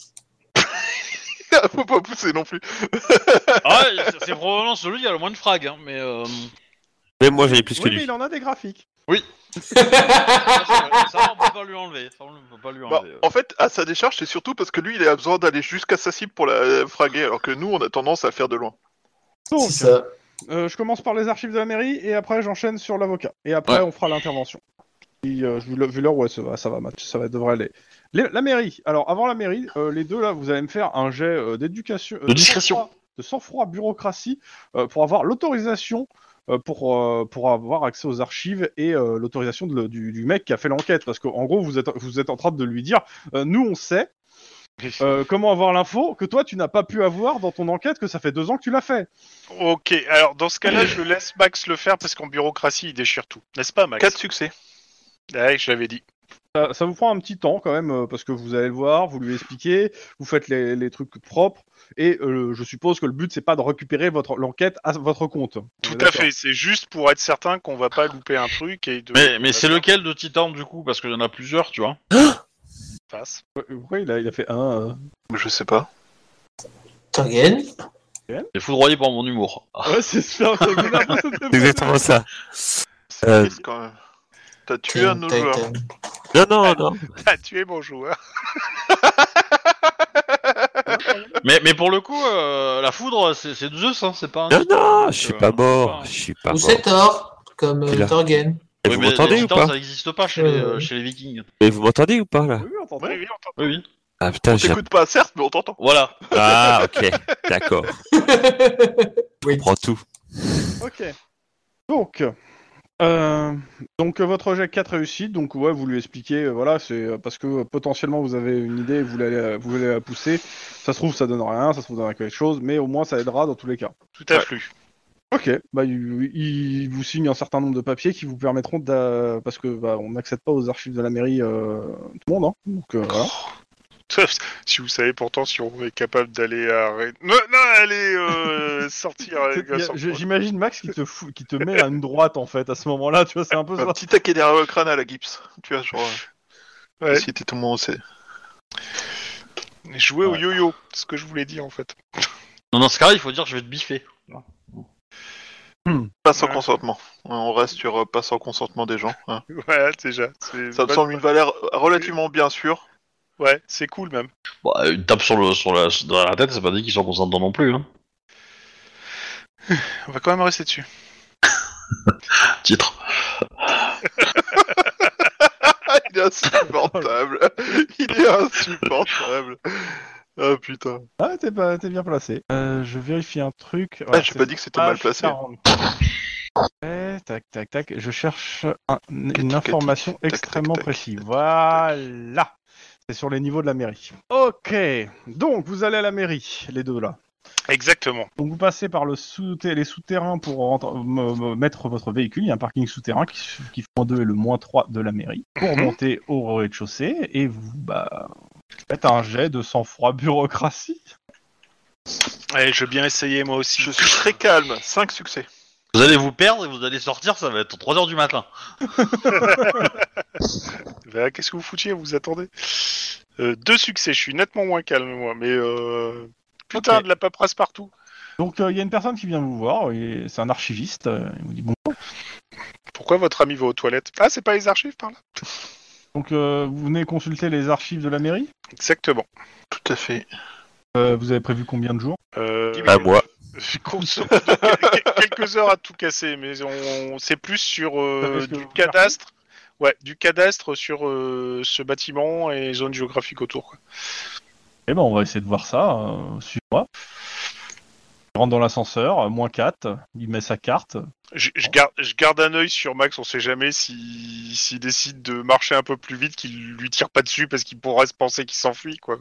Faut pas pousser non plus. Ah ouais, c'est- c'est probablement celui qui a le moins de frag, hein, mais euh... Même moi, j'en ai plus que Oui, mais lui. il en a des graphiques. ça, c'est vrai. Ça, on peut pas lui enlever. Ça, on peut pas lui Bah, enlever. euh. en fait, à sa décharge, c'est surtout parce que lui, il a besoin d'aller jusqu'à sa cible pour la fraguer, alors que nous, on a tendance à faire de loin. Donc, C'est ça. euh, je commence par les archives de la mairie et après j'enchaîne sur l'avocat. Et après Ouais. on fera l'intervention. Et, euh, vu le- vu l'heure, ouais, ça va, ça va match, ça va, devrait aller. Les- la mairie. Alors avant la mairie, euh, les deux là, vous allez me faire un jet euh, d'éducation, euh, De discrétion. sang-froid- de sang-froid bureaucratie euh, pour avoir l'autorisation euh, pour euh, pour avoir accès aux archives et euh, l'autorisation de le- du, du mec qui a fait l'enquête. Parce qu'en gros, vous êtes vous êtes en train de lui dire, euh, nous on sait. Euh, comment avoir l'info que toi tu n'as pas pu avoir dans ton enquête que ça fait deux ans que tu l'as fait. Ok, alors dans ce cas-là, je laisse Max le faire parce qu'en bureaucratie, il déchire tout. N'est-ce pas, Max? Quatre succès. Ouais, je l'avais dit. Ça, ça vous prend un petit temps quand même euh, parce que vous allez le voir, vous lui expliquez, vous faites les, les trucs propres et euh, je suppose que le but c'est pas de récupérer votre l'enquête à votre compte. On Tout est à d'accord. fait, c'est juste pour être certain qu'on va pas louper un truc et de... Mais, mais c'est lequel de Titan du coup? Parce qu'il y en a plusieurs, tu vois. Face. Pourquoi il a, il a fait un euh... Je sais pas. Torgen. J'ai foudroyé par mon humour. Ah. Ouais, c'est super. Ça me donne l'impression de C'est exactement ça. C'est Euh, triste quand même. T'as tué un de nos joueurs. Non, non, non. Ah, tu es mon joueur. Mais, mais pour le coup, euh, la foudre, c'est c'est Zeus, hein, c'est pas un. Non, Titan, non, donc, je suis euh, pas mort. pas- Je suis pas Ou mort. c'est Thor, comme euh, Il a- Torgen. Et Oui, vous mais m'entendez les ou Titans, pas ça n'existe pas chez, les, Euh, euh, chez les Vikings. Mais vous m'entendez ou pas là Oui, on t'entend. Oui, oui, on t'entend. Oui, oui. Ah putain, On j'ai... t'écoute pas, certes, mais on t'entend. Voilà. Ah, ok. D'accord. Je Oui. prends tout. Ok. Donc, euh, donc euh, votre jet quatre réussit. Donc ouais, vous lui expliquez, euh, voilà, c'est euh, parce que euh, potentiellement vous avez une idée, et vous voulez, la- vous voulez la pousser. Ça se trouve ça donne rien, ça se trouve ça donne quelque chose, mais au moins ça aidera dans tous les cas. Tout à Ouais. flux. Ok, bah il, il vous signe un certain nombre de papiers qui vous permettront d'a... parce que bah, on n'accède pas aux archives de la mairie euh, tout le monde, hein. Donc euh, voilà. Si vous savez pourtant si on est capable d'aller à... Non, non, aller euh, sortir avec Il y a- son- je- J'imagine Max qui te fout, qui te met à une droite en fait à ce moment-là, tu vois, c'est un peu Un ça. petit taquet derrière le crâne à la Gibbs. Tu vois, genre. euh, Ouais. Si t'es tout le monde, c'est. Jouer au Ouais. yo-yo, c'est ce que je voulais dire en fait. Non, dans ce cas-là, il faut dire que je vais te biffer. Pas sans Ouais. consentement. On reste sur euh, pas sans consentement des gens. hein. Voilà, déjà. c'est- Ça me semble une valeur relativement bien sûre. Ouais, c'est cool même. Bon, une tape sur, le, sur la, dans la tête, c'est pas dit qu'ils sont consentants non plus. Hein. On va quand même rester dessus. Titre. Il est insupportable. Il est insupportable. Ah putain. Ah, t'es, pas, t'es bien placé. Euh, je vérifie un truc. Ah, j'ai pas dit que c'était mal placé. quarante. Ouais, tac, tac, tac. Je cherche un- une Tac, tac, information tac, tac, extrêmement tac. précise. Voilà. C'est sur les niveaux de la mairie. Ok. Donc, vous allez à la mairie, les deux là. Exactement. Donc, vous passez par le sous les souterrains pour rentrer- m- m- mettre votre véhicule. Il y a un parking souterrain qui, s- qui fait le moins deux et le moins trois de la mairie. Pour Mhm. monter au rez-de-chaussée et vous, bah, faites un jet de sang-froid bureaucratie. Allez, je veux bien essayer moi aussi. Je suis très calme. cinq succès. Vous allez vous perdre et vous allez sortir, ça va être trois heures du matin. Bah, qu'est-ce que vous foutiez, vous attendez euh, Deux succès, je suis nettement moins calme moi, mais euh... putain Ok. de la paperasse partout. Donc, il y a une personne qui vient vous voir. et C'est un archiviste. euh, il vous dit bon. Pourquoi votre ami va aux toilettes? Ah, c'est pas les archives par là? Donc, euh, vous venez consulter les archives de la mairie. Exactement. Tout à fait. Euh, vous avez prévu combien de jours? Euh, À moi. grosso modo, quel- quelques heures à tout casser, mais on, c'est plus sur euh, Vous savez ce que du vous cadastre. Ouais, du cadastre sur euh, ce bâtiment et zone géographique autour. Quoi. Eh ben, on va essayer de voir ça. Euh, Suis-moi. Il rentre dans l'ascenseur, euh, moins quatre, il met sa carte. Je, je garde, je garde un œil sur Max, on sait jamais si s'il décide de marcher un peu plus vite, qu'il lui tire pas dessus parce qu'il pourrait se penser qu'il s'enfuit, quoi.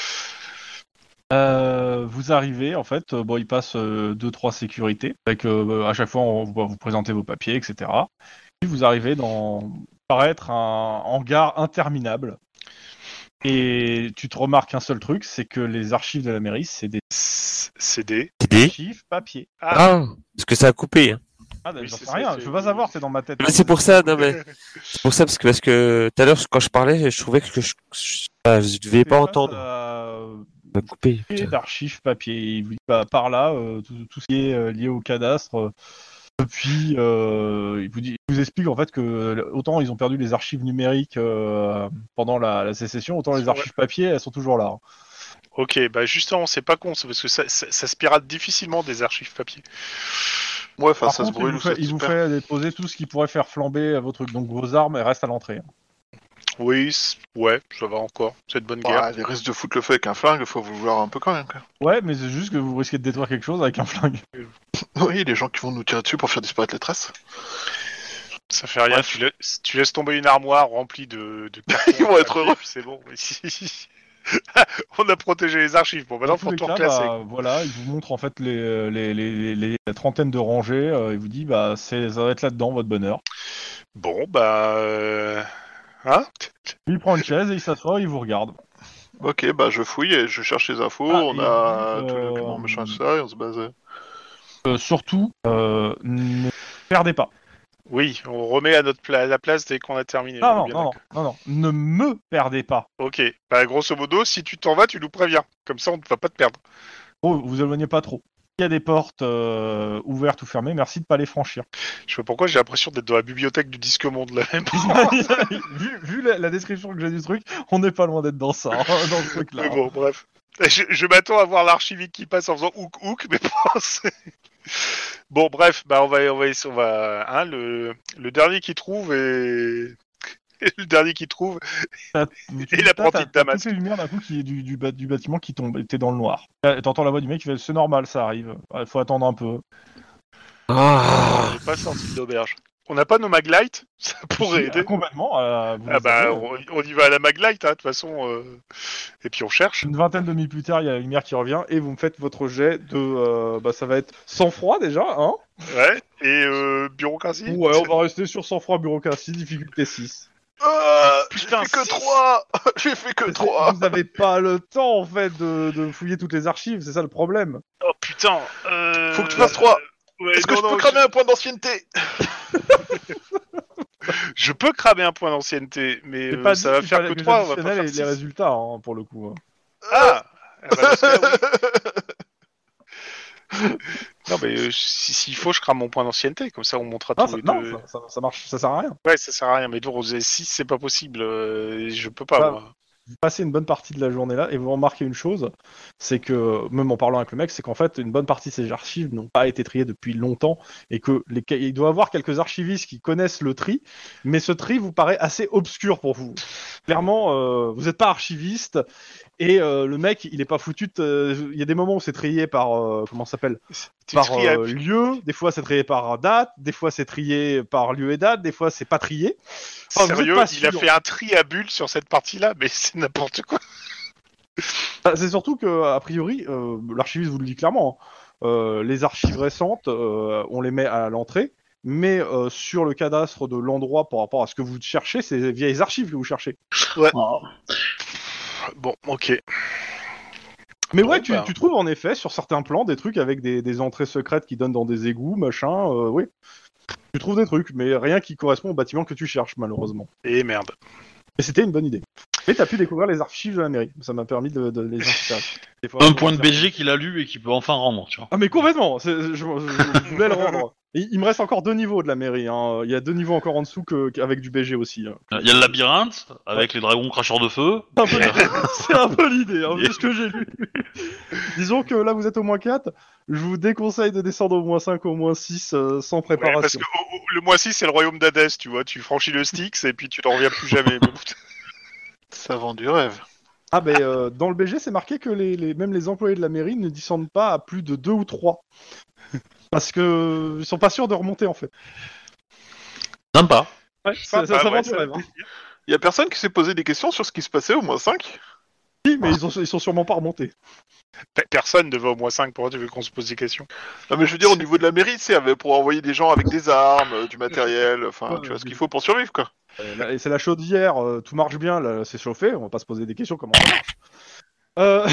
Euh, vous arrivez, en fait, euh, bon, il passe euh, deux trois sécurités. Avec, euh, à chaque fois, on va vous présenter vos papiers, et cetera. Puis vous arrivez dans paraître un hangar interminable. Et tu te remarques un seul truc, c'est que les archives de la mairie, c'est des C D. C'est des... archives papier. Ah, parce que ça a coupé. Hein. Ah, Oui, j'en c'est sais ça, rien, c'est- je veux pas savoir, c'est dans ma tête. Mais c'est pour ça, non mais c'est pour ça parce que parce que tout à l'heure quand je parlais, je trouvais que je, je, bah, je devais pas entendre. Euh, Ça a coupé. et putain. d'archives papier. Il vous dit, bah, par là, euh, tout, tout ce qui est euh, lié au cadastre. euh, depuis, euh, il, vous dit, il vous explique en fait que euh, autant ils ont perdu les archives numériques euh, pendant la, la sécession, autant les Ouais. archives papier, elles sont toujours là. Ok, bah justement, c'est pas con, c'est parce que ça, ça, ça se pirate difficilement des archives papier. Ouais, enfin, Par ça se contre, il, brûle vous ou fait, ça se il vous perd. fait déposer tout ce qui pourrait faire flamber vos trucs. Donc vos armes, elles restent à l'entrée. Oui, c'est- ouais, ça va encore, c'est de bonne guerre. Ouais, les risques de foutre le feu avec un flingue, faut vouloir un peu quand même. Quoi. Ouais, mais c'est juste que vous risquez de détruire quelque chose avec un flingue. Oui, les gens qui vont nous tirer dessus pour faire disparaître les traces. Ça fait rien, Bref. tu, la- tu laisses tomber une armoire remplie de, de cartons, Ils vont de être papier, heureux. puis c'est bon. On a protégé les archives, bon maintenant Dans tous faut les tout cas, reclasser. bah, voilà, il vous montre en fait les, les, les, les, les trentaines de rangées. Euh, il vous dit, bah, c'est, ça va être là-dedans votre bonheur. Bon, bah... euh, Hein Il prend une chaise et il s'assoit, il vous regarde. Ok, bah je fouille et je cherche les infos, Ah, on et a il dit, tous les euh, documents, machin, tout ça, et on se base. Euh, surtout, euh, ne perdez pas. Oui, on remet à notre pla- à la place dès qu'on a terminé. on Non, est non, bien non, non, d'accord. non, non, ne me perdez pas. Ok, bah grosso modo, si tu t'en vas, tu nous préviens. Comme ça, on ne va pas te perdre. Oh, vous éloignez pas trop. Il y a des portes euh, ouvertes ou fermées, merci de pas les franchir. Je sais pas pourquoi j'ai l'impression d'être dans la bibliothèque du Disque Monde là même. vu vu la, la description que j'ai du truc, on n'est pas loin d'être dans ça, hein, dans ce truc-là. Mais bon, bref. Je, je m'attends à voir l'archivique qui passe en faisant ouk ouk, mais pas. c'est- Bon, bref, bah on va, on va, on va, hein, le, le dernier qui trouve et le dernier qui trouve. T'as- tu- Et l'apprenti t'as- de t'as Damas. toutes les lumières d'un coup qui est du, du, ba- du bâtiment qui tombe, t'es dans le noir. Et t'entends la voix du mec qui fait c'est normal, ça arrive. Il faut attendre un peu. Ah. On n'est pas sorti de l'auberge. On n'a pas nos maglight, ça pourrait Si, aider. complètement. euh, vous Ah les bah, avez. on, on y va à la maglight, hein, de toute façon. euh, Et puis on cherche. Une vingtaine de minutes plus tard, il y a la lumière qui revient et vous me faites votre jet de. euh, bah, ça va être sang-froid déjà, hein. Ouais. Et euh, bureaucratie. Ouais, on va rester sur sang-froid bureaucratie, difficulté six. Euh, j'ai Putain, fait que six. trois. J'ai fait que trois. Vous n'avez pas le temps en fait de, de fouiller toutes les archives, c'est ça le problème. Oh putain. Euh... Faut que tu fasses trois. Ouais, Est-ce que non, je peux non, cramer un point d'ancienneté? Je peux cramer un point d'ancienneté, mais C'est euh, pas ça dit va qu'il faire fallait que trois, on va pas j'additionnais faire les, les six. résultats hein, pour le coup. hein. Ah, ah bah, dans ce cas, oui. Non mais euh, si- s'il faut, je crame mon point d'ancienneté, comme ça on montera Non, tous ça, les non deux. ça, ça, ça marche, ça sert à rien. Ouais, ça sert à rien, mais donc six c'est pas possible, euh, je peux pas Bah, moi. Vous passez une bonne partie de la journée là et vous remarquez une chose, c'est que, même en parlant avec le mec, c'est qu'en fait, une bonne partie de ces archives n'ont pas été triées depuis longtemps et que les, il doit y avoir quelques archivistes qui connaissent le tri, mais ce tri vous paraît assez obscur pour vous. Clairement, euh, vous n'êtes pas archiviste et euh, le mec, il est pas foutu de... Il y a des moments où c'est trié par... euh, comment ça s'appelle Tu Par tries à- euh, lieu, des fois c'est trié par date, des fois c'est trié par lieu et date, des fois c'est pas trié. Enfin, vous êtes Sérieux, pas il a sûr. fait un tri à bulles sur cette partie-là, mais c'est n'importe quoi. Bah, c'est surtout que, a priori, euh, l'archiviste vous le dit clairement, hein, euh, les archives récentes, euh, on les met à l'entrée, mais euh, sur le cadastre de l'endroit par rapport à ce que vous cherchez, c'est les vieilles archives que vous cherchez. Bon, ok. Mais Bon, ouais, tu, bah. tu trouves en effet sur certains plans des trucs avec des, des entrées secrètes qui donnent dans des égouts, machin, euh, oui. Tu trouves des trucs, mais rien qui correspond au bâtiment que tu cherches, malheureusement. Et merde. Et c'était une bonne idée. Mais t'as pu découvrir les archives de la mairie, ça m'a permis de, de les inciter. Des fois, Un faut point de faire- B G qu'il a lu et qu'il peut enfin rendre, tu vois. Ah mais complètement, c'est- je, je- je voulais le rendre. Il, il me reste encore deux niveaux de la mairie. Hein. Il y a deux niveaux encore en dessous que, qu'avec du B G aussi. Hein. Il y a le labyrinthe avec les dragons cracheurs de feu. Un peu- c'est un peu l'idée, hein, vu ce que j'ai lu. Disons que là vous êtes au moins quatre. Je vous déconseille de descendre au moins cinq, au moins six euh, sans Ouais, parce préparation. que oh, oh, le mois six, c'est le royaume d'Hadès, tu vois. Tu franchis le Styx et puis tu n'en reviens plus jamais. Mais bon. Ça vend du rêve. Ah ben euh, dans le B G c'est marqué que les, les, même les employés de la mairie ne descendent pas à plus de deux ou trois. Parce que ils sont pas sûrs de remonter en fait. Sympa. Ouais, ça, ça, Ah, ça ouais, vend du ça- rêve. Hein. Il y a personne qui s'est posé des questions sur ce qui se passait au moins cinq. Si, mais ils, ont, ils sont sûrement pas remontés. Pe- Personne ne va au moins cinq pour tu veux qu'on se pose des questions. Non mais je veux dire au niveau de la mairie, c'est avec- pour envoyer des gens avec des armes, euh, du matériel, enfin Ouais, tu vois ce oui. qu'il faut pour survivre quoi. Euh, là, et c'est la chaudière, euh, tout marche bien, là, c'est chauffé, on va pas se poser des questions comment ça marche. Euh,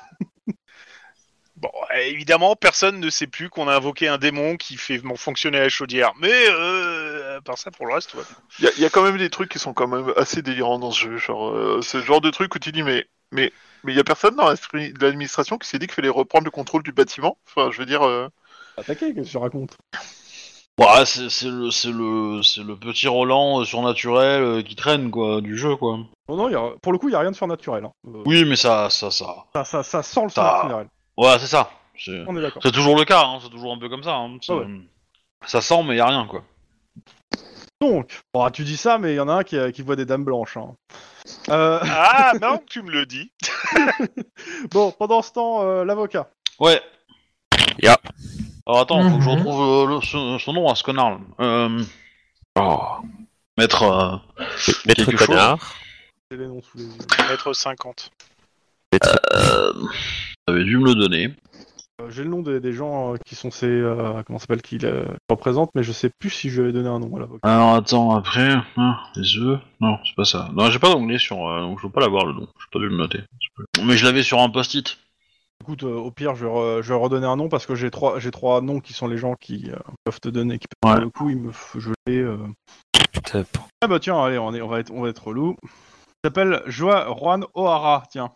Bon, euh, évidemment, personne ne sait plus qu'on a invoqué un démon qui fait fonctionner la chaudière. Mais, euh, à part ça, pour le reste, ouais. Il y, a- il y a quand même des trucs qui sont quand même assez délirants dans ce jeu, genre euh, c'est le genre de truc où tu dis mais mais mais il y a personne dans l'esprit de l'administration qui s'est dit qu'il fallait reprendre le contrôle du bâtiment. Enfin je veux dire. Euh... attaquer, qu'est-ce que tu racontes? Ouais, c'est, c'est le c'est le c'est le petit Roland euh, surnaturel euh, qui traîne quoi du jeu quoi. Non, non, y a, pour le coup, il y a rien de surnaturel. Hein. Euh, Oui, mais ça ça ça. ça, ça, ça sent le Ça- surnaturel. Ouais, c'est ça. C'est, On est d'accord. c'est toujours le cas, hein, c'est toujours un peu comme ça. Hein. C'est- Ah ouais. Ça sent, mais y a rien quoi. Donc, bon, tu dis ça, mais il y en a un qui, qui voit des dames blanches. Hein. Euh, Ah, non, tu me le dis. bon, pendant ce temps, euh, l'avocat. Ouais. Ya. Alors attends, faut que je Mhm. retrouve euh, le- son, son nom à ce connard là. Euh... Oh. Maître. euh, Maître Quelque chose. connard. J'ai les noms sous les yeux. Maître cinquante. Maître... Euh... T'avais dû me le donner. Euh, J'ai le nom des, des gens euh, qui sont ces. Euh, comment ça s'appelle, qui le représentent, mais je sais plus si je lui avais donné un nom à l'avocat. Alors attends, après, hein, les œufs. Non, c'est pas ça. Non, j'ai pas d'onglet sur. Euh, donc je peux pas l'avoir le nom. J'ai pas dû le noter. Mais je l'avais sur un post-it. Écoute, euh, au pire, je vais, re- je vais redonner un nom parce que j'ai trois, j'ai trois noms qui sont les gens qui euh, peuvent te donner. Qui peuvent, Ouais. pour le coup, il me, f- je l'ai. Euh... Putain, Ah bah tiens, allez, on, est, on, va, être, on va être relou. Il s'appelle Joa Juan O'Hara, tiens.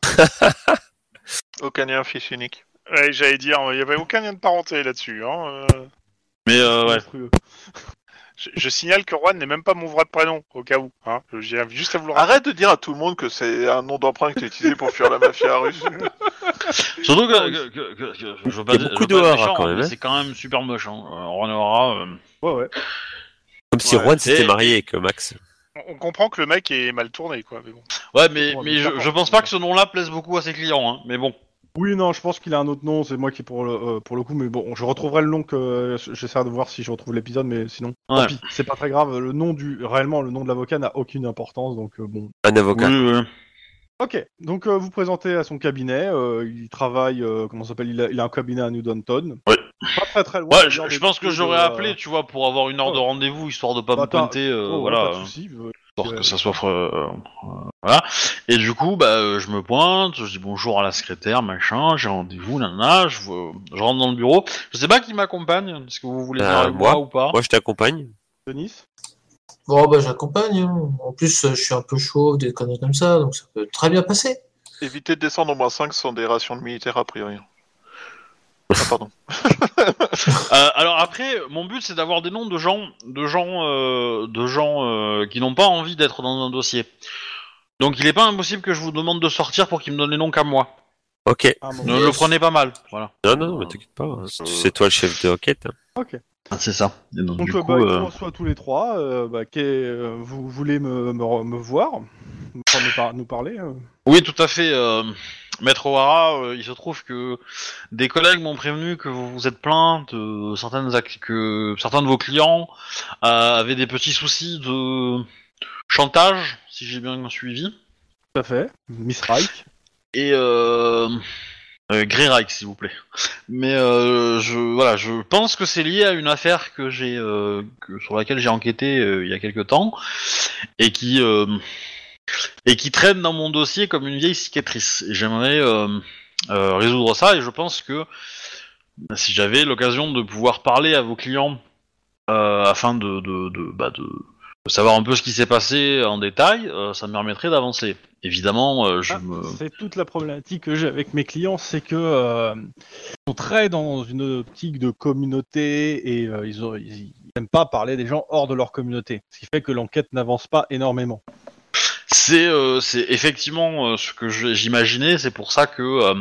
Aucun lien fils unique. Ouais, j'allais dire, il n'y avait aucun lien de parenté là-dessus. Hein. euh. Mais euh, ouais. Monstrueux. Je, je signale que Juan n'est même pas mon vrai prénom, au cas où. Hein. J'ai juste à vous le rappeler. Arrête de dire à tout le monde que c'est un nom d'emprunt que tu as utilisé pour fuir la mafia russe. Surtout que, que, que, que- que- je veux pas Il y a dire- beaucoup je veux pas être d'Ohara, méchant, quand même, mais hein. c'est quand même super moche. Hein. Euh, Ron O'Hara, euh, Ouais, ouais. Comme si Ouais. Juan s'était Et- marié avec Max. On, on comprend que le mec est mal tourné, quoi. Mais bon. Ouais, mais, Ouais, mais mais je, d'accord. je pense pas que ce nom-là plaise beaucoup à ses clients. Hein. Mais bon. Oui, non, je pense qu'il a un autre nom, c'est moi qui pour le, euh, pour le coup, mais bon, je retrouverai le nom que j'essaierai de voir si je retrouve l'épisode, mais sinon, Ouais. tant pis, c'est pas très grave. Le nom du, réellement, le nom de l'avocat n'a aucune importance, donc euh, bon. Un avocat. Oui, oui. Ok, donc euh, vous présentez à son cabinet. euh, il travaille, euh, comment ça s'appelle il a, il a un cabinet à New Downton. Ouais. Pas très très loin. Ouais, d'ailleurs, je, des je pense que trucs, j'aurais euh, appelé, tu vois, pour avoir une heure de oh. rendez-vous, histoire de pas Bah, me t'as- pointer, euh, oh, ouais, voilà. pas de soucis. euh, Histoire euh, que ça soit... euh, euh, voilà. Et du coup, bah, euh, je me pointe, je dis bonjour à la secrétaire, machin, j'ai rendez-vous, nanana, je, vois- je rentre dans le bureau. Je sais pas qui m'accompagne, est-ce que vous voulez Euh, venir avec moi. moi ou pas? Moi, je t'accompagne. Denis. Bon, bah j'accompagne. Hein. En plus, euh, je suis un peu chaud, des conneries comme ça, donc ça peut très bien passer. Éviter de descendre au moins cinq sans des rations de militaires a priori. Ah pardon. Euh, alors après, mon but c'est d'avoir des noms de gens, de gens, euh, de gens euh, qui n'ont pas envie d'être dans un dossier. Donc il est pas impossible que je vous demande de sortir pour qu'ils me donnent les noms qu'à moi. Ok. Ah, bon, Ne Yes. le prenez pas mal, voilà. Non, non, mais t'inquiète pas. C'est toi le chef de enquête. Ok. Ah, c'est ça. Et donc, Donc du euh, coup, bah, ils euh, vous reçoivent tous les trois. Euh, bah, qu'est- euh, vous voulez me, me, re- me voir, enfin, me par- nous parler. euh. oui, tout à fait. Euh, Maître O'Hara, euh, il se trouve que des collègues m'ont prévenu que vous vous êtes plaint de certaines ac- que certains de vos clients euh, avaient des petits soucis de chantage, si j'ai bien suivi. Tout à fait. Miss Reich. Et euh, euh, Greyreich, s'il vous plaît. Mais euh, je voilà, je pense que c'est lié à une affaire que j'ai euh, que, sur laquelle j'ai enquêté euh, il y a quelque temps et qui euh, et qui traîne dans mon dossier comme une vieille cicatrice. Et j'aimerais euh, euh, résoudre ça. Et je pense que si j'avais l'occasion de pouvoir parler à vos clients euh, afin de de, de, bah de savoir un peu ce qui s'est passé en détail, euh, ça me permettrait d'avancer. Évidemment, euh, je Ah, me... C'est toute la problématique que j'ai avec mes clients, c'est que euh, ils sont très dans une optique de communauté et euh, ils, ont, ils n'aiment pas parler des gens hors de leur communauté, ce qui fait que l'enquête n'avance pas énormément. C'est, euh, c'est effectivement euh, ce que je- j'imaginais, c'est pour ça que, euh,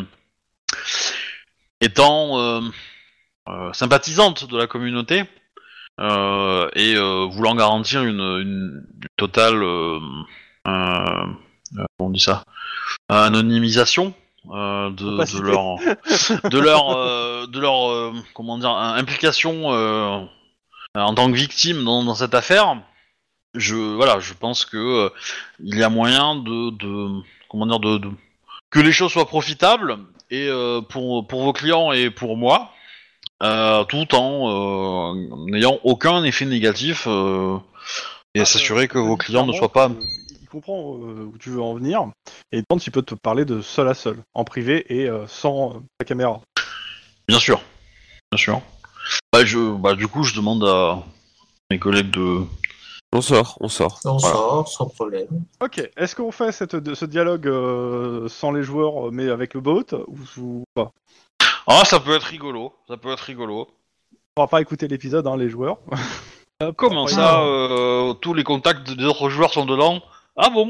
étant euh, euh, sympathisante de la communauté, euh, et euh, voulant garantir une, une, une totale... Euh, euh, euh, comment on dit ça, anonymisation euh, de, Opacité. de leur de leur euh, de leur euh, comment dire implication euh, en tant que victime dans, dans cette affaire. Je voilà, je pense que euh, il y a moyen de, de comment dire de, de que les choses soient profitables et euh, pour pour vos clients et pour moi, euh, tout en euh, n'ayant aucun effet négatif euh, et Ah, s'assurer euh, que je te vos dis clients ne clairement soient pas. que Il comprend euh, où tu veux en venir et il demande s'il peut te parler de seul à seul, en privé et euh, sans euh, la caméra. Bien sûr, bien sûr. Bah, je, bah, du coup, je demande à mes collègues de. On sort, on sort. On Voilà. sort sans problème. Ok, est-ce qu'on fait cette, de- ce dialogue euh, sans les joueurs mais avec le bot ou, ou pas? Ah, ça peut être rigolo. Ça peut être rigolo. On va pas écouter l'épisode, hein, les joueurs. Hop, Comment après, ça, non. euh, tous les contacts des autres joueurs sont dedans? Ah bon?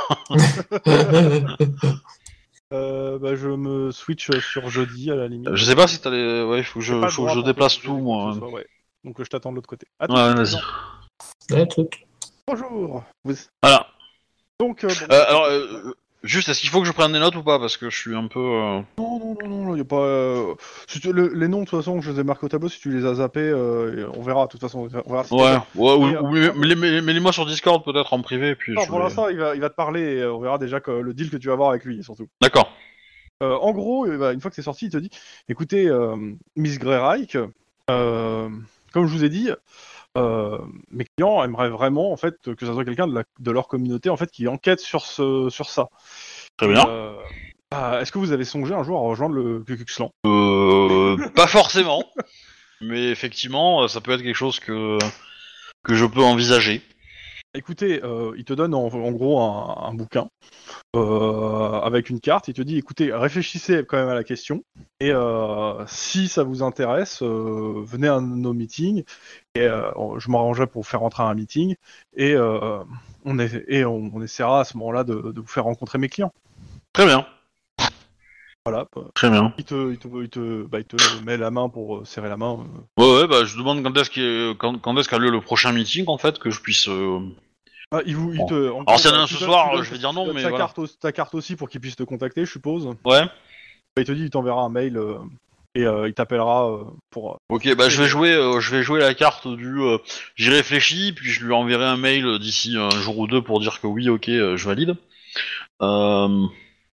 euh, bah, je me switch sur jeudi à la limite. Je sais pas si t'as les. Ouais, faut que J'ai je, pas faut droit que je pour déplace te tout, poser moi. quoi que ce soit, ouais. Donc euh, je t'attends de l'autre côté. À tout Ouais, de vas-y. suite. Ouais, tout. Bonjour. Vous- Voilà. Donc, euh, bon, Euh, alors, euh, juste, est-ce qu'il faut que je prenne des notes ou pas? Parce que je suis un peu. euh, non, non, non, non, il y a pas. euh, si tu- le- les noms, de toute façon, je les ai marqués au tableau. Si tu les as zappés, euh, on verra. De toute façon, on verra. si Ouais, t'as- ouais, ou, Mais, euh, ou mets- mets- mets- mets-les-moi sur Discord peut-être en privé, puis Non, je pour vais- l'instant, il va, il va te parler et euh, on verra déjà que le deal que tu vas avoir avec lui, surtout. D'accord. Euh, en gros, euh, bah, une fois que c'est sorti, il te dit écoutez, euh, Miss Greyreich, euh, comme je vous ai dit, euh, mes clients aimeraient vraiment en fait que ça soit quelqu'un de, la- de leur communauté en fait qui enquête sur ce sur ça. Très Et, bien. euh, ah, est-ce que vous avez songé un jour à rejoindre le Ku Klux Klan? Euh, pas forcément, mais effectivement, euh, ça peut être quelque chose que que je peux envisager. Écoutez, euh, il te donne en, en gros un, un bouquin euh, avec une carte. Il te dit écoutez, réfléchissez quand même à la question et euh, si ça vous intéresse, euh, venez à nos meetings et euh, je m'arrangerai pour vous faire rentrer à un meeting et euh, on est, et on, on essaiera à ce moment-là de, de vous faire rencontrer mes clients. Très bien, Voilà. très bien. Il te, il te, il te, bah, il te met la main pour euh, serrer la main. euh. Ouais, ouais, bah je demande quand est-ce qu'il y a- quand, quand est-ce qu'a lieu le prochain meeting en fait, que je puisse. euh, Ah, il vous, il Bon. te, en Alors, gros, s'il y en a bah, un tu ce donnes- soir, tu donnes- je vais dire non, tu donnes mais ta voilà. carte, au- ta carte aussi pour qu'il puisse te contacter, je suppose. Ouais. Il te dit, il t'enverra un mail euh, et euh, il t'appellera euh, pour. euh, Ok, bah je vais jouer, euh, je vais jouer la carte du. euh, J'y réfléchis, puis je lui enverrai un mail d'ici un jour ou deux pour dire que oui, ok, euh, je valide. Euh...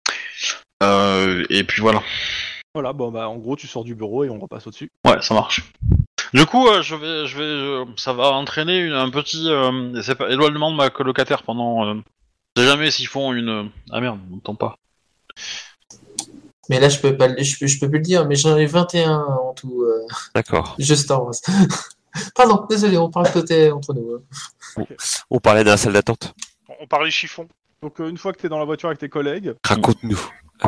Euh, et puis voilà. Voilà, bon bah en gros tu sors du bureau et on repasse au-dessus. Ouais, ça marche. Du coup, euh, je vais, je vais, euh, ça va entraîner une- un petit euh, c'est pas, éloignement de ma colocataire pendant. Euh, je sais jamais s'ils font une. Ah merde, on m'entend pas. Mais là, je peux pas, le- je peux, je peux plus le dire, mais j'en ai vingt et un en tout. Euh, D'accord. je Star Wars. Pardon, désolé, on parle côté entre nous. hein. On parlait dans la salle d'attente. On parlait chiffon. Donc euh, une fois que t'es dans la voiture avec tes collègues, Raconte-nous.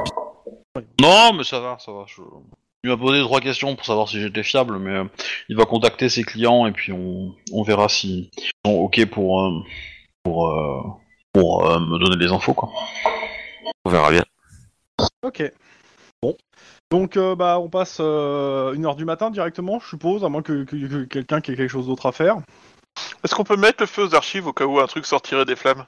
Non, mais ça va, ça va. Je... Il m'a posé trois questions pour savoir si j'étais fiable, mais euh, il va contacter ses clients et puis on, on verra s'ils sont ok pour euh, pour euh, pour euh, me donner des infos quoi. On verra bien. ok. Bon. Donc euh, bah on passe euh, une heure du matin directement, je suppose, à moins que, que- que quelqu'un qui ait quelque chose d'autre à faire. Est-ce qu'on peut mettre le feu aux archives au cas où un truc sortirait des flammes?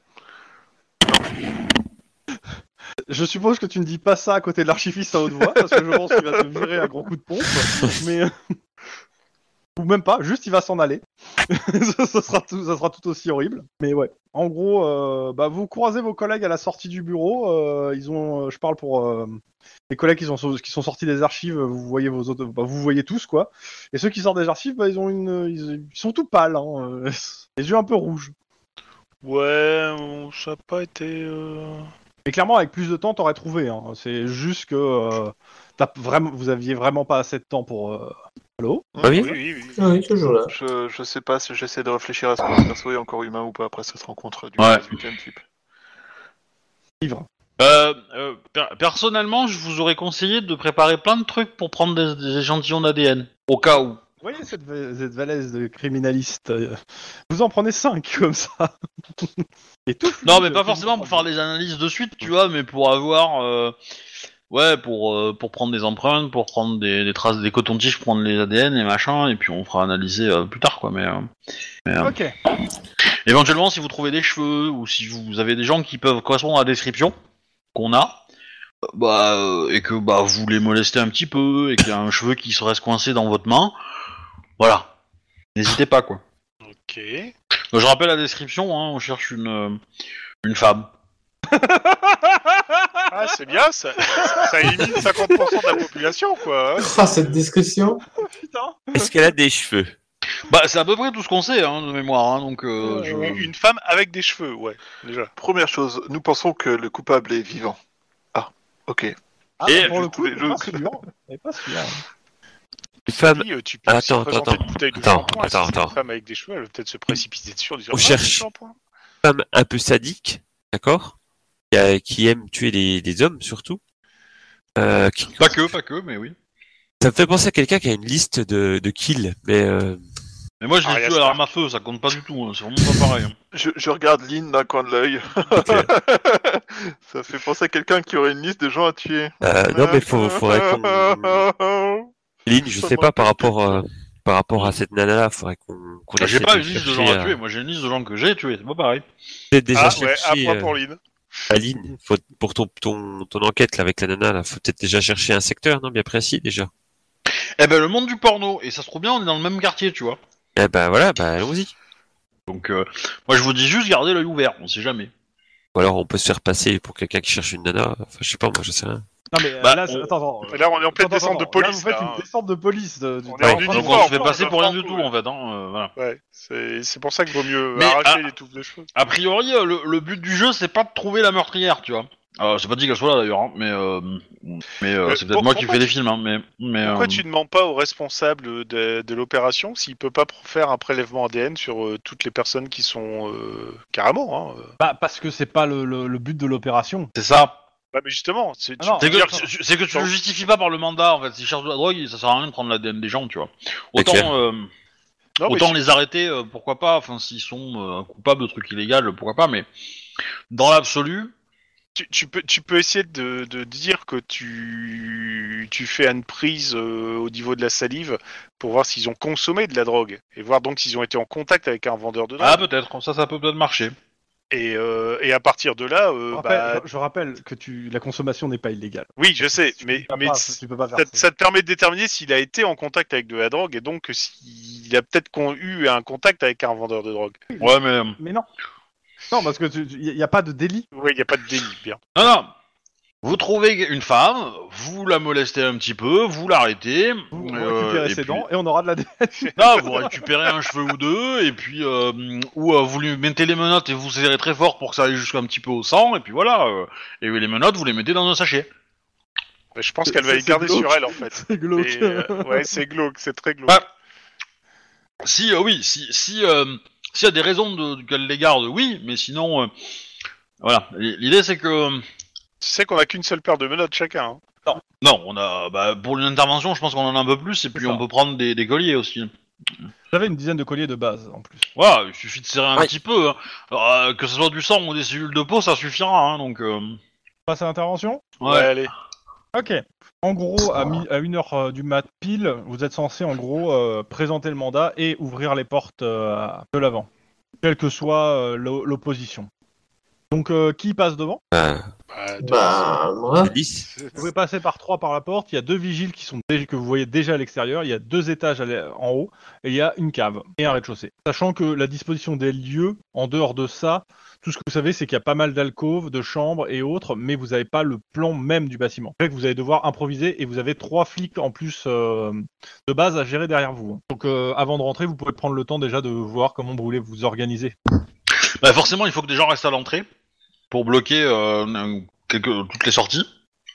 Je suppose que tu ne dis pas ça à côté de l'archiviste à haute voix, parce que je pense qu'il va te virer à gros coups de pompe, mais... Ou même pas, juste il va s'en aller. ça, ça sera tout, ça sera tout aussi horrible. Mais ouais, en gros, euh, bah, vous croisez vos collègues à la sortie du bureau, euh, ils ont, euh, je parle pour euh, les collègues qui sont, qui sont sortis des archives, vous voyez vos autres, bah, vous voyez tous quoi. Et ceux qui sortent des archives, bah, ils ont une, ils, ils sont tout pâles, hein, euh, les yeux un peu rouges. Ouais, on- ça n'a pas été... euh, Mais clairement, avec plus de temps, t'aurais trouvé. Hein. C'est juste que euh, t'as vraiment, vous aviez vraiment pas assez de temps pour, euh, Allô? Ah oui. Oui, oui, oui. Oui, toujours là. Je, je sais pas si j'essaie de réfléchir à ce que ce perso est encore humain ou pas après cette rencontre du Ouais. dix-huitième type. Livre. Euh, euh, per- personnellement, je vous aurais conseillé de préparer plein de trucs pour prendre des, des échantillons d'A D N, au cas où. Vous voyez cette, va- cette valise de criminaliste euh, vous en prenez cinq comme ça. Et tout fluide, Non, mais pas que forcément vous pour faire des analyses de suite, tu vois, mais pour avoir, euh, ouais, pour euh, pour prendre des empreintes, pour prendre des, des traces, des cotons-tiges, prendre les A D N, les machins, et puis on fera analyser euh, plus tard, quoi. Mais, euh, mais, euh, Ok. éventuellement, si vous trouvez des cheveux ou si vous avez des gens qui peuvent correspondre à la description qu'on a, euh, bah euh, et que bah vous les molestez un petit peu et qu'il y a un cheveu qui se reste coincé dans votre main, voilà, n'hésitez pas, quoi. Ok. Donc, je rappelle la description, hein, on cherche une euh, une femme. Ah, c'est bien, ça, ça élimine cinquante pour cent de la population, quoi. Ah, cette discussion. Putain. Est-ce qu'elle a des cheveux? Bah c'est à peu près tout ce qu'on sait, hein, de mémoire, hein, donc euh, Ouais, je... ouais. Une femme avec des cheveux, ouais, déjà. Première chose, nous pensons que le coupable est vivant. Ah, ok. Ah, Et pour le je coup, voulais- c'est je- pas sûr. C'est pas sûr. Une femme. Oui, euh, tu peux aussi Attends, présenter attends, une bouteille de attends, shampoing. attends, si c'est une attends. femme avec des cheveux, elle va peut-être se précipiter dessus en disant On ah, cherche. du shampoing. Femme un peu sadique, d'accord, qui, a- qui aime tuer les, les hommes surtout. Euh, qui- Pas que, pas que, mais oui. Ça me fait penser à quelqu'un qui a une liste de, de kills, mais euh, Mais moi je l'ai Arya tué à l'arme Stark. à feu, ça compte pas du tout, hein, c'est vraiment pas pareil. hein. Je, je regarde Lynn d'un coin de l'œil. Ça fait penser à quelqu'un qui aurait une liste de gens à tuer. euh, non mais faut, faudrait qu'on. Lynn, je Ça sais pas par m'inquiète. rapport euh, par rapport à cette nana-là, faudrait qu'on qu'on Bah, j'ai essaie pas de une liste de chercher, gens à euh, tuer, moi j'ai une liste de gens que j'ai tués, c'est pas pareil. peut-être déjà Ah ouais, un chercher point euh, pour Lynn. à Lynn, faut, pour ton, ton ton enquête là, avec la nana, là, faut peut-être déjà chercher un secteur, non, bien précis déjà. Eh ben le monde du porno, et ça se trouve bien, on est dans le même quartier, tu vois. Eh ben voilà, bah allons-y. Donc euh, moi je vous dis juste gardez l'œil ouvert, on sait jamais. Ou alors on peut se faire passer pour quelqu'un qui cherche une nana. Enfin, je sais pas, moi, je sais rien. Non mais euh, Bah, là, on- attends, attends. Mais là, on est en pleine Attends, descente de attends, là, police. vous faites là, une hein. descente de police. De, du- On est t'as en en train de- Donc uniforme, on se fait on passer se pour rien prend du tout, tout ouais. en fait, hein, euh, voilà. Ouais, c'est c'est pour ça qu'il vaut mieux Mais, arracher ah- les touffes de cheveux. A priori, euh, le, le but du jeu c'est pas de trouver la meurtrière, tu vois. Euh, c'est pas dit qu'elle soit là d'ailleurs, hein, mais euh, mais euh, Euh, c'est peut-être pour- moi qui pourquoi fais les tu- films, hein, mais mais Pourquoi euh, tu ne demandes pas au responsable de, de l'opération s'il peut pas pr- faire un prélèvement A D N sur euh, toutes les personnes qui sont euh, carrément hein, euh. Bah, parce que c'est pas le, le- le but de l'opération. c'est ça. Bah mais justement, c'est tu Ah non, C'est peux dire que, que- tu- c'est que tu le justifies pas par le mandat en fait. S'ils cherchent de la drogue, ça sert à rien de prendre l'A D N des gens, tu vois. Autant, clair. euh, Non, mais autant si- les arrêter, euh, pourquoi pas. Enfin, s'ils sont euh, coupables de trucs illégaux, pourquoi pas. Mais dans l'absolu, tu, tu peux tu peux essayer de, de dire que tu tu fais une prise euh, au niveau de la salive pour voir s'ils ont consommé de la drogue et voir donc s'ils ont été en contact avec un vendeur de drogue. ah peut-être. Ça, ça peut peut-être marcher. Et, euh, et à partir de là, euh, Je rappelle, bah, je, je rappelle que tu, la consommation n'est pas illégale. oui, je sais, Tu mais, peux mais pas- c- tu peux pas faire ça, ça. ça te permet de déterminer s'il a été en contact avec de la drogue et donc s'il a peut-être con- eu un contact avec un vendeur de drogue. Ouais, mais euh, Mais non. Non, parce que il n'y a pas de délit. Oui, il n'y a pas de délit, bien. non, non. Vous trouvez une femme, vous la molestez un petit peu, vous l'arrêtez, Vous euh, récupérez et ses puis- dent et on aura de la dé- non, vous récupérez un cheveu ou deux, et puis euh, ou euh, vous lui mettez les menottes et vous serrez très fort pour que ça aille jusqu'un petit peu au sang, et puis voilà. euh, et les menottes, vous les mettez dans un sachet. Mais je pense qu'elle va C'est- les c'est garder glauque. sur elle en fait. C'est glauque. Et, euh, ouais, c'est glauque, c'est très glauque. Bah, si, euh, oui, si, si, euh, s'il y a des raisons de, qu'elle les garde, oui, mais sinon, euh, voilà. L'idée c'est que Tu sais qu'on a qu'une seule paire de menottes chacun. Hein. non, on a, bah, pour une intervention, je pense qu'on en a un peu plus, et puis C'est ça. on peut prendre des, des colliers aussi. J'avais une dizaine de colliers de base en plus. Voilà, il suffit de serrer un Ouais. petit peu. Hein. Alors, euh, que ce soit du sang ou des cellules de peau, ça suffira. Hein, donc, euh, Passe à l'intervention. ouais. allez. Ok. En gros, à, mi- à une heure euh, du mat pile, vous êtes censé en gros euh, présenter le mandat et ouvrir les portes euh, de l'avant, quelle que soit euh, l'o- l'opposition. Donc, euh, qui passe devant? Bah, Bah, de- Bah, moi. Alice. Vous pouvez passer par trois par la porte. Il y a deux vigiles qui sont dé- que vous voyez déjà à l'extérieur. Il y a deux étages à l'e- en haut et il y a une cave et un rez-de-chaussée. Sachant que la disposition des lieux, en dehors de ça, tout ce que vous savez, c'est qu'il y a pas mal d'alcôves, de chambres et autres, mais vous n'avez pas le plan même du bâtiment. C'est vrai que vous allez devoir improviser et vous avez trois flics en plus euh, de base à gérer derrière vous. Donc, euh, avant de rentrer, vous pouvez prendre le temps déjà de voir comment vous voulez vous organiser. Bah, forcément, il faut que des gens restent à l'entrée pour bloquer euh, quelques, toutes les sorties.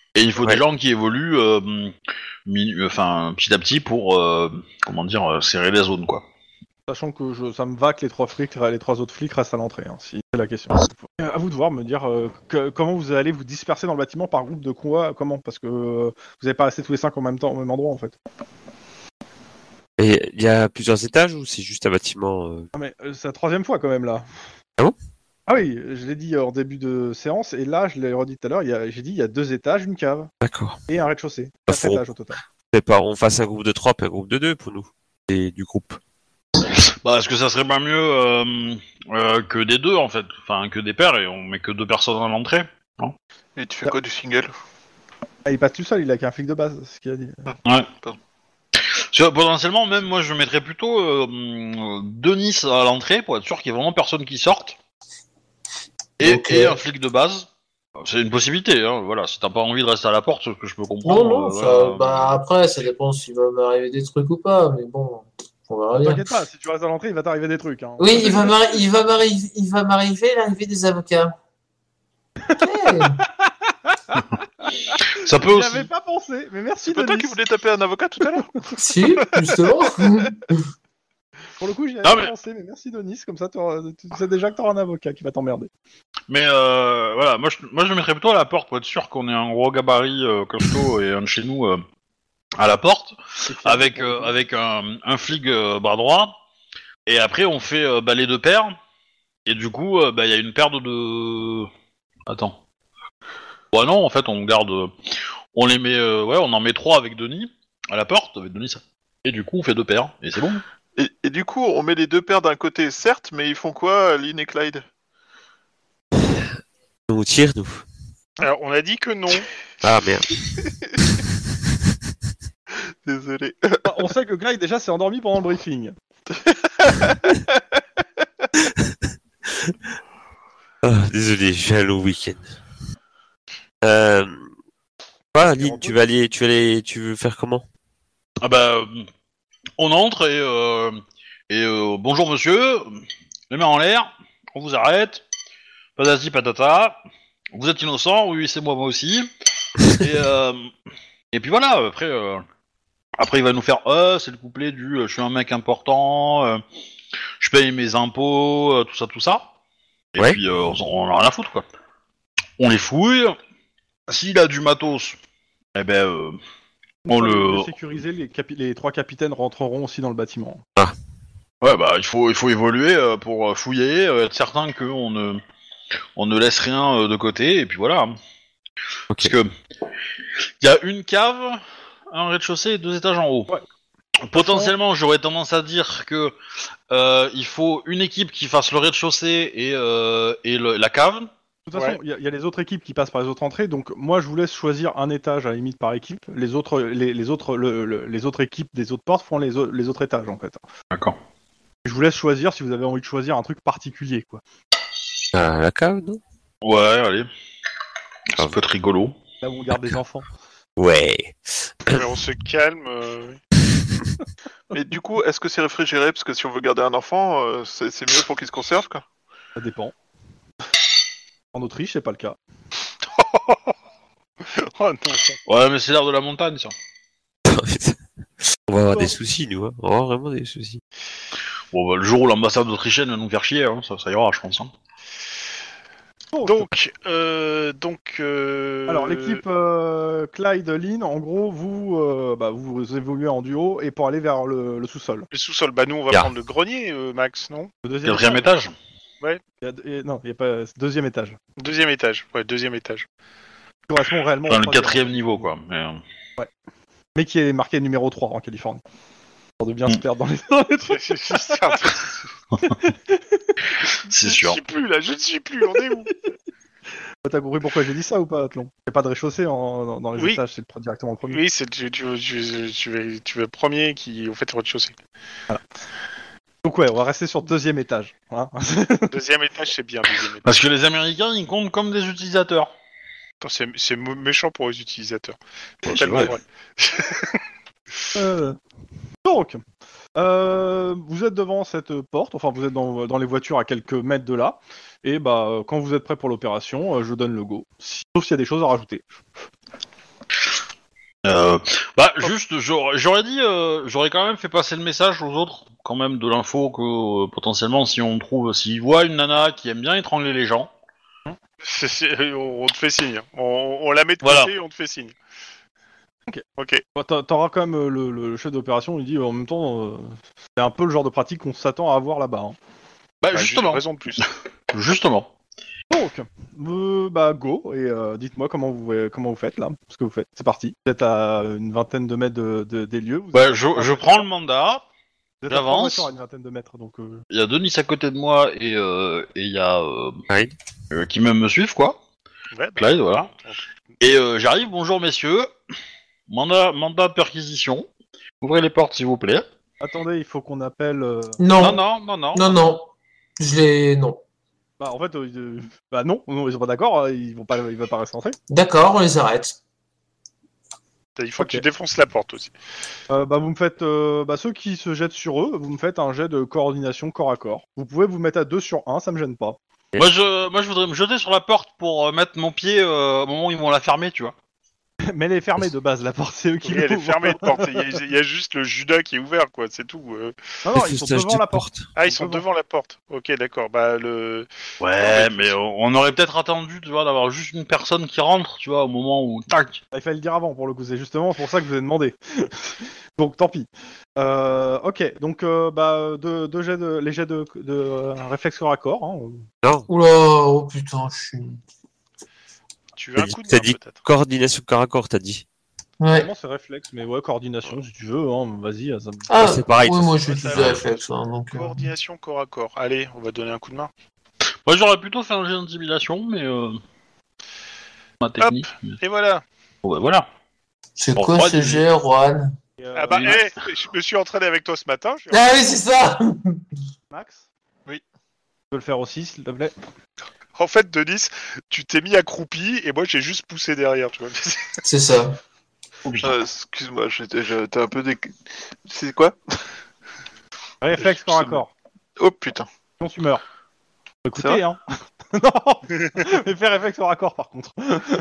Et il faut Ouais. des gens qui évoluent euh, mi- enfin, petit à petit pour euh, comment dire euh, serrer les zones quoi. Sachant que je, ça me va que les trois flics, les trois autres flics restent à l'entrée, hein, si c'est la question. Euh, à vous de voir, me dire euh, que- comment vous allez vous disperser dans le bâtiment par groupe de quoi, comment, parce que euh, vous n'allez pas rester tous les cinq en même temps, au même endroit en fait. Et il y a plusieurs étages ou c'est juste un bâtiment euh, Ah, mais euh, c'est la troisième fois quand même là. Ah bon? Ah oui, je l'ai dit en début de séance, et là, je l'ai redit tout à l'heure, il y a- j'ai dit il y a deux étages, une cave, D'accord. et un rez-de-chaussée. Bah, Quatre faut- étages au total. C'est pas, on fasse un groupe de trois puis un groupe de deux pour nous. Et du groupe. Bah est-ce que ça serait pas mieux euh, euh, que des deux en fait, enfin que des paires et on met que deux personnes à l'entrée. Et tu fais quoi du single? Ah, il passe tout seul, il a qu'un flic de base, c'est ce qu'il a dit. Ouais. Pardon. Parce que, potentiellement même moi je mettrais plutôt euh, hum, Denis à l'entrée pour être sûr qu'il y ait vraiment personne qui sorte. Et, Ok. et un flic de base. C'est une possibilité, hein, voilà, si t'as pas envie de rester à la porte, ce que je peux comprendre. Non, non, euh, ça, voilà. bah après, ça dépend s'il va m'arriver des trucs ou pas, mais bon, on verra bien. T'inquiète pas, si tu restes à l'entrée, il va t'arriver des trucs. Hein. Oui, il va m'arri- il va m'arriver, il va m'arriver l'arrivée des avocats. Ok. Ça peut J'y aussi. avais pas pensé, mais merci C'est pas toi Denis. qui voulais taper un avocat tout à l'heure? Si, justement. Pour le coup, j'y avais Non, pas mais- pensé, mais merci Denis, comme ça t'auras- tu sais déjà que t'auras un avocat qui va t'emmerder. Mais euh, voilà, moi je, moi je le mettrais plutôt à la porte pour être sûr qu'on ait un gros gabarit euh, costaud et un de chez nous euh, à la porte, avec, euh, avec un, un flic euh, bras droit, et après on fait euh, bah, les deux paires, et du coup il bah, y a une paire de... de... Attends. Ouais non, en fait on garde... On les met... euh, ouais, on en met trois avec Denis, à la porte, avec Denis, et du coup on fait deux paires, et c'est bon. Et, et du coup, on met les deux paires d'un côté, certes, mais ils font quoi, Lynn et Clyde? Nous on tire, nous. Alors, on a dit que non. Ah merde. Désolé. Ah, on sait que Greg déjà s'est endormi pendant le briefing. Ah, désolé, j'ai un long week-end. Euh... Ah, Lynn, tu vas aller, tu vas aller, tu veux faire comment? Ah bah... euh, on entre et... Euh, et euh, bonjour monsieur, les mains en l'air, on vous arrête, patati patata, vous êtes innocent, oui c'est moi moi aussi, et, euh, et puis voilà, après, euh, après il va nous faire euh, c'est le couplet du euh, je suis un mec important, euh, je paye mes impôts, euh, tout ça tout ça, et Ouais. puis euh, on, on en a rien à foutre quoi. On les fouille, s'il a du matos, eh ben euh, Une on fois le... les sécurisés, les, capi- les trois capitaines rentreront aussi dans le bâtiment. Ouais, bah il faut il faut évoluer euh, pour fouiller, euh, être certain qu'on ne on ne laisse rien euh, de côté et puis voilà. Ok. Parce que il y a une cave, un rez-de-chaussée et deux étages en haut. Ouais. Potentiellement, j'aurais tendance à dire que euh, il faut une équipe qui fasse le rez-de-chaussée et euh, et le- la cave. De toute façon, il y, a- il y a les autres équipes qui passent par les autres entrées, donc moi je vous laisse choisir un étage à la limite par équipe. Les autres, les, les autres, le- le- les autres équipes des autres portes font les, au- les autres étages en fait. D'accord. Je vous laisse choisir si vous avez envie de choisir un truc particulier quoi. Ah, la cave, non? Ouais, allez. Ça peut être rigolo. Là où on garde des enfants. Ouais. Mais on se calme. euh, Mais du coup, est-ce que c'est réfrigéré? Parce que si on veut garder un enfant, euh, c'est c'est mieux pour qu'il se conserve, quoi. Ça dépend. En Autriche, c'est pas le cas. Oh non. Ouais, mais c'est l'air de la montagne, ça. On va avoir des soucis, nous. Hein. On va avoir vraiment des soucis. Bon, bah, le jour où l'ambassade autrichienne va nous faire chier, hein, ça, ça ira, je pense. Hein. Donc, euh, donc. euh, Alors l'équipe euh, Clyde, Lynn, en gros, vous, euh, bah, vous évoluez en duo et pour aller vers le, le sous-sol. Le sous-sol. Bah nous, on va Ya. prendre le grenier, euh, Max, non? Le deuxième Quatrième étage. Il y a- et- non, il y a pas deuxième étage. Deuxième étage. Ouais, deuxième étage. Qui correspond réellement au Enfin, le troisième. quatrième niveau, quoi. Mais, euh, Mais qui est marqué numéro trois en Californie. Pour de bien Mm. se perdre dans les, dans les trucs. c'est Je sûr. ne suis plus là, je ne suis plus. On est où? T'as compris pourquoi j'ai dit ça ou pas, Athlon? Il n'y a pas de rez-de-chaussée en- dans, dans les Oui. étages, c'est le- directement le premier. Oui, c'est tu, tu, tu, tu, es, tu es le premier qui au fait rez-de-chaussée. Donc ouais, on va rester sur le deuxième étage. Hein. Deuxième étage, c'est bien. Deuxième étage. Parce que les Américains, ils comptent comme des utilisateurs. Attends, C'est c'est mou- méchant pour les utilisateurs. Ouais, c'est Tellement vrai. vrai. Euh, Donc, euh, vous êtes devant cette porte, enfin vous êtes dans, dans les voitures à quelques mètres de là, et bah quand vous êtes prêt pour l'opération, euh, je donne le go. Si- Sauf s'il y a des choses à rajouter. Euh, bah juste, j'aurais, j'aurais dit, euh, j'aurais quand même fait passer le message aux autres, quand même de l'info que euh, potentiellement si on trouve, s'ils voient une nana qui aime bien étrangler les gens, C'est- c'est- on te fait signe. On, on la met de Voilà. côté et on te fait signe. Ok. Ok. Bah, t'a- T'auras quand même euh, le, le chef d'opération, il dit en même temps, euh, c'est un peu le genre de pratique qu'on s'attend à avoir là-bas. Hein. bah Bah, justement, Raison de plus. justement. Donc, euh, bah go, et euh, dites-moi comment vous, comment vous faites là, ce que vous faites. C'est parti. Vous êtes à une vingtaine de mètres de, de- des lieux. Vous Bah êtes je, à- je prends le mandat, vous êtes à trois j'avance. voitures à une vingtaine de mètres, donc... Euh... il y a Denis à côté de moi et euh, et il y a euh, Clyde. euh, qui même me suivent quoi. Ouais, bah, Clyde, voilà. Et euh, j'arrive, bonjour messieurs, mandat, mandat de perquisition. Ouvrez les portes s'il vous plaît. Attendez, il faut qu'on appelle... euh, Non, Non non non non. non, non. Je l'ai. Non. Bah en fait, euh, euh, bah non, non, ils sont pas d'accord, euh, ils vont pas, ils vont pas rester entrés. D'accord, on les arrête. Il faut Ok. que tu défonces la porte aussi. Euh, bah vous me faites, euh, bah ceux qui se jettent sur eux, vous me faites un jet de coordination corps à corps. Vous pouvez vous mettre à deux sur un, ça me gêne pas. Moi je moi je voudrais me jeter sur la porte pour euh, mettre mon pied euh, au moment où ils vont la fermer, tu vois. Mais elle est fermée de base, la porte, c'est eux qui Oui, elle est l'ouvrent. fermée de porte. Il y, a, il y a juste le Judas qui est ouvert, quoi. C'est tout. euh. Non, non, ils sont Stage devant de la porte. Ah, ils sont Devant. devant la porte. Ok, d'accord. Bah le. Ouais, Non, mais- mais on on aurait peut-être attendu, tu vois, d'avoir juste une personne qui rentre, tu vois, au moment où tac. Il fallait le dire avant pour le coup, c'est justement pour ça que je vous ai demandé. Donc tant pis. Euh, ok, donc euh, bah deux, deux jets de, les jets de, de euh, réflexe corps à corps. Hein. Non, Oula, oh putain, je suis. Tu veux un T'as coup de dit- t'as main dit- peut-être. coordination corps à corps, t'as dit. Ouais. Normalement c'est réflexe, mais ouais coordination si tu veux. Hein, vas-y. Ça... me- Ah, c'est pareil, Oui, de moi toute je vais façon. utiliser réflexe. Hein, donc, euh, Coordination corps à corps. Allez, on va donner un coup de main. Moi j'aurais plutôt fait un jet d'intimidation, mais euh... ma technique. mais- Et voilà. Bon, bah, voilà. C'est Bon, quoi Juan, ce il- jet, Juan? Et, euh, Ah bah, oui. hé, je me suis entraîné avec toi ce matin. je suis- Ah oui, c'est ça. Max. Oui. Tu peux le faire aussi, s'il te plaît. En fait, Denis, tu t'es mis accroupi et moi j'ai juste poussé derrière, tu vois. C'est ça. Oh, putain. Euh, excuse-moi, j'étais j'étais un peu dé... C'est quoi? Réflexe corps à corps. Oh putain. Sinon tu meurs. C'est Écoutez, vrai hein. Non. Mais fais réflexe corps à corps par contre.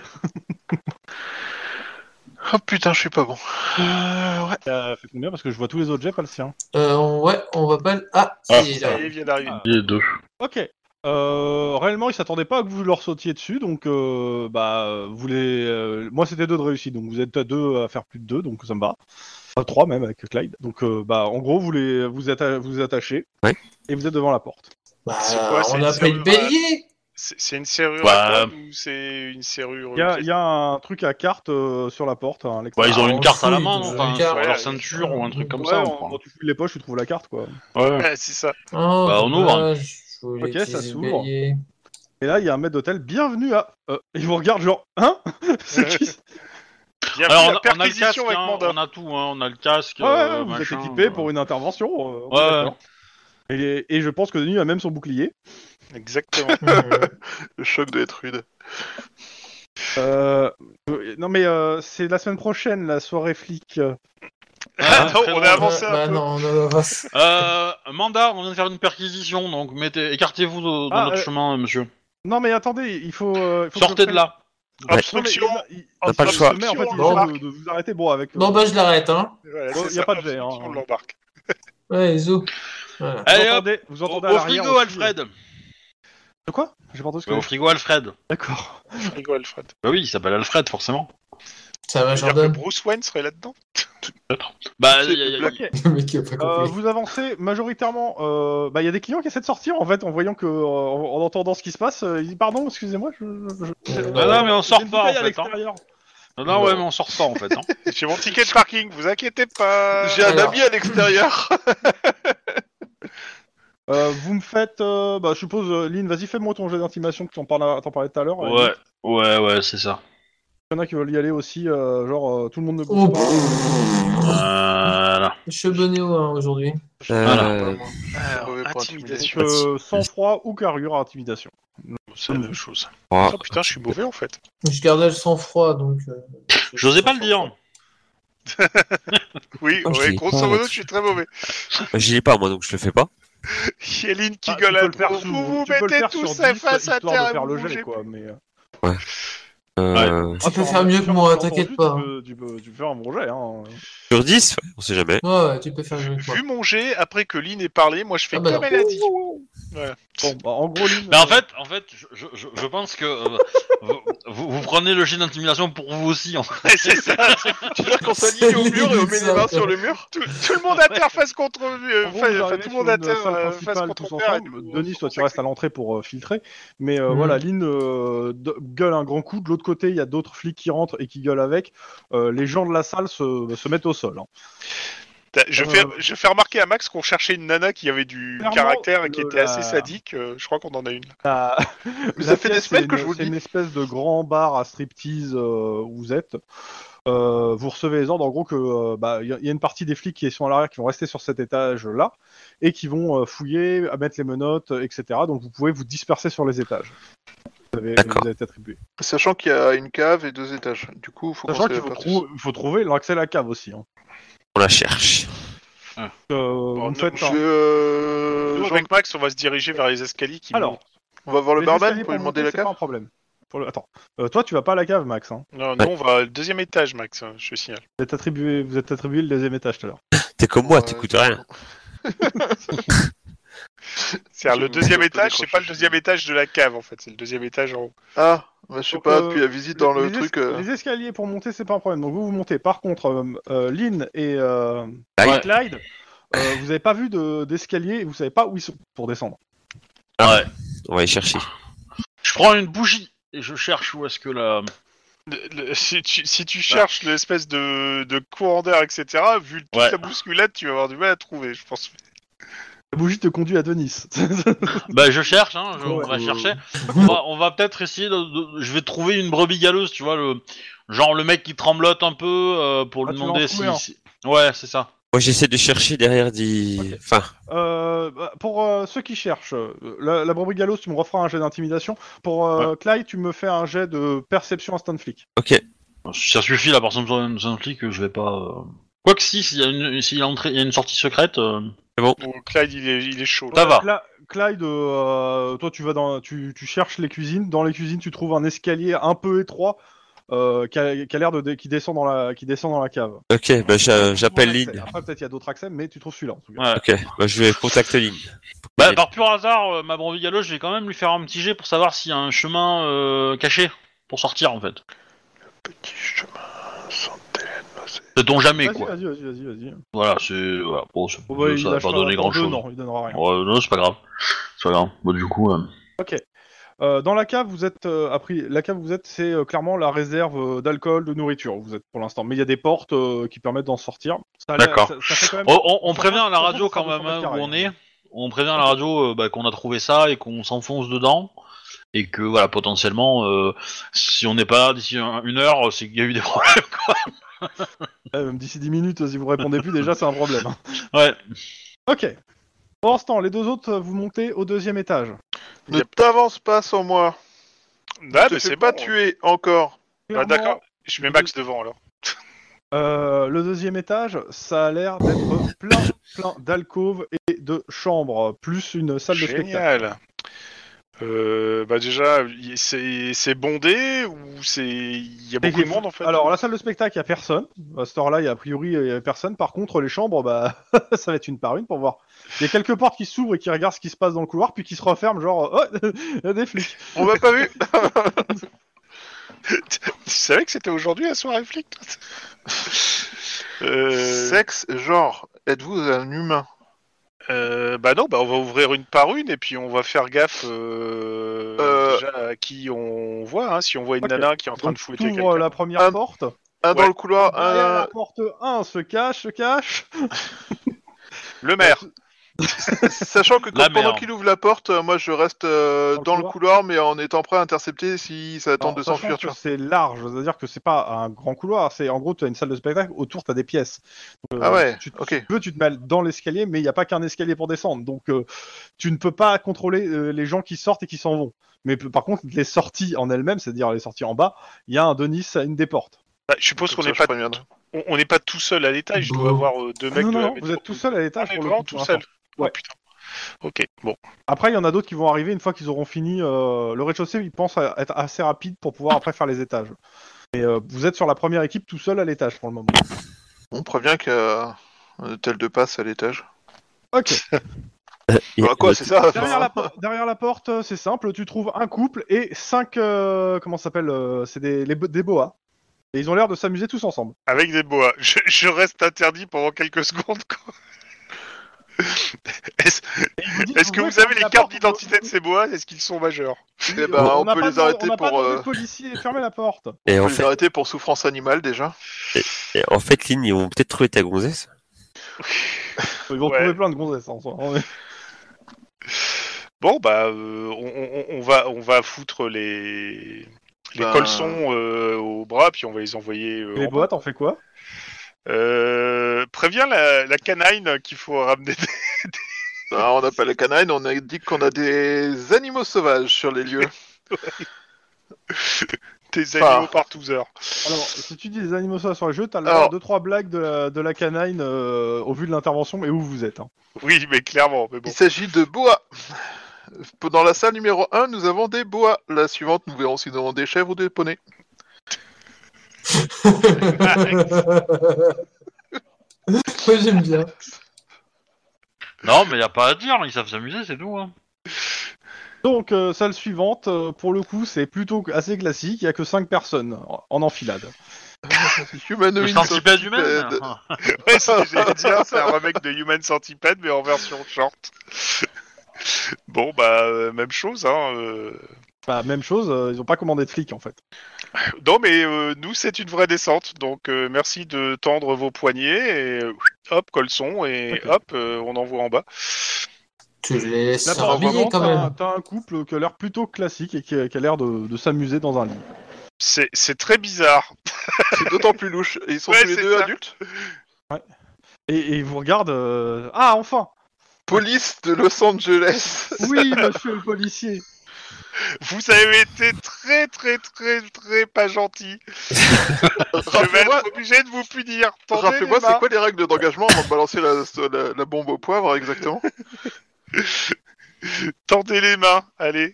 Oh putain, je suis pas bon. Euh, ouais. Ça fait combien parce que je vois tous les autres jets, pas le sien. Euh, on- ouais, on va pas. le- Ah, ça Ah, y est, Ça là. y est, il vient d'arriver. Ah. Les deux. Ok. Euh, réellement, ils s'attendaient pas à que vous leur sautiez dessus, donc euh, bah vous les. euh, moi, c'était deux de réussis, donc vous êtes à deux à faire plus de deux, donc ça me va. Enfin, trois même avec Clyde. Donc euh, bah en gros, vous les vous êtes vous attachez. Ouais. Et vous êtes devant la porte. Bah, C'est quoi, c'est on une a pris le serrure, bélier. C'est c'est une serrure Bah, à code ou c'est une serrure. Il y a, euh, il y a un truc à carte euh, sur la porte. hein, à Ouais, l'extérieur. ils ont Ah, une on carte à la fouille, main, ils ont enfin, une sur carte. leur ceinture ou un truc comme Ouais, ça. en- Enfin. quand tu fouilles les poches, tu trouves la carte quoi. Ouais. Ouais, c'est ça. Oh, Bah, on ouvre. dommage, je voulais Ok, ça utiliser le s'ouvre. bélier. Et là, il y a un maître d'hôtel. Bienvenue à. Euh, ils vous regardent genre hein. C'est qui ça Bienvenue Alors, à on la a, on a le perquisition casque, avec hein, mandat. on a tout, hein, on a le casque. Ouais, euh, vous êtes machin, équipé euh. pour une intervention. euh, on est Ouais. d'accord. Et, et je pense que Denis a même son bouclier. Exactement. Mhm. Le choc doit être rude. Euh, euh, non mais euh, c'est la semaine prochaine la soirée flic. Ah, non, très on drôle. a avancé bah, un peu. non, non, non, va- Euh, mandat, on vient de faire une perquisition, donc mettez, écartez-vous de, de Ah, notre euh, chemin, monsieur. Non mais attendez, il faut. euh, il faut que Sortez je de là. prenne- Obstruction. Non, mais il- On n'a pas le il- choix. mais en fait, il Bon. essaie de, de vous arrêter. Bon avec. euh, Bon, bah, je l'arrête, hein. Voilà, Oh, c'est y a ça, pas de jet, hein. obstruction, on l'embarque. Ouais, zou. Voilà. vous Allez hop, entendez, vous au, entendez au à l'arrière frigo, aussi, Alfred. euh, De quoi J'ai pas entendu ce que. Ouais, au frigo, Alfred. D'accord. Frigo Alfred. Bah oui, il s'appelle Alfred, forcément. Ça va, Ça veut dire que Jordan. Bruce Wayne serait là-dedans. Bah, C'est y a- y a- Black. Ok. Le mec qui a pas Euh, compris. vous avancez majoritairement. euh, Bah, il y a des clients qui essaient de sortir en fait en voyant que, euh, en, en entendant ce qui se passe. euh, ils disent pardon, excusez-moi. Je, je- je- Euh, Ah non, mais on sort j'ai une pas, en bouteille à fait, hein. l'extérieur. non, non, ouais, mais on sort pas en fait. Hein. J'ai mon ticket de parking, vous inquiétez pas. J'ai un alors. ami à l'extérieur. Euh, vous me faites, euh, bah, je suppose, euh, Lynn, vas-y, fais-moi ton jet d'intimidation que t'en parlais, t'en parlais tout à l'heure. Ouais, ouais, ouais, c'est ça. Il y en a qui veulent y aller aussi, euh, genre euh, tout le monde ne Oh, bouge pas. pff. Voilà. Je suis Bonéo hein, aujourd'hui. Euh, Alors, Mauvais pour intimidation. Donc, euh, sang-froid ou carrure, intimidation. C'est la même chose. oh, Oh putain, je suis mauvais en fait. Je gardais le sang-froid, donc. euh, J'osais pas le dire. Oui, Oh, je ouais, l'ai grosso pas, modo, là. je suis très mauvais. J'y ai pas moi donc je le fais pas. Yéline qui Ah, tu gueule peux à le faire trop. sous- Vous vous tu peux le mettez faire tous sur dix, face à histoire terre de et faire vous le jet, bougez quoi. plus. Mais, euh, Euh, Tu peux Ah, faire en- mieux que sur- moi, sur t'inquiète ton pas. jeu, Tu peux, tu, peux, tu peux faire un bon jet. Hein. Sur dix, ouais, on sait jamais. Ouais, ouais, tu peux faire mieux que moi. Vu mon jet, après que Lynn ait parlé, moi je fais Ah bah comme non. elle a dit. Voilà. Bon, bah, en gros, Lynn, Mais en euh, fait, en fait, je, je, je- je pense que euh, vous, vous, vous prenez le jet d'intimidation pour vous aussi. En fait. Ouais, c'est ça. Tu veux dire qu'on s'aligne au mur et on met les mains sur le mur? Tout, tout le monde à terre face contre euh, en gros, fa- vous enfin, arrivez tout le sur monde à une terre salle euh, face principale contre tous terre. et ensemble. tout, Denis, on- toi, on tu restes s'accélère. à l'entrée pour euh, filtrer. Mais euh, Mhm. voilà, Lynn euh, de- gueule un grand coup. De l'autre côté, il y a d'autres flics qui rentrent et qui gueulent avec. Euh, les gens de la salle se, se mettent au sol. Hein. T'as- Je, Euh, fais, je fais remarquer à Max qu'on cherchait une nana qui avait du Clairement, caractère et qui le- était la- assez sadique. euh, je crois qu'on en a une. La- Mais la ça fait des pièce, semaines c'est que une- je vous le C'est dis. une espèce de grand bar à striptease euh, où vous êtes. Euh, vous recevez les ordres en gros que euh, bah, y, a- y a une partie des flics qui sont à l'arrière qui vont rester sur cet étage-là et qui vont euh, fouiller, à mettre les menottes, euh, et cetera. Donc vous pouvez vous disperser sur les étages. Vous avez, D'accord. vous avez attribué. Sachant qu'il y a une cave et deux étages. Du coup, faut Sachant qu'on qu'il faut, trou- il faut trouver l'accès à la cave aussi. Hein. On la cherche. Euh, vous non, me faites Je, un- euh, Nous, Jean- avec Max, on va se diriger vers les escaliers qui Alors, montent. on va voir le les barman escaliers pour lui pour demander monter, la c'est pas cave. un problème. Pour le- Attends, Euh, toi tu vas pas à la cave, Max. Hein. Non, nous, on va au deuxième étage, Max, hein, je signale. Vous êtes attribué, vous êtes attribué le deuxième étage tout à l'heure. T'es comme moi, Ouais, t'écoutes je- rien. C'est-à-dire, Je le me deuxième peux étage, c'est décrocher. pas le deuxième étage de la cave, en fait. C'est le deuxième étage en haut. Ah, bah, je sais Donc, pas, euh, depuis la visite dans les, le les truc. es- euh, les escaliers pour monter, c'est pas un problème. Donc vous vous montez. Par contre, euh, euh, Lynn et euh, Clyde. Clyde, euh, vous avez pas vu de- d'escalier et vous savez pas où ils sont pour descendre. Ouais. On va y chercher. Je prends une bougie et je cherche où est-ce que la. Le- le- si, tu, si tu cherches l'espèce de, de courant d'air, et cetera, vu toute Ouais. la bousculade, tu vas avoir du mal à trouver, je pense. La bougie te conduit à Denis. Bah je cherche, hein, je, Ouais. on va chercher. On va, on va peut-être essayer de, de- Je vais trouver une brebis galeuse, tu vois, le genre le mec qui tremblote un peu euh, pour Ah, lui tu vas en demander trouver si, un. si- Ouais, c'est ça. Moi, j'essaie de chercher derrière des. Enfin, Euh, bah, pour euh, ceux qui cherchent, euh, la, la brebis galeuse, tu me referas un jet d'intimidation. Pour euh, Clyde, tu me fais un jet de perception instant flic. ok. Si ça suffit, la personne sur un flic, je vais pas. euh, Quoi que si, s'il y a une, s'il y a entrée- il y a une sortie secrète. euh, Bon, Clyde, il est, il est chaud. Ça va. Cla- Clyde, euh, toi tu vas dans, tu, tu cherches les cuisines. Dans les cuisines, tu trouves un escalier un peu étroit euh, qui a, qui a l'air de dé- qui descend dans la qui descend dans la cave. Ok, bah j'a- j'appelle Tu trouves un accès. Lynn. Après peut-être il y a d'autres accès, mais tu trouves celui-là en tout cas. Ouais. Ok, bah je vais contacter Lynn. Bah, par pur hasard, euh, ma brebis galeuse, je vais quand même lui faire un petit jet pour savoir s'il y a un chemin euh, caché pour sortir en fait. Petit chemin, centaine, c'est... Sait-on jamais Vas-y, quoi. vas-y, vas-y, vas-y, vas-y. Voilà, c'est. Voilà, bon, c'est- Bon, bah, il ça va lâche pas donner ton grand deux, chose. Non, il donnera rien. Ouais, non, c'est pas grave. C'est pas grave. Bon, du coup. euh, Ok. Euh, dans la cave, vous êtes euh, appris. La cave, vous êtes, c'est euh, clairement la réserve euh, d'alcool, de nourriture. Vous êtes pour l'instant, mais il y a des portes euh, qui permettent d'en sortir. Ça a l'air- D'accord. ça- ça fait quand même- On, on- on ça prévient va- à la ça va radio faire quand deux même cents hein, mètres où on carrés. est. On prévient à la radio euh, bah, qu'on a trouvé ça et qu'on s'enfonce dedans. Et que voilà, potentiellement, euh, si on n'est pas là d'ici un- une heure, c'est qu'il y a eu des problèmes quoi. Ouais, même d'ici dix minutes, si vous répondez plus, déjà c'est un problème. hein. Ouais. Ok. Pour l'instant, les deux autres, vous montez au deuxième étage. Ne t'avance pas sans moi. Ah, Je mais te c'est fais pas bon. tuer encore. Ah, d'accord. Je mets Max devant alors. Euh, le deuxième étage, ça a l'air d'être plein, plein d'alcôves et de chambres, plus une salle de spectacle. Génial. Euh, bah déjà, y- c'est c'est bondé ou c'est il y a beaucoup de monde en fait. Alors, la salle de spectacle, il n'y a personne. À cette heure-là, il y a a priori il y a personne. Par contre, les chambres, bah, ça va être une par une pour voir. Il y a quelques portes qui s'ouvrent et qui regardent ce qui se passe dans le couloir, puis qui se referment, genre, oh, il y a des flics. On m'a pas vu. Tu savais que c'était aujourd'hui la soirée flic toi euh... Sexe, genre, êtes-vous un humain? Euh, bah non, bah on va ouvrir une par une et puis on va faire gaffe euh, Euh, déjà à qui on voit. Hein, si on voit une Ok. nana qui est en train Donc, de fouetter t'ouvres quelqu'un. la première Un- porte. Un dans Ouais. le couloir, Derrière un... la porte un se cache, se cache. Le maire. Sachant que quand- La pendant merde. qu'il ouvre la porte, euh, moi je reste euh, Dans le dans le couloir, mais en étant prêt à intercepter si ça tente Alors, de sachant s'enfuir, tu que vois. c'est large, c'est-à-dire que c'est pas un grand couloir, c'est en gros tu as une salle de spectacle, autour tu as des pièces. Donc, euh, Ah ouais, tu, ok. si tu veux, tu te mets dans l'escalier, mais il n'y a pas qu'un escalier pour descendre, donc euh, tu ne peux pas contrôler euh, les gens qui sortent et qui s'en vont. Mais p- par contre, les sorties en elles-mêmes, c'est-à-dire les sorties en bas, il y a un Denis à une des portes. Bah, je suppose qu'on Comme n'est ça, je pas préviendrai. on on n'est pas tout seul à l'étage. Je dois Bon. avoir euh, deux Ah mecs. non, de non, la non, météo. vous êtes tout seul à Ah, l'étage mais pour le vraiment coup. tout pour seul. l'instant. Oh Ouais. putain. Ok, bon. Après, il y en a d'autres qui vont arriver une fois qu'ils auront fini euh, le rez-de-chaussée. Ils pensent à être assez rapide pour pouvoir après faire les étages. Et euh, vous êtes sur la première équipe tout seul à l'étage pour le moment. On prévient qu'il y a un hôtel de passe à l'étage. Ok. Et- Bah quoi, et- c'est ça Derrière la, por- derrière la porte, euh, c'est simple. Tu trouves un couple et cinq. Euh, comment ça s'appelle euh, C'est des, les bo- des boas. Et ils ont l'air de s'amuser tous ensemble. Avec des boas. Je, je reste interdit pendant quelques secondes. Quoi. Est-ce est-ce que vous avez les cartes d'identité de ces boas? Est-ce qu'ils sont majeurs? Eh ben, on n'a peut pas les demandé- arrêter on n'a pas pour, demandé euh, de policier. Fermez la porte. Et On en peut les fait, arrêter pour souffrance animale déjà. et en fait, Lynn, ils vont peut-être trouver ta gonzesse. Ils vont Ouais. trouver plein de gonzesses en soi. On est- Bon, bah, euh, on, on- on va, on va foutre les, les Ben- colsons euh, au bras, puis on va les envoyer. Euh, Les en boas, bas. t'en fais quoi? Euh, préviens la, la canine qu'il faut ramener des, Ah, on n'a pas les canines, on a dit qu'on a des animaux sauvages sur les lieux. des Ah. animaux par douze heures. Alors, si tu dis des animaux sauvages sur le jeu, t'as le Alors- droit à deux trois blagues de la, de la canine euh, au vu de l'intervention et où vous êtes. Hein. Oui, mais clairement, mais bon. Il s'agit de boas. Dans la salle numéro un, nous avons des boas. La suivante, nous verrons si nous avons des chèvres ou des poneys. Moi j'aime bien. Non, mais y a pas à dire, ils savent s'amuser, c'est tout. Hein. Donc, euh, salle suivante, euh, pour le coup, c'est plutôt assez classique. Il y a que cinq personnes en, en enfilade. Le Humanoïde centipède humain. centipède. hein. Ouais, c'est ce que j'allais dire, c'est un remake de Human Centipede, mais en version short. Bon, bah, euh, même chose, hein. euh. Bah, même chose, euh, ils ont pas commandé de flics en fait. Non, mais euh, nous, c'est une vraie descente, donc euh, merci de tendre vos poignets, et euh, hop, colson, et Ok. hop, euh, on envoie en bas. Tu les laisses Là, se pour le rhabiller moment, quand t'as, même. t'as un couple qui a l'air plutôt classique et qui a, qui a l'air de, de s'amuser dans un lit. C'est c'est très bizarre. C'est d'autant plus louche. Et ils sont Ouais, tous les c'est deux ça. adultes. Et, et ils vous regardent. euh, Ah, enfin Police de Los Angeles. Oui, monsieur le policier. Vous avez été très, très, très, très pas gentil. Je vais Rappelez-moi, être obligé de vous punir. Tendez rappelez-moi, les c'est mains. quoi les règles d'engagement avant de balancer la, la- la bombe au poivre exactement? Tendez les mains, allez.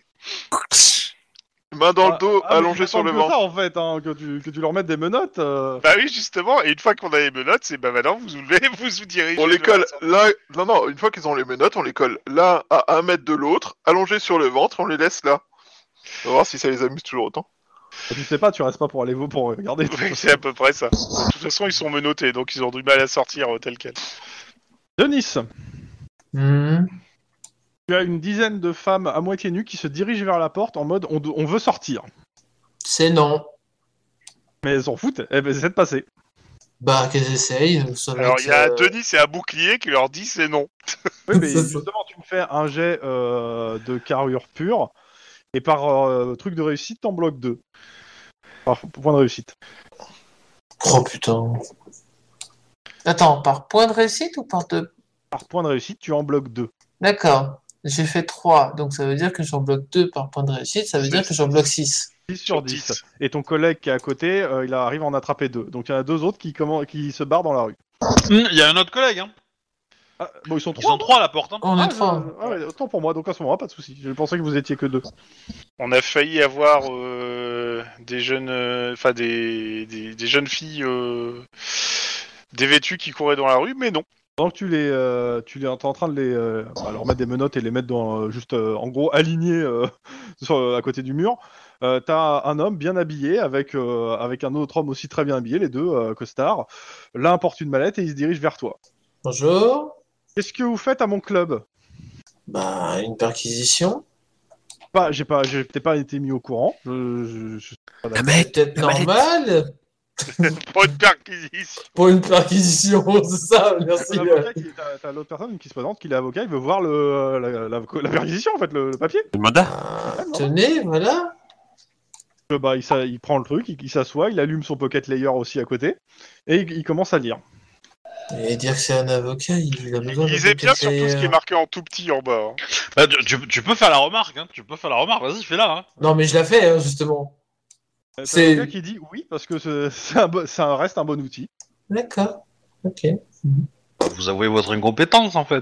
Main dans le dos, Ah, mais allongée ils sur le attendent que ventre. ça, en fait, hein, que, tu, que tu leur mettes des menottes. euh. Bah oui, justement, et une fois qu'on a les menottes, c'est bah maintenant vous soulevez, vous vous dirigez. On les vers la colle sortie. là. Non, non, une fois qu'ils ont les menottes, on les colle l'un à un mètre de l'autre, allongés sur le ventre, on les laisse là. On va voir si ça les amuse toujours autant. Tu sais pas, tu restes pas pour aller vous pour regarder. Oui, c'est à peu près ça. De toute façon, ils sont menottés, donc ils ont du mal à sortir euh, tel quel. Denis, Hmm. tu as une dizaine de femmes à moitié nues qui se dirigent vers la porte en mode on, on veut sortir. C'est non. Mais elles s'en foutent, elles essaient de passer. Bah, qu'elles essayent. ça va Alors être, il y a euh, Denis et un bouclier qui leur dit c'est non. Oui, mais C'est ça. justement, tu me fais un jet euh, de carrure pure et par euh, truc de réussite, t'en bloques deux. Par point de réussite. Oh putain. Attends, par point de réussite ou par deux? Par point de réussite, tu en bloques deux. D'accord. J'ai fait trois, donc ça veut dire que j'en bloque deux par point de réussite, ça veut dire que j'en bloque six. six sur Sur dix. dix. Et ton collègue qui est à côté, euh, il arrive à en attraper deux. Donc il y en a deux autres qui, commen- qui se barrent dans la rue. Il y a un autre collègue, hein. Ah, bon, ils sont Ils trois. sont trois à la porte. Hein. On Ah, est trois. je- ah ouais, autant pour moi, donc à ce moment-là, pas de soucis. Je pensais que vous étiez que deux. On a failli avoir euh, des jeunes, euh, enfin des, des, des jeunes filles euh, dévêtues qui couraient dans la rue, mais non. Donc tu les, euh, tu les, t'es en train de les, euh, bah, leur mettre des menottes et les mettre dans, euh, juste, euh, en gros, alignés euh, sur, euh, à côté du mur. Euh, t'as un homme bien habillé avec, euh, avec un autre homme aussi très bien habillé, les deux euh, costards. L'un porte une mallette et il se dirige vers toi. Bonjour. Qu'est-ce que vous faites à mon club? Bah, une perquisition. Pas, j'ai pas, j'ai peut-être pas été mis au courant. Je, je, je- pas La d'accord. mec, C'est peut-être la mallette. normal Pas une perquisition. pour une perquisition, c'est ça, merci. L'avocat qui- T'as, t'as l'autre personne qui se présente, qui est avocat, il veut voir le, la, la, la perquisition en fait, le, le papier. le mandat. Ah, tenez, voilà. Euh, Bah, il, s'a- il prend le truc, il, il s'assoit, il allume son pocket layer aussi à côté, et il, il commence à lire. Et dire que c'est un avocat, il a Il besoin de lisait bien sur tout ce qui est secrétaire. marqué en tout petit en bas. hein. Bah, tu, tu- tu peux faire la remarque, hein. Tu peux faire la remarque. Vas-y, fais-la. Hein. Non, mais je l'ai fait, hein, justement. Euh, T'as C'est- l'avocat qui dit oui, parce que c'est, c'est un, bo- ça reste un bon outil. D'accord. Ok. Vous avouez votre incompétence en fait.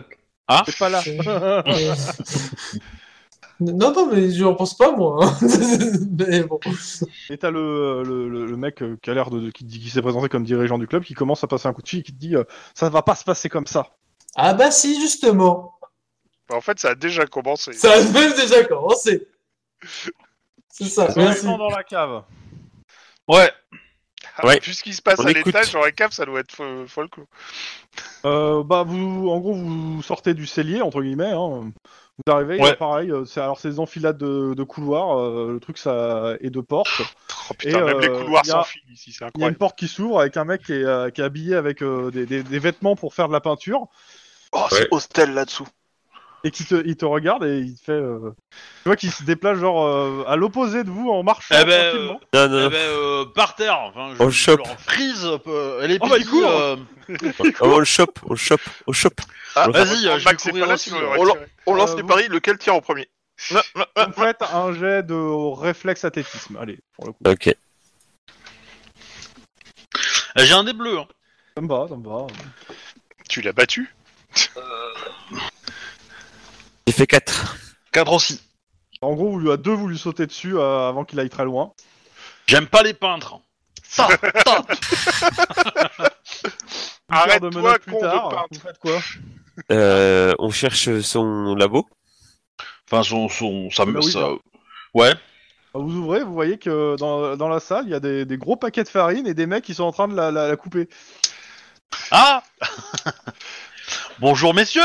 Ah C'est pas là. Euh, Non, non, mais je n'en pense pas, moi. hein. Mais bon. Et t'as le, le, le, le mec euh, qui a l'air de, qui, dit- qui s'est présenté comme dirigeant du club, qui commence à passer un coup de fil, et qui te dit euh, ça va pas se passer comme ça. Ah bah si, justement. En fait, ça a déjà commencé. Ça a même déjà commencé. C'est ça, On merci. descend dans la cave. Ouais. Ah, Ouais. Vu ce qui se passe On à écoute. l'étage, dans la cave, ça doit être fo- folklore. Euh, bah vous, en gros, vous sortez du cellier entre guillemets. Hein. Vous arrivez, Ouais. euh, pareil. euh, C'est alors c'est des enfilades de, de couloirs. euh, le truc ça et de portes. Oh putain, Et, même les euh, couloirs y a- s'enfilent ici, c'est Il y a une incroyable. porte qui s'ouvre avec un mec qui est, euh, qui est habillé avec euh, des, des, des vêtements pour faire de la peinture Oh, c'est Ouais. hostel là-dessous. et qui te, il te regarde et il te fait. Euh... Tu vois qu'il se déplace genre euh, à l'opposé de vous en marchant Eh ben, tranquillement. Non, non, Eh non. ben, euh, par terre. Enfin, je, On le je chope. leur frise. euh, elle est Oh, bah, il pris, court. euh, Oh, on le chope, on le chope, on le chope. Ah, On le- Vas-y, euh, je vais Max, c'est courir pas là, aussi. sinon il euh. aurait On, lan- tiré. on lance Euh, les vous- paris, lequel tire en premier? Non, non, non, En fait, un jet de réflexe athlétisme. Allez, pour le coup. Ok. Eh, J'ai un des bleus. Hein. Ça me va, ça me va. Tu l'as battu? J'ai fait quatre. quatre aussi. En gros, vous lui, à deux, vous lui sautez dessus euh, avant qu'il aille très loin. J'aime pas les peintres. Ça, ça. Une paire Arrête-toi, de menottes plus con de tard, peintre. vous faites quoi? Euh, on cherche son labo. Enfin, son, son, ça, Bah oui, ça- ça. Ouais. Vous ouvrez, vous voyez que dans, dans la salle, il y a des, des gros paquets de farine et des mecs qui sont en train de la, la, la couper. Ah. Bonjour messieurs.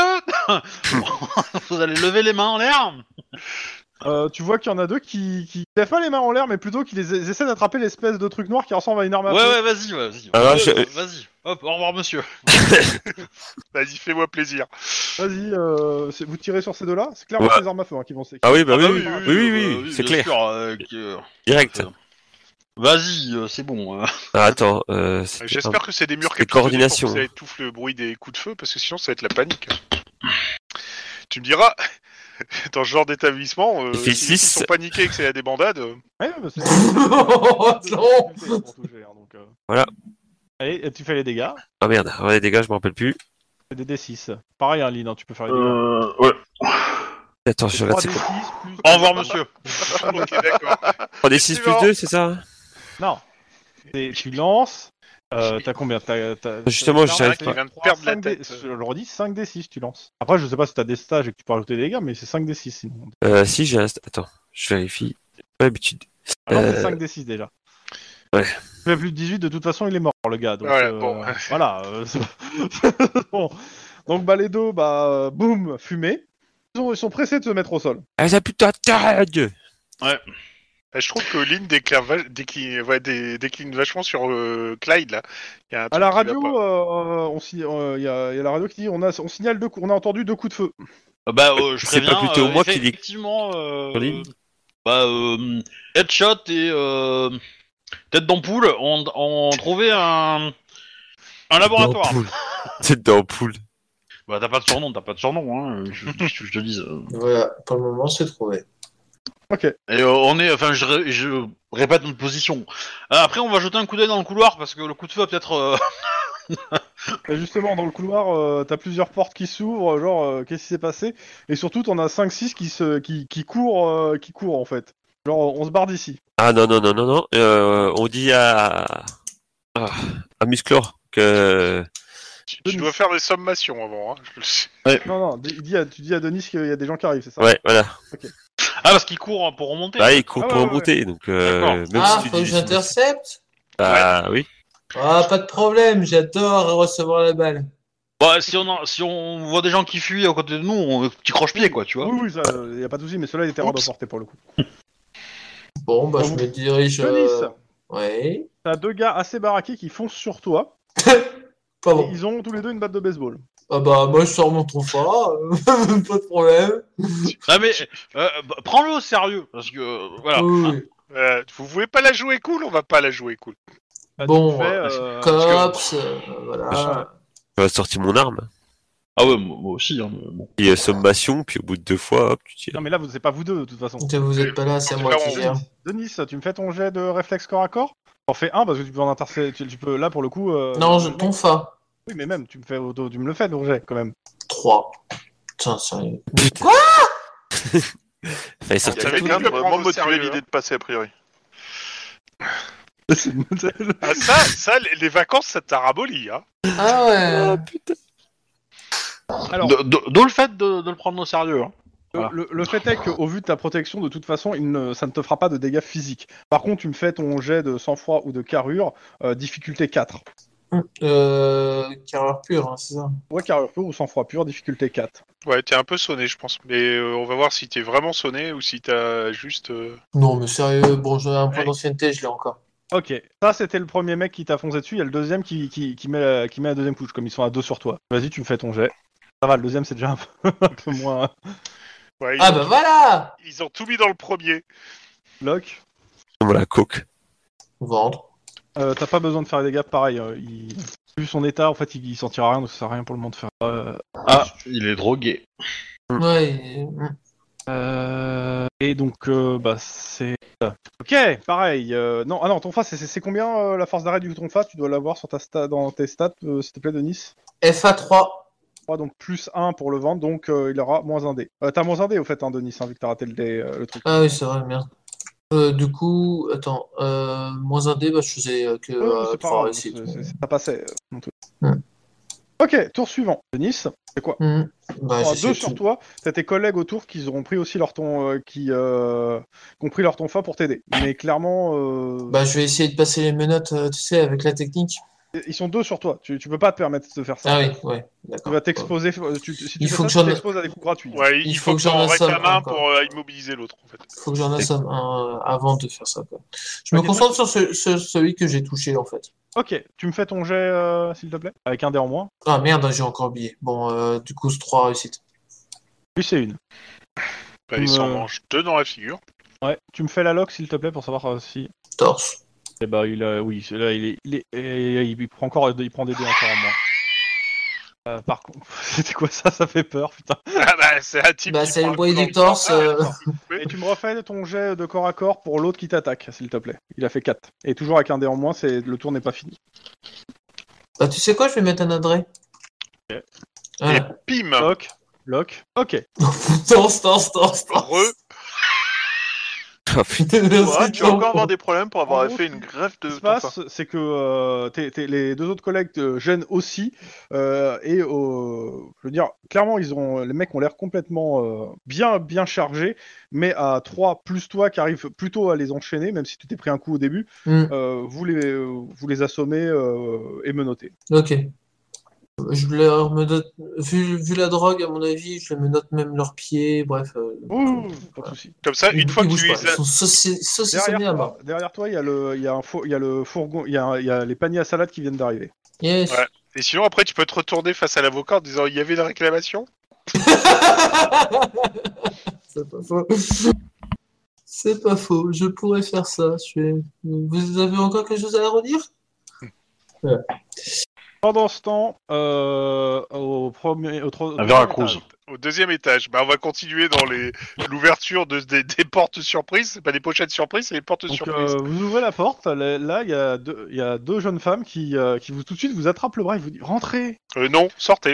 Vous allez lever les mains en l'air. Euh, tu vois qu'il y en a deux qui, qui lèvent pas les mains en l'air, mais plutôt qui les, essaient d'attraper l'espèce de truc noir qui ressemble à une arme à Ouais, feu. ouais, vas-y, ouais, vas-y. Alors, Ouais, je- euh, Vas-y. Hop, au revoir monsieur. Vas-y, fais-moi plaisir. Vas-y, euh, c'est- vous tirez sur ces deux-là. C'est clairement Ouais. des armes à feu hein, qui vont s'équiper. Ah oui, bah Ah oui, bah oui, oui, oui, oui, bah c'est bien clair. sûr, euh, que- Direct. Vas-y, euh, c'est bon. euh. Ah, attends, euh, c'était- J'espère que c'est des murs c'est capitonés coordination. pour que ça étouffe le bruit des coups de feu, parce que sinon ça va être la panique. Tu me diras, dans ce genre d'établissement, euh, Il fait si les filles six. sont paniqués et que c'est la débandade, euh, Ouais, bah, c'est... Non. pour toucher, hein, donc, euh. Voilà. Allez, et tu fais les dégâts. Ah merde, ouais, les dégâts, je me rappelle plus. C'est des D six. Pareil, hein, Lynn, hein, tu peux faire les dégâts. Euh, ouais. Attends, je regarde, trois D c'est six quoi plus... Au revoir monsieur. ok, d'accord. trois D six plus deux, c'est ça? Non. C'est- Tu lances. Euh, t'as combien t'as, t'as, Justement, t'as- je savais t'as- pas. t'as Il vient de perdre la cinq D tête. Je le redis, cinq D six tu lances. Après, je sais pas si t'as des stages et que tu peux rajouter des dégâts, mais c'est cinq D six sinon. Euh, si, j'ai un... Attends, je vérifie. Pas l'habitude. Alors, c'est Euh, cinq D six déjà. ouais. Il fait plus de dix-huit, de toute façon, il est mort, le gars. Donc, Voilà, euh, bon. voilà. euh, c'est pas- bon. Donc, bah, les deux, bah, euh, boum, fumé. Ils sont, ils sont pressés de se mettre au sol. Ah, ça putain, tag. Je trouve que Lynn déclare va- décline, ouais, dé- décline vachement sur euh, Clyde là. Il y a un À truc la qui va radio, pas. euh, on signe- euh, il y, a, il y a la radio qui dit on, a, on signale deux coups, on a entendu deux coups de feu. Euh, Bah, euh, je C'est pas préviens. plutôt euh, moi qui dis- effectivement. Euh, Sur ligne bah, euh, Headshot et euh, Tête d'ampoule ont, ont trouvé un un laboratoire. D'ampoule. C'est d'ampoule. Bah, t'as pas de surnom, t'as pas de surnom, hein. Je, je, je- je te dis. euh. Voilà, pour le moment, c'est trouvé. Ok. Et euh, on est, enfin, je, ré- je répète notre position. Euh, après, on va jeter un coup d'œil dans le couloir parce que le coup de feu va peut-être. euh, Et justement, dans le couloir, euh, t'as plusieurs portes qui s'ouvrent, genre, euh, qu'est-ce qui s'est passé? Et surtout, t'en as cinq six qui, se, qui, qui, courent, euh, qui courent, en fait. Genre, on se barre d'ici. Ah non, non, non, non, non. Euh, on dit à... à, à Musclor que... Tu, tu dois faire des sommations avant. Hein, je le sais. Non, non, dis- dis à- tu dis à Denis qu'il y a des gens qui arrivent, c'est ça? Ouais, voilà. Ah, parce qu'il court pour remonter. Bah, il court Ah, pour ouais, ouais, remonter, donc... Euh, D'accord. même Ah, si tu faut que dis... j'intercepte? Ah oui. Ah, pas de problème, j'adore recevoir la balle. Bah, si on a, si on voit des gens qui fuient à côté de nous, on, petit croche-pied, quoi, tu vois. Oui, oui, ça, euh, y a pas de souci, mais ceux-là, il était hors de Oups. portée pour le coup. Bon, bah, je Bon. me dirige. Denis, Euh... Ouais. t'as deux gars assez baraqués qui foncent sur toi. Pas Et bon. ils ont tous les deux une batte de baseball. Ah, bah, moi, je sors mon tonfa, euh, pas de problème. Ah, mais euh, bah, prends-le au sérieux, parce que euh, voilà. Oui, oui. Euh, vous voulez pas la jouer cool? On va pas la jouer cool. Bah, Bon, tu fais, euh, Cops, euh, voilà. Je vais sortir mon arme. Ah ouais, moi, moi aussi. Hein, mais bon. Il y a sommation, puis au bout de deux fois, hop, tu tires. Non, mais là, vous c'est pas vous deux, de toute façon. Vous êtes pas là, c'est moi qui gère. Denis, tu me fais ton jet de réflexe corps à corps? T'en fais un parce que tu peux en intercepter. Tu, tu peux, là, pour le coup. euh, Non, je le mec- tonfa. Oui, mais même, tu me, fais, auto- tu me le fais, ton jet, quand même. trois. Putain, sérieux. Putain. Fallait Il y sortir a T'avais tout. quelqu'un dû de le prendre vraiment au motivé sérieux, l'idée hein. de passer a priori. C'est le modèle. Ah, ça, ça, les- les vacances, ça t'a ramolli, hein. Ah ouais. Alors, De- de- D'où le fait de, de le prendre au sérieux. Hein. le, Voilà. le- le fait est qu'au vu de ta protection, de toute façon, il ne, ça ne te fera pas de dégâts physiques. Par contre, tu me fais ton jet de sang-froid ou de carrure, euh, difficulté quatre. Euh, carrure pure, hein, c'est ça. Ouais, carrure pure ou sang-froid pur, difficulté quatre. Ouais, t'es un peu sonné, je pense. Mais euh, on va voir si t'es vraiment sonné ou si t'as juste... euh, Non, mais sérieux, bon, j'ai un point Ouais. d'ancienneté, je l'ai encore. Ok, ça c'était le premier mec qui t'a foncé dessus, il y a le deuxième qui, qui, qui, met, la, qui met la deuxième couche, comme ils sont à deux sur toi. Vas-y, tu me fais ton jet. Ça va, le deuxième c'est déjà un peu, un peu moins... Ouais, ils, Ah ont bah tout... voilà. ils ont tout mis dans le premier. Lock. Comme la coke. Vendre. Euh, t'as pas besoin de faire des dégâts, pareil. Euh, il... Vu son état, en fait, il, il sentira rien, donc ça sert à rien pour le moment de faire. Euh... Ah, il est drogué. Ouais. et- euh, Et donc, euh, bah, c'est. Ok, pareil. Euh... Non, ah non, ton F A, c'est, c'est, c'est combien euh, la force d'arrêt du ton F A? Tu dois l'avoir sur ta sta... dans tes stats, euh, s'il te plaît, Denis. F A trois. trois, donc plus un pour le vendre, donc euh, il aura moins un dé. Euh, t'as moins un dé au fait, hein, Denis, hein, vu que t'as raté le, dé, euh, le truc. Ah oui, c'est vrai, merde. Euh, du coup, attends, euh, moins un dé, bah, je faisais euh, que Ouais, ouais, euh, c'est pas trois grave, réussites. c'est- c'est- c'est- ça passait. euh, mon truc. Hmm. Ok, tour suivant. Denis, c'est quoi? Hmm. Bah, T'auras j'essaie deux de sur tout. toi, t'as tes collègues autour qui auront pris aussi leur ton, euh, qui, euh, qui ont pris leur ton F A pour t'aider. Mais clairement, euh, Bah, je vais essayer de passer les menottes, euh, tu sais, avec la technique. ils sont deux sur toi. Tu, tu peux pas te permettre de faire ça. Ah oui, ouais, Tu d'accord. vas t'exposer. euh, tu- si tu Il fais faut ça, que tu j'en- t'exposes à des coups gratuits. Ouais, il, faut, que t'en assomme réclames un encore. pour euh, immobiliser l'autre, en fait. Faut que j'en assomme un euh, avant de faire ça, quoi. Je me Ok, concentre sur, ce- sur celui que j'ai touché, en fait. Ok, tu me fais ton jet, euh, s'il te plaît, avec un dé en moins. Ah merde, j'ai encore oublié. Bon, euh, du coup, c'est trois réussites. Lui, c'est une. Bah, il s'en Euh. mange deux dans la figure. Ouais, tu me fais la lock, s'il te plaît, pour savoir euh, si. Torse. Eh bah, il a, oui, là, il est, il est, et il prend encore, il prend des dés encore en moins. Euh, par contre, c'était quoi ça? Ça fait peur, putain. Ah bah, c'est un type Bah, qui c'est prend le un bruit coup dans du le torse, corps. Ah, euh. d'accord. Et tu me refais ton jet de corps à corps pour l'autre qui t'attaque, s'il te plaît. Il a fait quatre. Et toujours avec un dé en moins, c'est le tour n'est pas fini. Bah, tu sais quoi, je vais mettre un adresse. Ok. Voilà. Pim. Lock, lock. Ok. Torse, torse, torse, torse. Re. Oh putain. Ouais, tu vas encore avoir des problèmes pour avoir En gros, fait une greffe Ce de qui se ton fa. passe, c'est que euh, t'es- t'es- les deux autres collègues te gênent aussi. euh, et euh, je veux dire, clairement, ils ont, les mecs ont l'air complètement euh, bien, bien chargés. Mais à trois plus toi qui arrives plutôt à les enchaîner, même si tu t'es pris un coup au début, Hmm, euh, vous, les, vous les assommez euh, et menotez. ok. Je leur me note, vu, vu la drogue, à mon avis, je me note même leurs pieds, bref. euh, Ouh, pas de soucis. Comme ça, ils, une fois ils que bougent tu pas, les ils as... sont sauci- saucissonnés Derrière à mort. toi, derrière toi, il y a le, il y a un four- il y a le fourgon, il y a, il y a les paniers à salade qui viennent d'arriver. Yes. Ouais. Et sinon, après, tu peux te retourner face à l'avocat en disant il y avait une réclamation. C'est pas faux. C'est pas faux, je pourrais faire ça. Je vais... Vous avez encore quelque chose à redire? Pendant ce temps, euh, au premier, au, tro- au À deuxième Veracruz. étage. Au deuxième étage, bah, on va continuer dans les l'ouverture de, des, des portes surprises. C'est pas des pochettes surprises, c'est des portes Donc surprises. euh, vous ouvrez la porte, là là, il y a deux, il y a deux jeunes femmes qui, euh, qui vous tout de suite vous attrapent le bras et vous disent rentrez. Euh, non, sortez.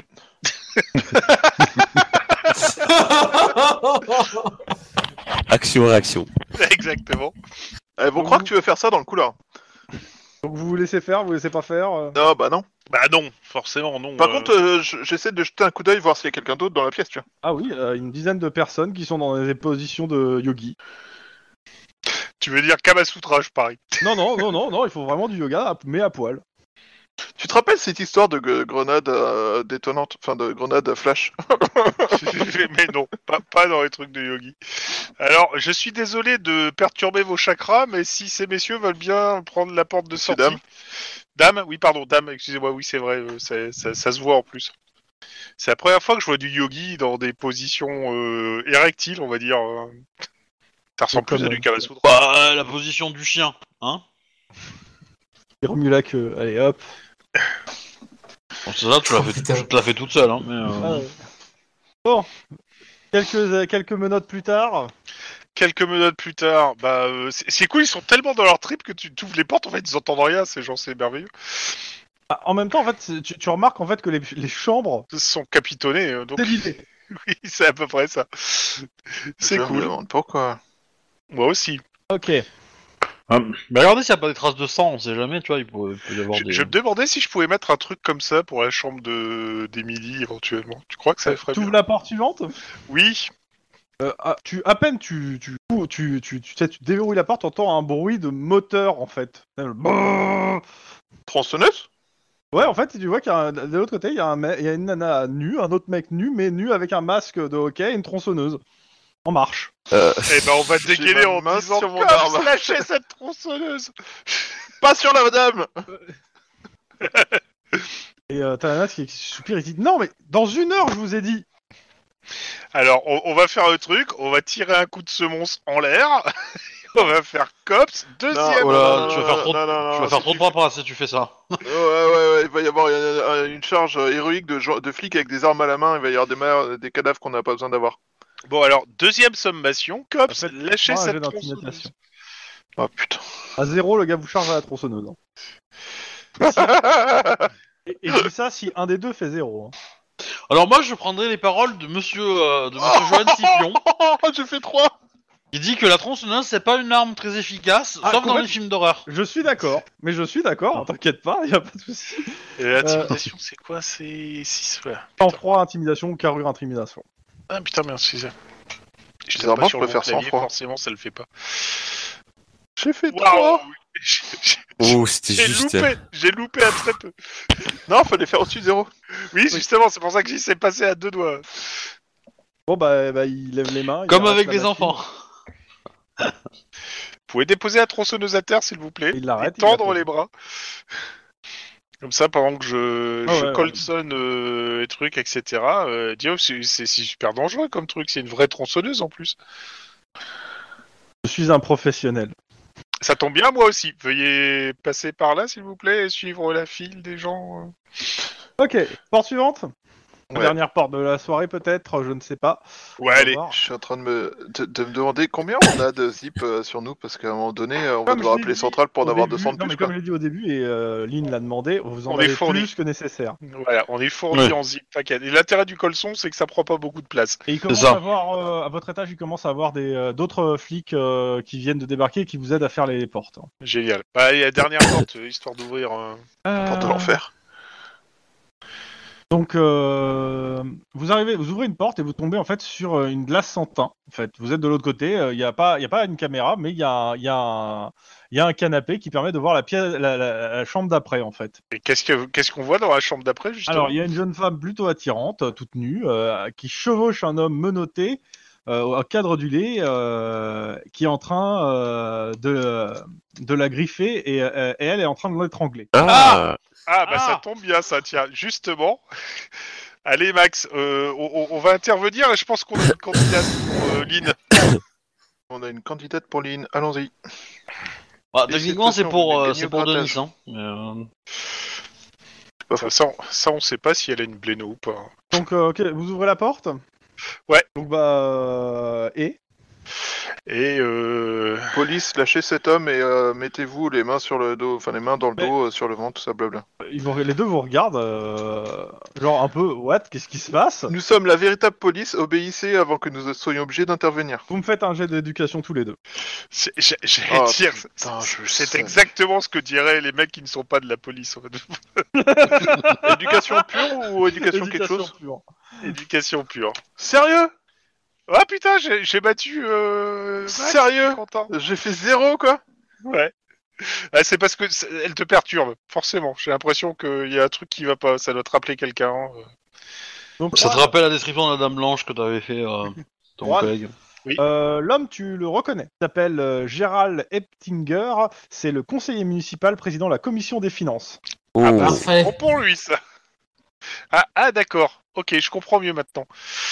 Action, réaction. Exactement. Elles vont Donc croire vous- que tu veux faire ça dans le couloir. Donc vous vous laissez faire, vous laissez pas faire. euh. Non, bah non. Bah non, forcément non. Par euh, contre, euh, je- j'essaie de jeter un coup d'œil, voir s'il y a quelqu'un d'autre dans la pièce, tu vois. Ah oui, euh, une dizaine de personnes qui sont dans des positions de yogi. tu veux dire Kamasutra, je parie. Non non non non non, il faut vraiment du yoga, mais à poil. Tu te rappelles cette histoire de g- grenade euh, détonnante, enfin de grenade flash? Mais non, pas, pas dans les trucs de yogi. Alors, je suis désolé de perturber vos chakras, mais si ces messieurs veulent bien prendre la porte de Monsieur, sortie. dame. Dame, oui, pardon, dame, excusez-moi, oui, c'est vrai, euh, c'est- ça, ça se voit en plus. C'est la première fois que je vois du yogi dans des positions euh, érectiles, on va dire. euh. Ça ressemble plus à Comme, du euh, Kamasutra. Bah, la position du chien, hein. Il remue là que, allez hop. Bon, c'est ça, tu l'as Oh, fait, putain. tu te l'as fait toute seule, hein. Mais, euh, Ah ouais. Bon, quelques euh, quelques menottes plus tard. Quelques menottes plus tard, bah, euh, c'est c'est cool, ils sont tellement dans leur trip que tu ouvres les portes, en fait, ils entendent rien, ces gens, c'est merveilleux. Ah, en même temps, en fait, c'est- tu, tu remarques en fait que les, les chambres, Ils sont capitonnés, euh, donc. c'est l'idée. Oui, c'est à peu près ça. C'est Je me cool. demande pourquoi. Moi aussi. Ok. Ah, mais regardez s'il n'y a pas des traces de sang, on sait jamais, tu vois, il peut, il peut y avoir Je, des... je me demandais si je pouvais mettre un truc comme ça pour la chambre de d'Emily éventuellement. Tu crois que ça ferait Tu ouvres bien? la porte suivante. Oui. Euh, ah, tu, à peine tu, tu, tu, tu, tu, tu, sais, tu déverrouilles la porte, t'entends un bruit de moteur en fait. Le brrrr. Tronçonneuse? Ouais, en fait, tu vois qu'il y a un- de l'autre côté, il y, a un me- il y a une nana nue, un autre mec nu, mais nu avec un masque de hockey et une tronçonneuse. En marche. Euh, Eh ben on va J'ai dégainer ma en main disant sur mon Cops, arme. lâchez cette tronçonneuse. Pas sur la madame! Et euh, t'as la nana qui, qui soupire et qui dit non, mais dans une heure, je vous ai dit. Alors on, on va faire le truc, on va tirer un coup de semonce en l'air. On va faire Cops, deuxième. Non, Voilà, non, tu vas non, faire trop, non, non, tu non, vas faire si trop tu de paperasse si tu fais ça. Ouais, ouais, ouais, il va y avoir une, une charge héroïque de, gens- de flics avec des armes à la main, il va y avoir des, ma- des cadavres qu'on n'a pas besoin d'avoir. Bon alors deuxième sommation, Cops, En fait, lâchez moi, un jet cette d'intimidation. tronçonneuse. Oh putain. À zéro, le gars vous charge à la tronçonneuse. hein. Et, et je dis ça si un des deux fait zéro. hein. Alors moi, je prendrai les paroles de monsieur, euh, de monsieur Johan Scipion, J'ai fait trois! qui dit que la tronçonneuse, c'est pas une arme très efficace, Ah, sauf dans complètement. les films d'horreur. Je suis d'accord, mais je suis d'accord, hein, t'inquiète pas, y a pas de souci. Et l'intimidation c'est quoi? C'est six, ouais. Sang froid, intimidation ou carrure, intimidation. Ah putain merde, c'est ça. Je Bizarrement, tape pas je sur peux le faire bon clavier, cent fois. forcément ça le fait pas. J'ai fait Waouh. trois! J'ai- oh, c'était J'ai juste. loupé, j'ai loupé à très peu. Non, fallait faire au-dessus de zéro. Oui, justement, c'est pour ça que j'y sais passer à deux doigts. Bon bah, bah il lève les mains. il Comme arrête avec la les machine, enfants. Vous pouvez déposer la tronçonneuse à terre, s'il vous plaît. Il l'arrête, Et il la tendre pose. les bras. Comme ça, pendant que je, Ah je ouais, colsonne euh, les trucs, et cetera. Euh, dis, oh, c'est c'est- c'est super dangereux comme truc, c'est une vraie tronçonneuse en plus. Je suis un professionnel. Ça tombe bien, moi aussi. Veuillez passer par là, s'il vous plaît, et suivre la file des gens. euh. Ok, porte suivante. La Ouais. dernière porte de la soirée peut-être, je ne sais pas. Ouais, On va allez. voir. Je suis en train de me, de, de me demander combien on a de zip euh, sur nous, parce qu'à un moment donné, euh, on va Comme devoir je l'ai appeler dit Centrale pour en au avoir début- deux cents de Non mais plus, comme quoi. je l'ai dit au début et euh, Lynn l'a demandé, vous en On est avez fourni. plus que nécessaire. Voilà, on est fourni Ouais. en zip paquet. Et l'intérêt du colson, c'est que ça prend pas beaucoup de place. Et il commence ça. à avoir, euh, à votre étage, il commence à avoir des euh, d'autres flics euh, qui viennent de débarquer et qui vous aident à faire les portes. Génial. Bah, et la dernière porte, euh, histoire d'ouvrir. euh, Porte de l'enfer. Donc, euh, vous arrivez, vous ouvrez une porte et vous tombez en fait sur euh, une glace sans teint. En fait, vous êtes de l'autre côté. Il n'y a pas, il y a pas une caméra, mais il y a, un- il y a, un- il y a un canapé qui permet de voir la pièce, la, la- la chambre d'après en fait. Et qu'est-ce que qu'est-ce qu'on voit dans la chambre d'après, justement? Alors, il y a une jeune femme plutôt attirante, euh, toute nue, euh, qui chevauche un homme menotté euh, au cadre du lait, euh, qui est en train euh, de, de la griffer et, euh, et elle est en train de l'étrangler. Ah, Ah, bah Ah. ça tombe bien, ça, tiens, justement. Allez, Max, euh, on, on- on va intervenir et je pense qu'on a une candidate pour euh, Lynn. On a une candidate pour Lynn, allons-y. Bah, Et techniquement, cette c'est fois-ci, on pour, voulait euh, gagner c'est au pour Denis. grattage. Hein. Mais, euh, C'est pas Ça, faux. ça, on- ça, on sait pas si elle a une bléno ou pas. Donc, euh, ok, vous ouvrez la porte. Ouais. Donc bah euh, et Et euh... Police, lâchez cet homme et euh, mettez-vous les mains sur le dos, enfin les mains dans le Mais- dos, euh, sur le ventre, tout ça, blabla. ils vont, les deux vous regardent, euh, genre un peu what, qu'est-ce qui se passe? Nous sommes la véritable police, obéissez avant que nous soyons obligés d'intervenir. Vous me faites un jet d'éducation tous les deux. c'est- j'ai- j'allais Oh, dire, putain, c'est- je c'est sais. exactement ce que diraient les mecs qui ne sont pas de la police. En fait. Éducation pure ou éducation quelque chose? pure. Éducation pure. Sérieux? Ah putain, j'ai j'ai battu. Euh... Max, Sérieux je suis content. J'ai fait zéro, quoi? Ouais. Ah, c'est parce que c'est- elle te perturbe, forcément. J'ai l'impression qu'il y a un truc qui va pas. Ça doit te rappeler quelqu'un. euh. Donc ça te là, rappelle la description de la Dame Blanche que t'avais fait, euh, ton Juan. collègue. euh, l'homme tu le reconnais. Il s'appelle euh, Gérald Eptinger. C'est le conseiller municipal, président de la commission des finances. oh. Ah, bah, Parfait. Bon pour lui, ça. Ah, ah d'accord. Ok, je comprends mieux maintenant.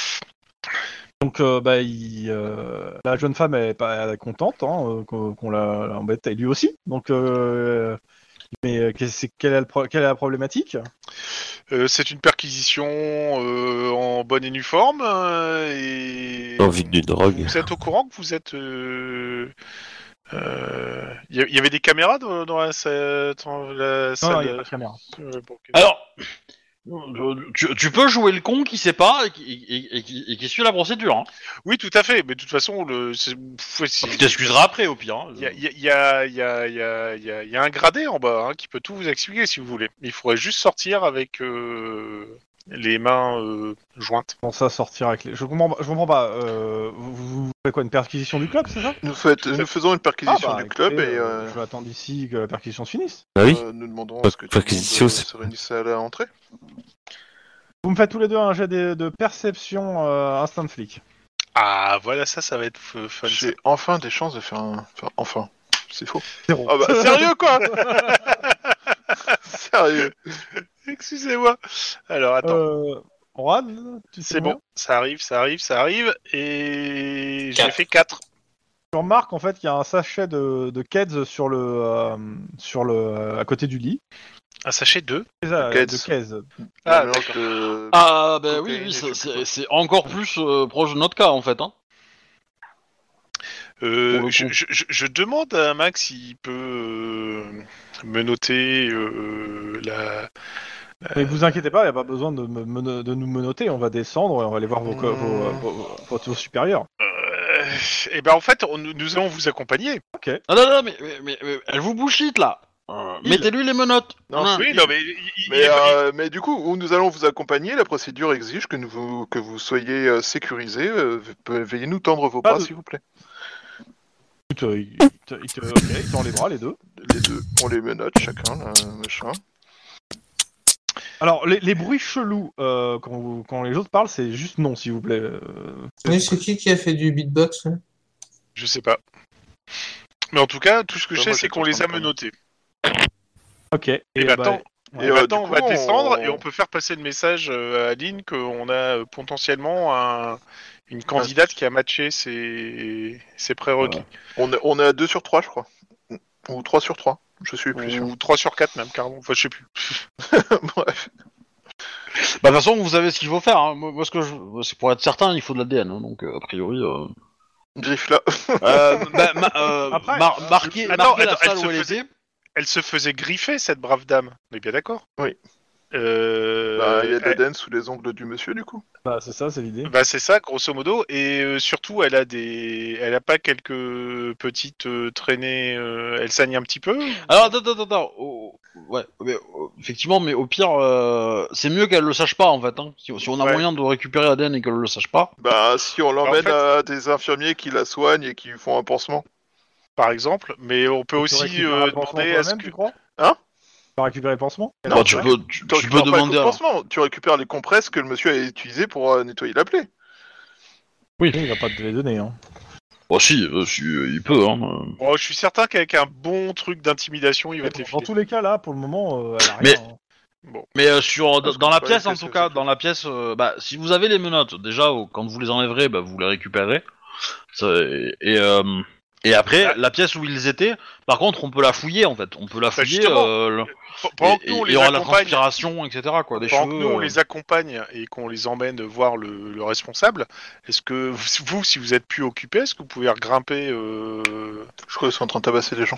Donc euh, bah il, euh, la jeune femme est pas contente hein, euh, qu'on qu'on la, la embête et lui aussi. Donc euh, mais euh, qu'est-ce- quelle est, le pro- quelle est la problématique? Euh, c'est une perquisition euh, en bonne et nue forme. euh, et Envie de drogue. Vous êtes au courant que vous êtes. euh, euh, Il y, y avait des caméras dans, dans la, sa- dans la Non, salle. non, il n'y a pas de caméra. euh, bon, ok. Alors, tu, tu peux jouer le con qui sait pas et qui, et, et qui, et qui suit la procédure. Hein. Oui, tout à fait, mais de toute façon, le. c'est- c'est- Tu t'excuseras après au pire. Hein. Il y a, il y, a, il y, a, il y, a, il y, a, il y a un gradé en bas hein, qui peut tout vous expliquer si vous voulez. Il faudrait juste sortir avec euh, les mains euh, jointes. Comment ça sortir avec les. Je comprends, pas- je comprends pas. Euh, vous, vous faites quoi, une perquisition du club, c'est ça? Nous, faites, nous faisons une perquisition Ah, bah, du club écoutez, et euh, euh, je vais attendre ici que la perquisition se finisse. Bah oui. euh, nous demandons Pas- à ce que tout le monde perquisition, euh, c'est- se réunisse à la entrée. Vous me faites tous les deux un jet de, de perception euh, instant flic. Ah, voilà, ça, ça va être f- fun. ça. J'ai enfin des chances de faire un. Enfin, enfin, c'est faux. Zéro. Ah bah, sérieux quoi Sérieux. Excusez-moi. Alors, attends. Euh, Rad, tu sais C'est bon, ça arrive, ça arrive, ça arrive. Et j'ai Quatre. fait quatre. Tu remarques en fait qu'il y a un sachet de, de Keds sur le, euh, sur le, à côté du lit. Un sachet deux. C'est ça, Keds. de Keds. Ah, Un mélange d'accord. de- Ah bah oui, Cocaïne oui et c'est- je sais pas. c'est c'est encore plus euh, proche de notre cas en fait. Hein. Euh, Pour le je, coup. je- je- je demande à Max s'il peut euh, me noter euh, la. Mais vous inquiétez pas, il n'y a pas besoin de, me, me- de nous menoter, on va descendre et on va aller voir vos, co- vos, Mmh. vos, vos- vos supérieurs. Euh, et ben en fait, on- nous nous allons vous accompagner. Ah non non mais, mais, mais- mais elle vous bullshit là. Euh, Il. Mettez-lui les menottes. Non, Voilà. Oui, non mais. il- il- Mais, il est- euh, mais du coup, où nous allons vous accompagner, la procédure exige que, nous vous, que vous soyez euh, sécurisés. Euh, ve- veuillez nous tendre vos Pas bras, de- s'il vous plaît. Écoute, euh, il, il te, il te- ok, il tend les bras, les deux. Les deux, on les menotte chacun, là, machin. Alors, les, les bruits chelous, euh, quand, vous- quand les autres parlent, c'est juste non, s'il vous plaît. Euh, Oui, c'est qui qui a fait du beatbox hein Je sais pas. Mais en tout cas, tout ce que je Bah, sais, moi, c'est j'ai qu'on tout les a entendu. menottés. Ok. Et, Et bah, maintenant, ouais. et Et, euh, maintenant du on coup, va descendre on- et on peut faire passer le message euh, à Aline qu'on a euh, potentiellement un- une candidate qui a matché ses, ses prérequis. On est, on est à deux sur trois, je crois. Ou trois sur trois, je suis plus sûr. Ou trois sur quatre même, carrément. Enfin, je sais plus. Bref. Bah de toute façon vous savez ce qu'il faut faire. Hein. Moi, moi, ce que je, c'est pour être certain il faut de l'A D N. Hein, donc euh, a priori. Euh... Griffe là. euh, bah, ma- euh, Après, mar- euh, marquer, attends, marquer la attends, elle salle se où elle faisait- était. Elle se faisait griffer, cette brave dame. On est bien d'accord? Oui. Euh, Bah, il y a de elle- l'A D N sous les ongles du monsieur, du coup. Bah, c'est ça, c'est l'idée. Bah c'est ça, grosso modo. Et euh, surtout, elle a des, elle a pas quelques petites euh, traînées. euh, Elle saigne un petit peu. Alors attends attends attends. Oh, ouais mais, oh, effectivement mais au pire euh, c'est mieux qu'elle le sache pas en fait. Hein. Si, si on a Ouais. moyen de récupérer l'A D N et qu'elle le sache pas. Bah, si on l'emmène fait- à des infirmiers qui la soignent et qui lui font un pansement. Par exemple. Mais on peut Tu aussi récupères euh, le pansement demander à ce toi-même, que. tu crois Hein Tu vas récupérer le pansement Non, Bah, tu ouais. peux tu, Tu tu récupères peux pas demander. le à... pansement, tu récupères les compresses que le monsieur a utilisées pour euh, nettoyer la plaie. Oui, il va pas te les donner. Hein. Bon si, euh, si euh, il peut hein. euh. Bon, je suis certain qu'avec un bon truc d'intimidation, il va te les Dans filer. tous les cas, là, pour le moment, euh, elle a rien. Mais- hein. Mais euh, sur Parce dans que la c'est pas pièce une en pièce, tout c'est cas, tout. dans la pièce, euh, bah si vous avez les menottes, déjà euh, quand vous les enlèverez, bah vous les récupérez. Ça, et et, euh, et après Ah. la pièce où ils étaient, par contre on peut la fouiller en fait, on peut la Bah, fouiller. justement, euh, le- P- Pendant et que nous on et il les y aura de la accompagne, transpiration, et cetera quoi, des pendant que cheveux. nous on euh. les accompagne et qu'on les emmène voir le, le responsable, est-ce que vous, vous, si vous êtes plus occupé, est-ce que vous pouvez grimper euh... Je crois qu'ils sont en train de tabasser les gens.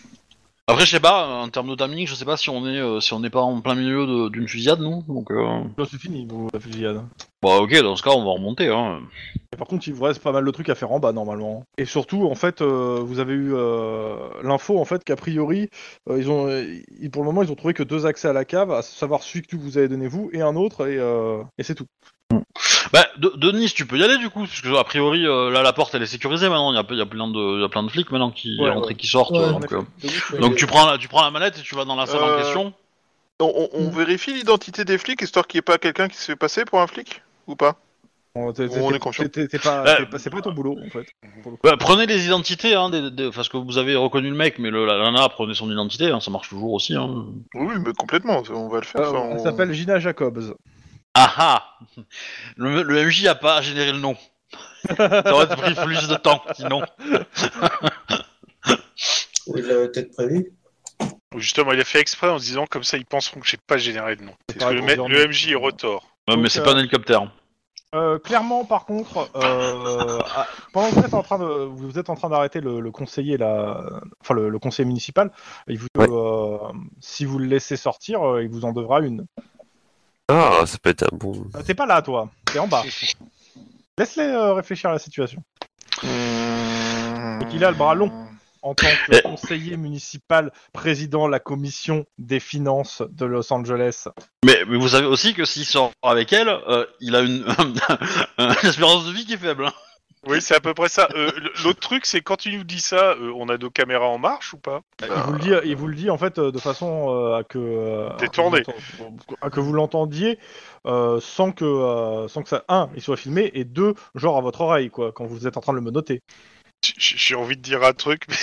Après je sais pas, en termes de timing, je sais pas si on est euh, si on n'est pas en plein milieu de- d'une fusillade nous, donc. Euh... Là, c'est fini, vous, la fusillade. Bah ok, dans ce cas on va remonter hein. Et par contre, il vous reste pas mal de trucs à faire en bas, normalement. Et surtout, en fait, euh, vous avez eu euh, l'info, en fait, qu'a priori, euh, ils ont, euh, ils- pour le moment, ils ont trouvé que deux accès à la cave, à savoir celui que vous avez donné vous, et un autre, et, euh, et c'est tout. Bah, de- Denis, tu peux y aller du coup, parce que a priori euh, là la porte elle est sécurisée maintenant. Il y a, il y a plein de, il y a plein de flics maintenant qui Ouais, rentrent ouais. et qui sortent. Ouais, euh, en donc, effet. euh, donc tu prends, la, tu prends la manette et tu vas dans la salle en Euh, question. On, on- on Mm. vérifie l'identité des flics, histoire qu'il n'y ait pas quelqu'un qui se fait passer pour un flic Ou pas Bon, t'es- t'es- On t'es- est confiant. t'es- t'es pas, Euh, t'es pas- c'est pas ton boulot, en fait. pour le coup. Bah, prenez les identités, hein, des, des- parce que vous avez reconnu le mec, mais le, la nana prenez son identité, hein, ça marche toujours aussi. Hein. Oui, mais complètement, on va le faire. Euh, enfin, Elle on- s'appelle Gina Jacobs. Ah ah le, le M J a pas généré le nom. Ça aurait pris plus de temps, sinon. Il l'avait peut-être prévu. Ou justement, il a fait exprès en se disant comme ça ils penseront que j'ai pas généré de nom. C'est Parce que le, pareil me- qu'on le dit en- M J est retort. Ouais, mais Donc, c'est euh, pas un hélicoptère. Euh, clairement, par contre, euh, ah, pendant que vous êtes en train de, vous êtes en train d'arrêter le, le conseiller, là, enfin le, le conseiller municipal, il vous, Ouais. euh, si vous le laissez sortir, euh, il vous en devra une. Ah, ça peut être un bon. Euh, T'es pas là, toi. T'es en bas. Laisse-les euh, réfléchir à la situation. Mmh... Et qu'il a le bras long. En tant que conseiller municipal, président de la commission des finances de Los Angeles. Mais, mais vous savez aussi que s'il sort avec elle, euh, il a une, une espérance de vie qui est faible. Hein. Oui, c'est à peu près ça. Euh, L'autre truc, c'est quand tu nous dis ça, euh, on a nos caméras en marche ou pas? Il vous le dit, il vous le dit en fait euh, de façon euh, à que euh, T'es à que tourné. vous l'entend- à que vous l'entendiez euh, sans que euh, sans que ça un il soit filmé et deux genre à votre oreille quoi quand vous êtes en train de le menotter. J- J'ai envie de dire un truc, mais...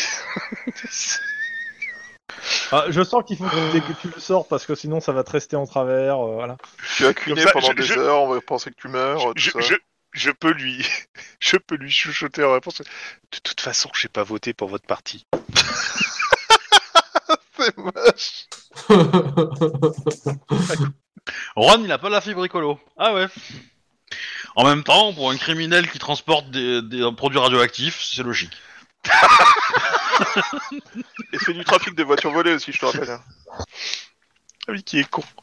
Ah, je sens qu'il faut que, que tu le sortes parce que sinon ça va te rester en travers. Euh, voilà. Tu as cuiné Comme ça, pendant je- des je- heures, on va penser que tu meurs, je, tout ça. je, je peux lui, je peux lui chuchoter en réponse. De toute façon, j'ai pas voté pour votre parti. C'est moche. Ron, il a pas la fibre écolo. Ah ouais. En même temps, pour un criminel qui transporte des, des produits radioactifs, c'est logique. Et fait du trafic de voitures volées aussi, je te rappelle. hein. Ah oui, qui est con.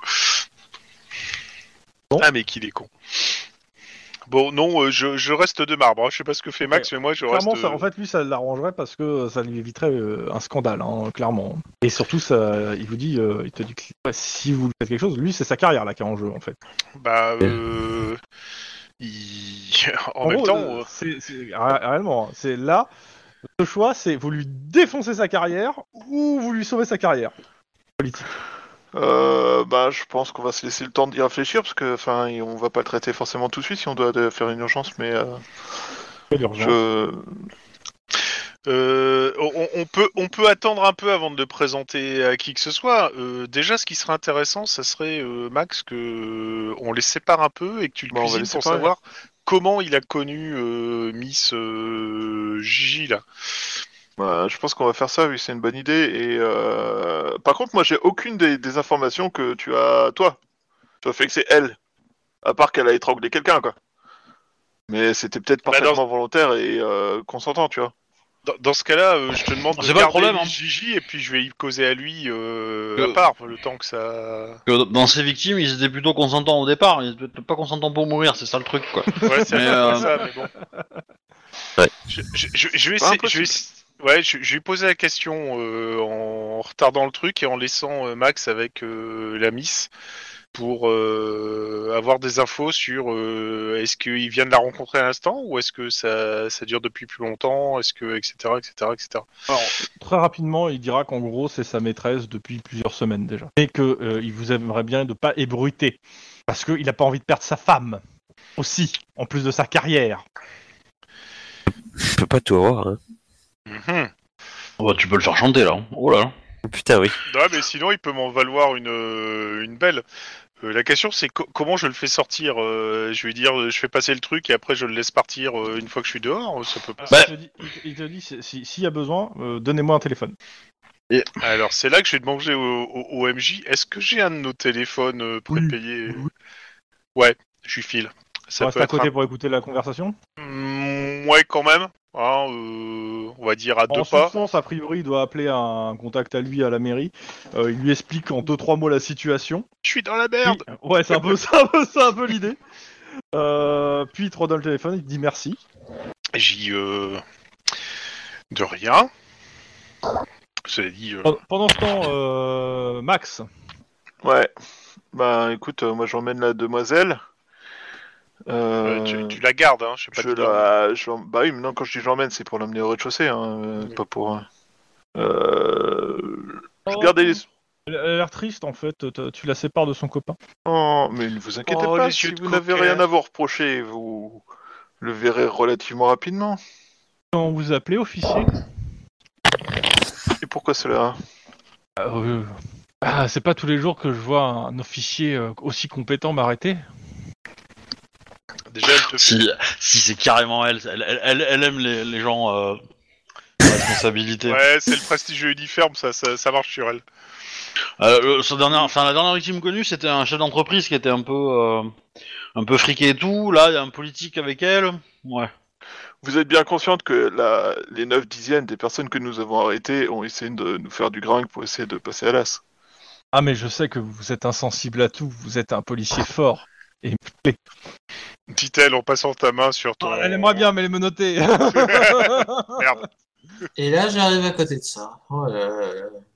Bon. Ah mais qu'il est con. Bon, non, euh, je, je reste de marbre. Hein. Je sais pas ce que fait Max, mais moi je Clairement, reste. ça, en fait, lui, ça l'arrangerait parce que ça lui éviterait euh, un scandale, hein, clairement. Et surtout, ça, il vous dit, euh, il te dit que ouais, si vous faites quelque chose, lui, c'est sa carrière là qui est en jeu, en fait. Bah, euh... il- en, même gros, temps, là, euh, c'est, c'est- ré- réellement, hein, c'est là. Le choix, c'est vous lui défoncez sa carrière ou vous lui sauvez sa carrière politique. Euh, bah, je pense qu'on va se laisser le temps d'y réfléchir parce que, enfin, on va pas le traiter forcément tout de suite si on doit de- faire une urgence, mais euh, Quelle urgence. je. euh, on, on peut, on peut attendre un peu avant de le présenter à qui que ce soit. Euh, déjà, ce qui serait intéressant, ça serait euh, Max que on les sépare un peu et que tu le Bon, on va cuisines les pour séparer. savoir comment il a connu euh, Miss euh, Gigi là. Bah, je pense qu'on va faire ça, oui, c'est une bonne idée. Et euh... par contre, moi, j'ai aucune des, des informations que tu as, toi. Tu as fait que c'est elle, à part qu'elle a étranglé quelqu'un, quoi. Mais c'était peut-être Bah, parfaitement dans- volontaire et euh, consentant, tu vois. Dans, dans ce cas-là, euh, je te demande de C'est pas le garder problème, Miss hein. Gigi et puis je vais y causer à lui euh, Que- à part le temps que ça. Que dans ces victimes, ils étaient plutôt consentants au départ, ils étaient pas consentants pour mourir, c'est ça le truc, quoi. Ouais, c'est Mais, à peu près euh, ça, mais bon. Ouais. Je, je, je, je vais Pas essayer. Je impossible. vais, essa- ouais, je, je vais poser la question euh, en retardant le truc et en laissant euh, Max avec euh, la Miss pour euh, avoir des infos sur euh, est-ce qu'il vient de la rencontrer à l'instant ou est-ce que ça, ça dure depuis plus longtemps, est-ce que etc etc etc. Alors, très rapidement, il dira qu'en gros, c'est sa maîtresse depuis plusieurs semaines déjà. Et que euh, il vous aimerait bien de pas ébruiter. Parce qu'il n'a pas envie de perdre sa femme. Aussi, en plus de sa carrière. Je peux pas tout avoir, hein. Mhm. Oh, bah, tu peux le faire chanter là. Oh là. Putain, oui. Ouais, mais sinon il peut m'en valoir une euh, une belle. Euh, la question c'est co- comment je le fais sortir. Euh, je vais dire, je fais passer le truc et après je le laisse partir euh, une fois que je suis dehors. Ça peut pas. Bah- il te dit, il te- il te dit, si- si- s'il y a besoin, euh, donnez-moi un téléphone. Alors c'est là que je vais demander au, au, au M J. Est-ce que j'ai un de nos téléphones euh, prépayés? Oui. Ouais, je suis file. Ça Ça reste peut à être côté un- pour écouter la conversation. Mm, ouais, quand même. Hein, euh, on va dire à deux En pas. substance, a priori, il doit appeler un contact à lui à la mairie. Euh, il lui explique en deux trois mots la situation. Je suis dans la merde. Puis- ouais, c'est un peu ça, un peu, ça, un peu l'idée. Euh, puis il te redonne le téléphone, il te dit merci. J'y euh... de rien. Cela dit. euh, Pendant- Pendant ce temps, euh, Max, Ouais. Bah, écoute, euh, moi, j'emmène la demoiselle. Euh, euh, tu, tu la gardes, hein. Je sais pas. je te la... je l'em- Bah oui, mais non, quand je dis j'emmène, c'est pour l'emmener au rez-de-chaussée, hein, euh, Oui. pas pour... euh, Euh... Je Oh. gardais les... elle a l'air triste en fait. t- Tu la sépares de son copain. Oh, mais ne vous inquiétez Oh, pas, les si yeux de vous n'avez coquin. rien à vous reprocher, vous le verrez relativement rapidement. Quand vous appelez officier, Et pourquoi cela? euh, ah, c'est pas tous les jours que je vois un officier euh, aussi compétent m'arrêter. Déjà, elle te fait. Si, si c'est carrément elle, elle, elle, elle- elle aime les, les gens euh, à responsabilité. Ouais, c'est le prestigieux uniforme, ça, ça, ça marche sur elle. Euh, le- sa dernière, enfin la dernière victime connue, c'était un chef d'entreprise qui était un peu, euh, un peu friqué et tout. Là, il y a un politique avec elle. Ouais. Vous êtes bien consciente que la... les neuf dixièmes des personnes que nous avons arrêtées ont essayé de nous faire du gringue pour essayer de passer à l'as. Ah, mais je sais que vous êtes insensible à tout, vous êtes un policier fort. Et plaît. Dit-elle en passant ta main sur ton... Elle aimerait bien, mais les menotter. Merde. Et là, j'arrive à côté de ça. Oh là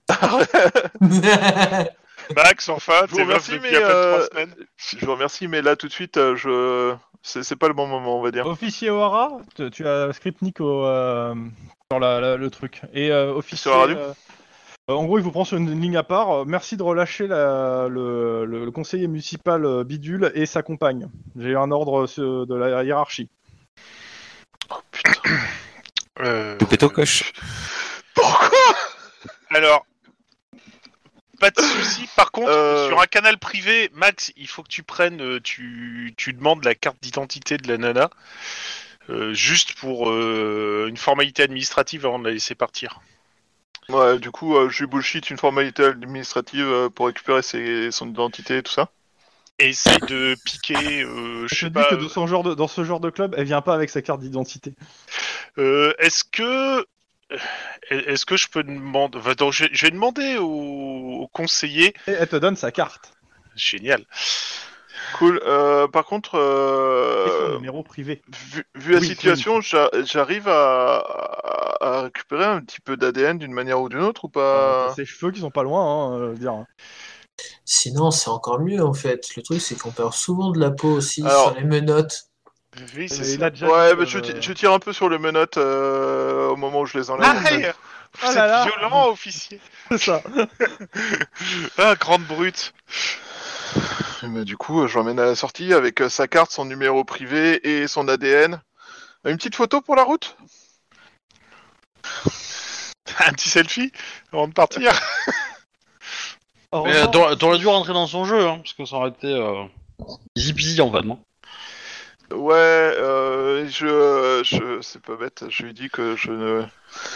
là. Max, enfin, Je vous t'es meuf remercie, depuis mais, à peine euh, trois semaines. Je vous remercie, mais là tout de suite, euh, je c'est c'est pas le bon moment, on va dire. Officier O'Hara, tu, tu as Skripnik au, euh, sur la, la- le truc. Et euh, officier. Sur la radio euh, euh, en gros, il vous prend sur une, une ligne à part. Euh, Merci de relâcher la- le, le- le conseiller municipal euh, Bidule et sa compagne. J'ai eu un ordre euh, de la hiérarchie. Oh putain. Euh... Coupez ton coche. Pourquoi? Alors, pas de souci. Par contre, Euh. sur un canal privé, Max, il faut que tu prennes, euh, tu, tu demandes la carte d'identité de la nana, euh, juste pour euh, une formalité administrative avant de la laisser partir. Ouais, du coup, euh, je lui bullshit une formalité administrative euh, pour récupérer ses, son identité et tout ça. Et essaye de piquer, euh, je Je sais te dis pas. que dans ce, genre de, dans ce genre de club, elle vient pas avec sa carte d'identité. Euh, est-ce que, est-ce que je peux demander, enfin, attends, je, je vais demander au, au conseiller. Et elle te donne sa carte. Génial. Cool. Euh, par contre, Et son euh, numéro privé. vu, vu la Oui, situation, j'a- j'arrive à, à, à récupérer un petit peu d'A D N d'une manière ou d'une autre ou Euh, pas? t'as ses cheveux qui sont pas loin, hein, euh, dire. Sinon, c'est encore mieux en fait. Le truc, c'est qu'on perd souvent de la peau aussi Alors- sur les menottes. Oui, c'est Mais ça. il a déjà Ouais, dit, mais je, euh, ti- je tire un peu sur les menottes euh, au moment où je les enlève. Ah, en fait. hey, vous Ah êtes là là. violent, officier. C'est ça. Ah, grande brute. Et bah, du coup, je l'emmène à la sortie avec euh, sa carte, son numéro privé et son A D N. Une petite photo pour la route? Un petit selfie avant de partir. Au Mais, euh, revoir. t'aurais t'aurais dû rentrer dans son jeu, hein, parce que ça aurait été euh, easy peasy en fait, non? Ouais, euh, je, je, c'est pas bête. Je lui dis que je ne.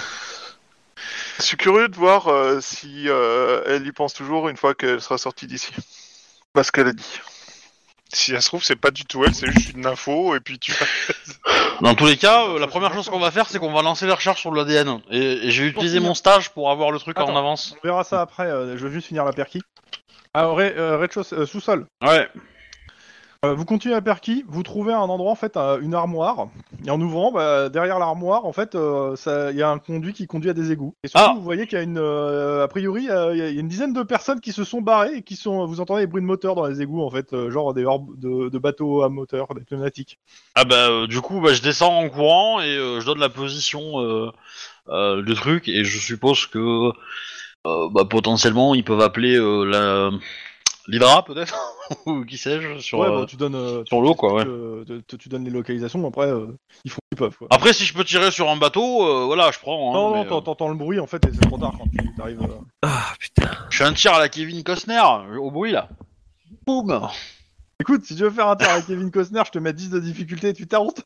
Je suis curieux de voir euh, si euh, elle y pense toujours une fois qu'elle sera sortie d'ici. Parce qu'elle a dit. Si ça se trouve, c'est pas du tout elle, c'est juste une info, et puis tu... Dans tous les cas, euh, la première chose qu'on va faire, c'est qu'on va lancer les recherches sur l'A D N. Et, et j'ai utilisé finir. mon stage pour avoir le truc Attends. en avance. On verra ça après, euh, je veux juste finir la perquis. Ah, au rez- euh, rez-de-chaussée, euh, sous-sol. Ouais. Euh, vous continuez la perquis, vous trouvez un endroit, en fait, euh, une armoire. Et en ouvrant, bah, derrière l'armoire, en fait, euh, ça- il y a un conduit qui conduit à des égouts. Et surtout, Ah. vous voyez qu'il y a une, euh, a priori, euh, il y a il y a une dizaine de personnes qui se sont barrées et qui sont, vous entendez des bruits de moteur dans les égouts, en fait, euh, genre des hors- de, de bateaux à moteur, des pneumatiques. Ah bah euh, du coup, bah, je descends en courant et euh, je donne la position euh, euh, du truc et je suppose que euh, bah, potentiellement ils peuvent appeler euh, la l'Hydra peut-être ou qui sais-je sur Ouais, euh, bah, tu donnes, euh, tu- sur l'eau quoi. Ouais. euh, tu- tu- tu donnes les localisations. Après, euh, ils font ce qu'ils peuvent. Quoi. Après, si je peux tirer sur un bateau, euh, voilà, je prends. Hein, non, mais, non, t'en- euh, t'entends le bruit, en fait, et c'est trop tard quand tu arrives. Euh... Ah putain. je fais un tir à la Kevin Costner au bruit là. Boum. Écoute, si tu veux faire un tir avec Kevin Costner, je te mets dix de difficulté et tu t'arrêtes.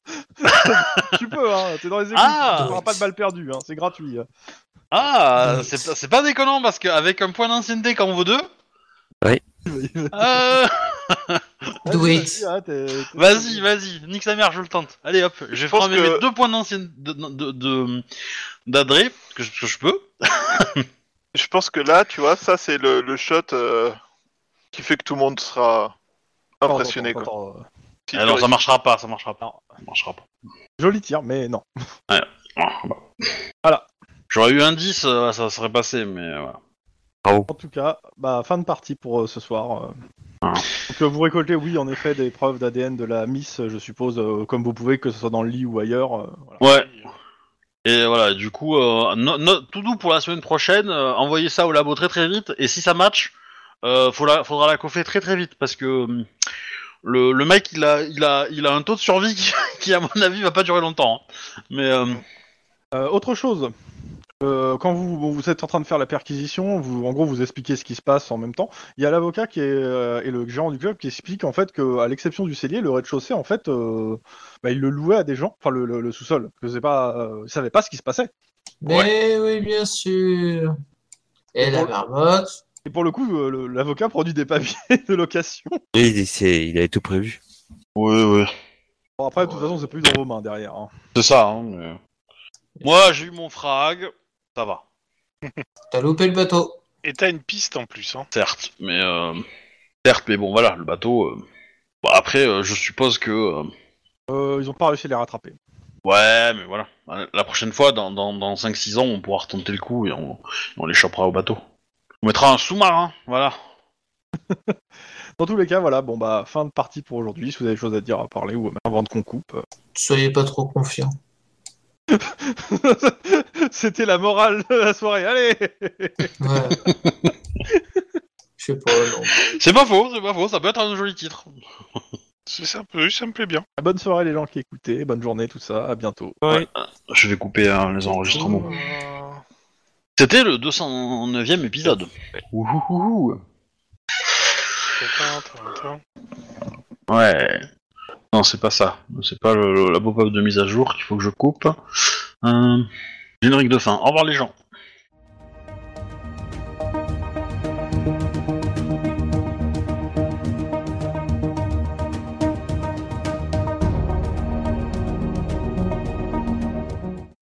Tu peux, hein, t'es dans les égouts, Ah. tu feras pas de balles perdues, hein, c'est gratuit. Ah, Ouais. c'est c'est pas déconnant parce qu'avec un point d'ancienneté quand on vaut deux. Ouais. Euh... Do it. Ouais, t'es- t'es- Vas-y, vas-y, nique sa mère, je le tente. Allez hop, je vais pense framer que- mes deux points d'ancienneté de, de, de- d'adré, que je, que je peux. Je pense que là, tu vois, ça c'est le, le shot euh, qui fait que tout le monde sera Attends, impressionné. attends, Quoi. attends, euh, Si Ah tu non, ça réussis. marchera pas, ça marchera pas. Ça marchera pas. Joli tir, mais non. Ah, bah. Voilà. J'aurais eu un dix, euh, ça serait passé, mais euh, voilà. En tout cas, bah, fin de partie pour euh, ce soir. euh. Ah. Donc euh, vous récoltez, oui, en effet, des preuves d'A D N de la Miss, euh, je suppose, euh, comme vous pouvez, que ce soit dans le lit ou ailleurs. euh, voilà. Ouais. Et voilà, du coup, euh, no- no- tout doux pour la semaine prochaine, euh, envoyez ça au labo très très vite, et si ça match, euh, faudra, faudra la coiffer très très vite, parce que hum, le, le mec, il a, il, a, il a un taux de survie qui, qui, à mon avis, va pas durer longtemps. hein. Mais... Euh, Euh, autre chose, euh, quand vous, vous êtes en train de faire la perquisition, vous, en gros, vous expliquez ce qui se passe en même temps. Il y a l'avocat qui est euh, et le gérant du club qui explique en fait que, à l'exception du cellier, le rez-de-chaussée, en fait, euh, bah, il le louait à des gens, enfin le, le, le sous-sol, que c'est pas, euh, ils savaient pas ce qui se passait. Mais oui, bien sûr. Et Et la pour- marmotte. Et pour le coup, euh, le- l'avocat produit des papiers de location. Et il, c'est- il avait tout prévu. Oui, oui. Bon, après, de toute façon, c'est plus dans vos mains derrière. hein. C'est ça, hein, mais... Moi, j'ai eu mon frag, ça va. T'as loupé le bateau. Et t'as une piste en plus, hein. Certes, mais euh, certes, mais bon, voilà, le bateau. Euh... Bon, après, euh, je suppose que. Euh... Euh, ils ont pas réussi à les rattraper. Ouais, mais voilà. La prochaine fois, dans, dans, dans cinq six ans, on pourra retenter le coup et on, on les chopera au bateau. On mettra un sous-marin, voilà. Dans tous les cas, voilà, bon bah, fin de partie pour aujourd'hui. Si vous avez des choses à dire, à parler ou même avant qu'on coupe. Soyez pas trop confiants. C'était la morale de la soirée, allez. Ouais. Je sais pas, non. C'est pas faux, c'est pas faux, ça peut être un joli titre. C'est ça, oui, ça me plaît bien. Bonne soirée les gens qui écoutaient, bonne journée, tout ça, à bientôt. Ouais. Je vais couper hein, les enregistrements. Euh, C'était le deux cent neuvième épisode. Ouhouhou. tintin, tintin. Ouais. Non, c'est pas ça. C'est pas le, la pop-up de mise à jour qu'il faut que je coupe. Euh, générique de fin. Au revoir les gens.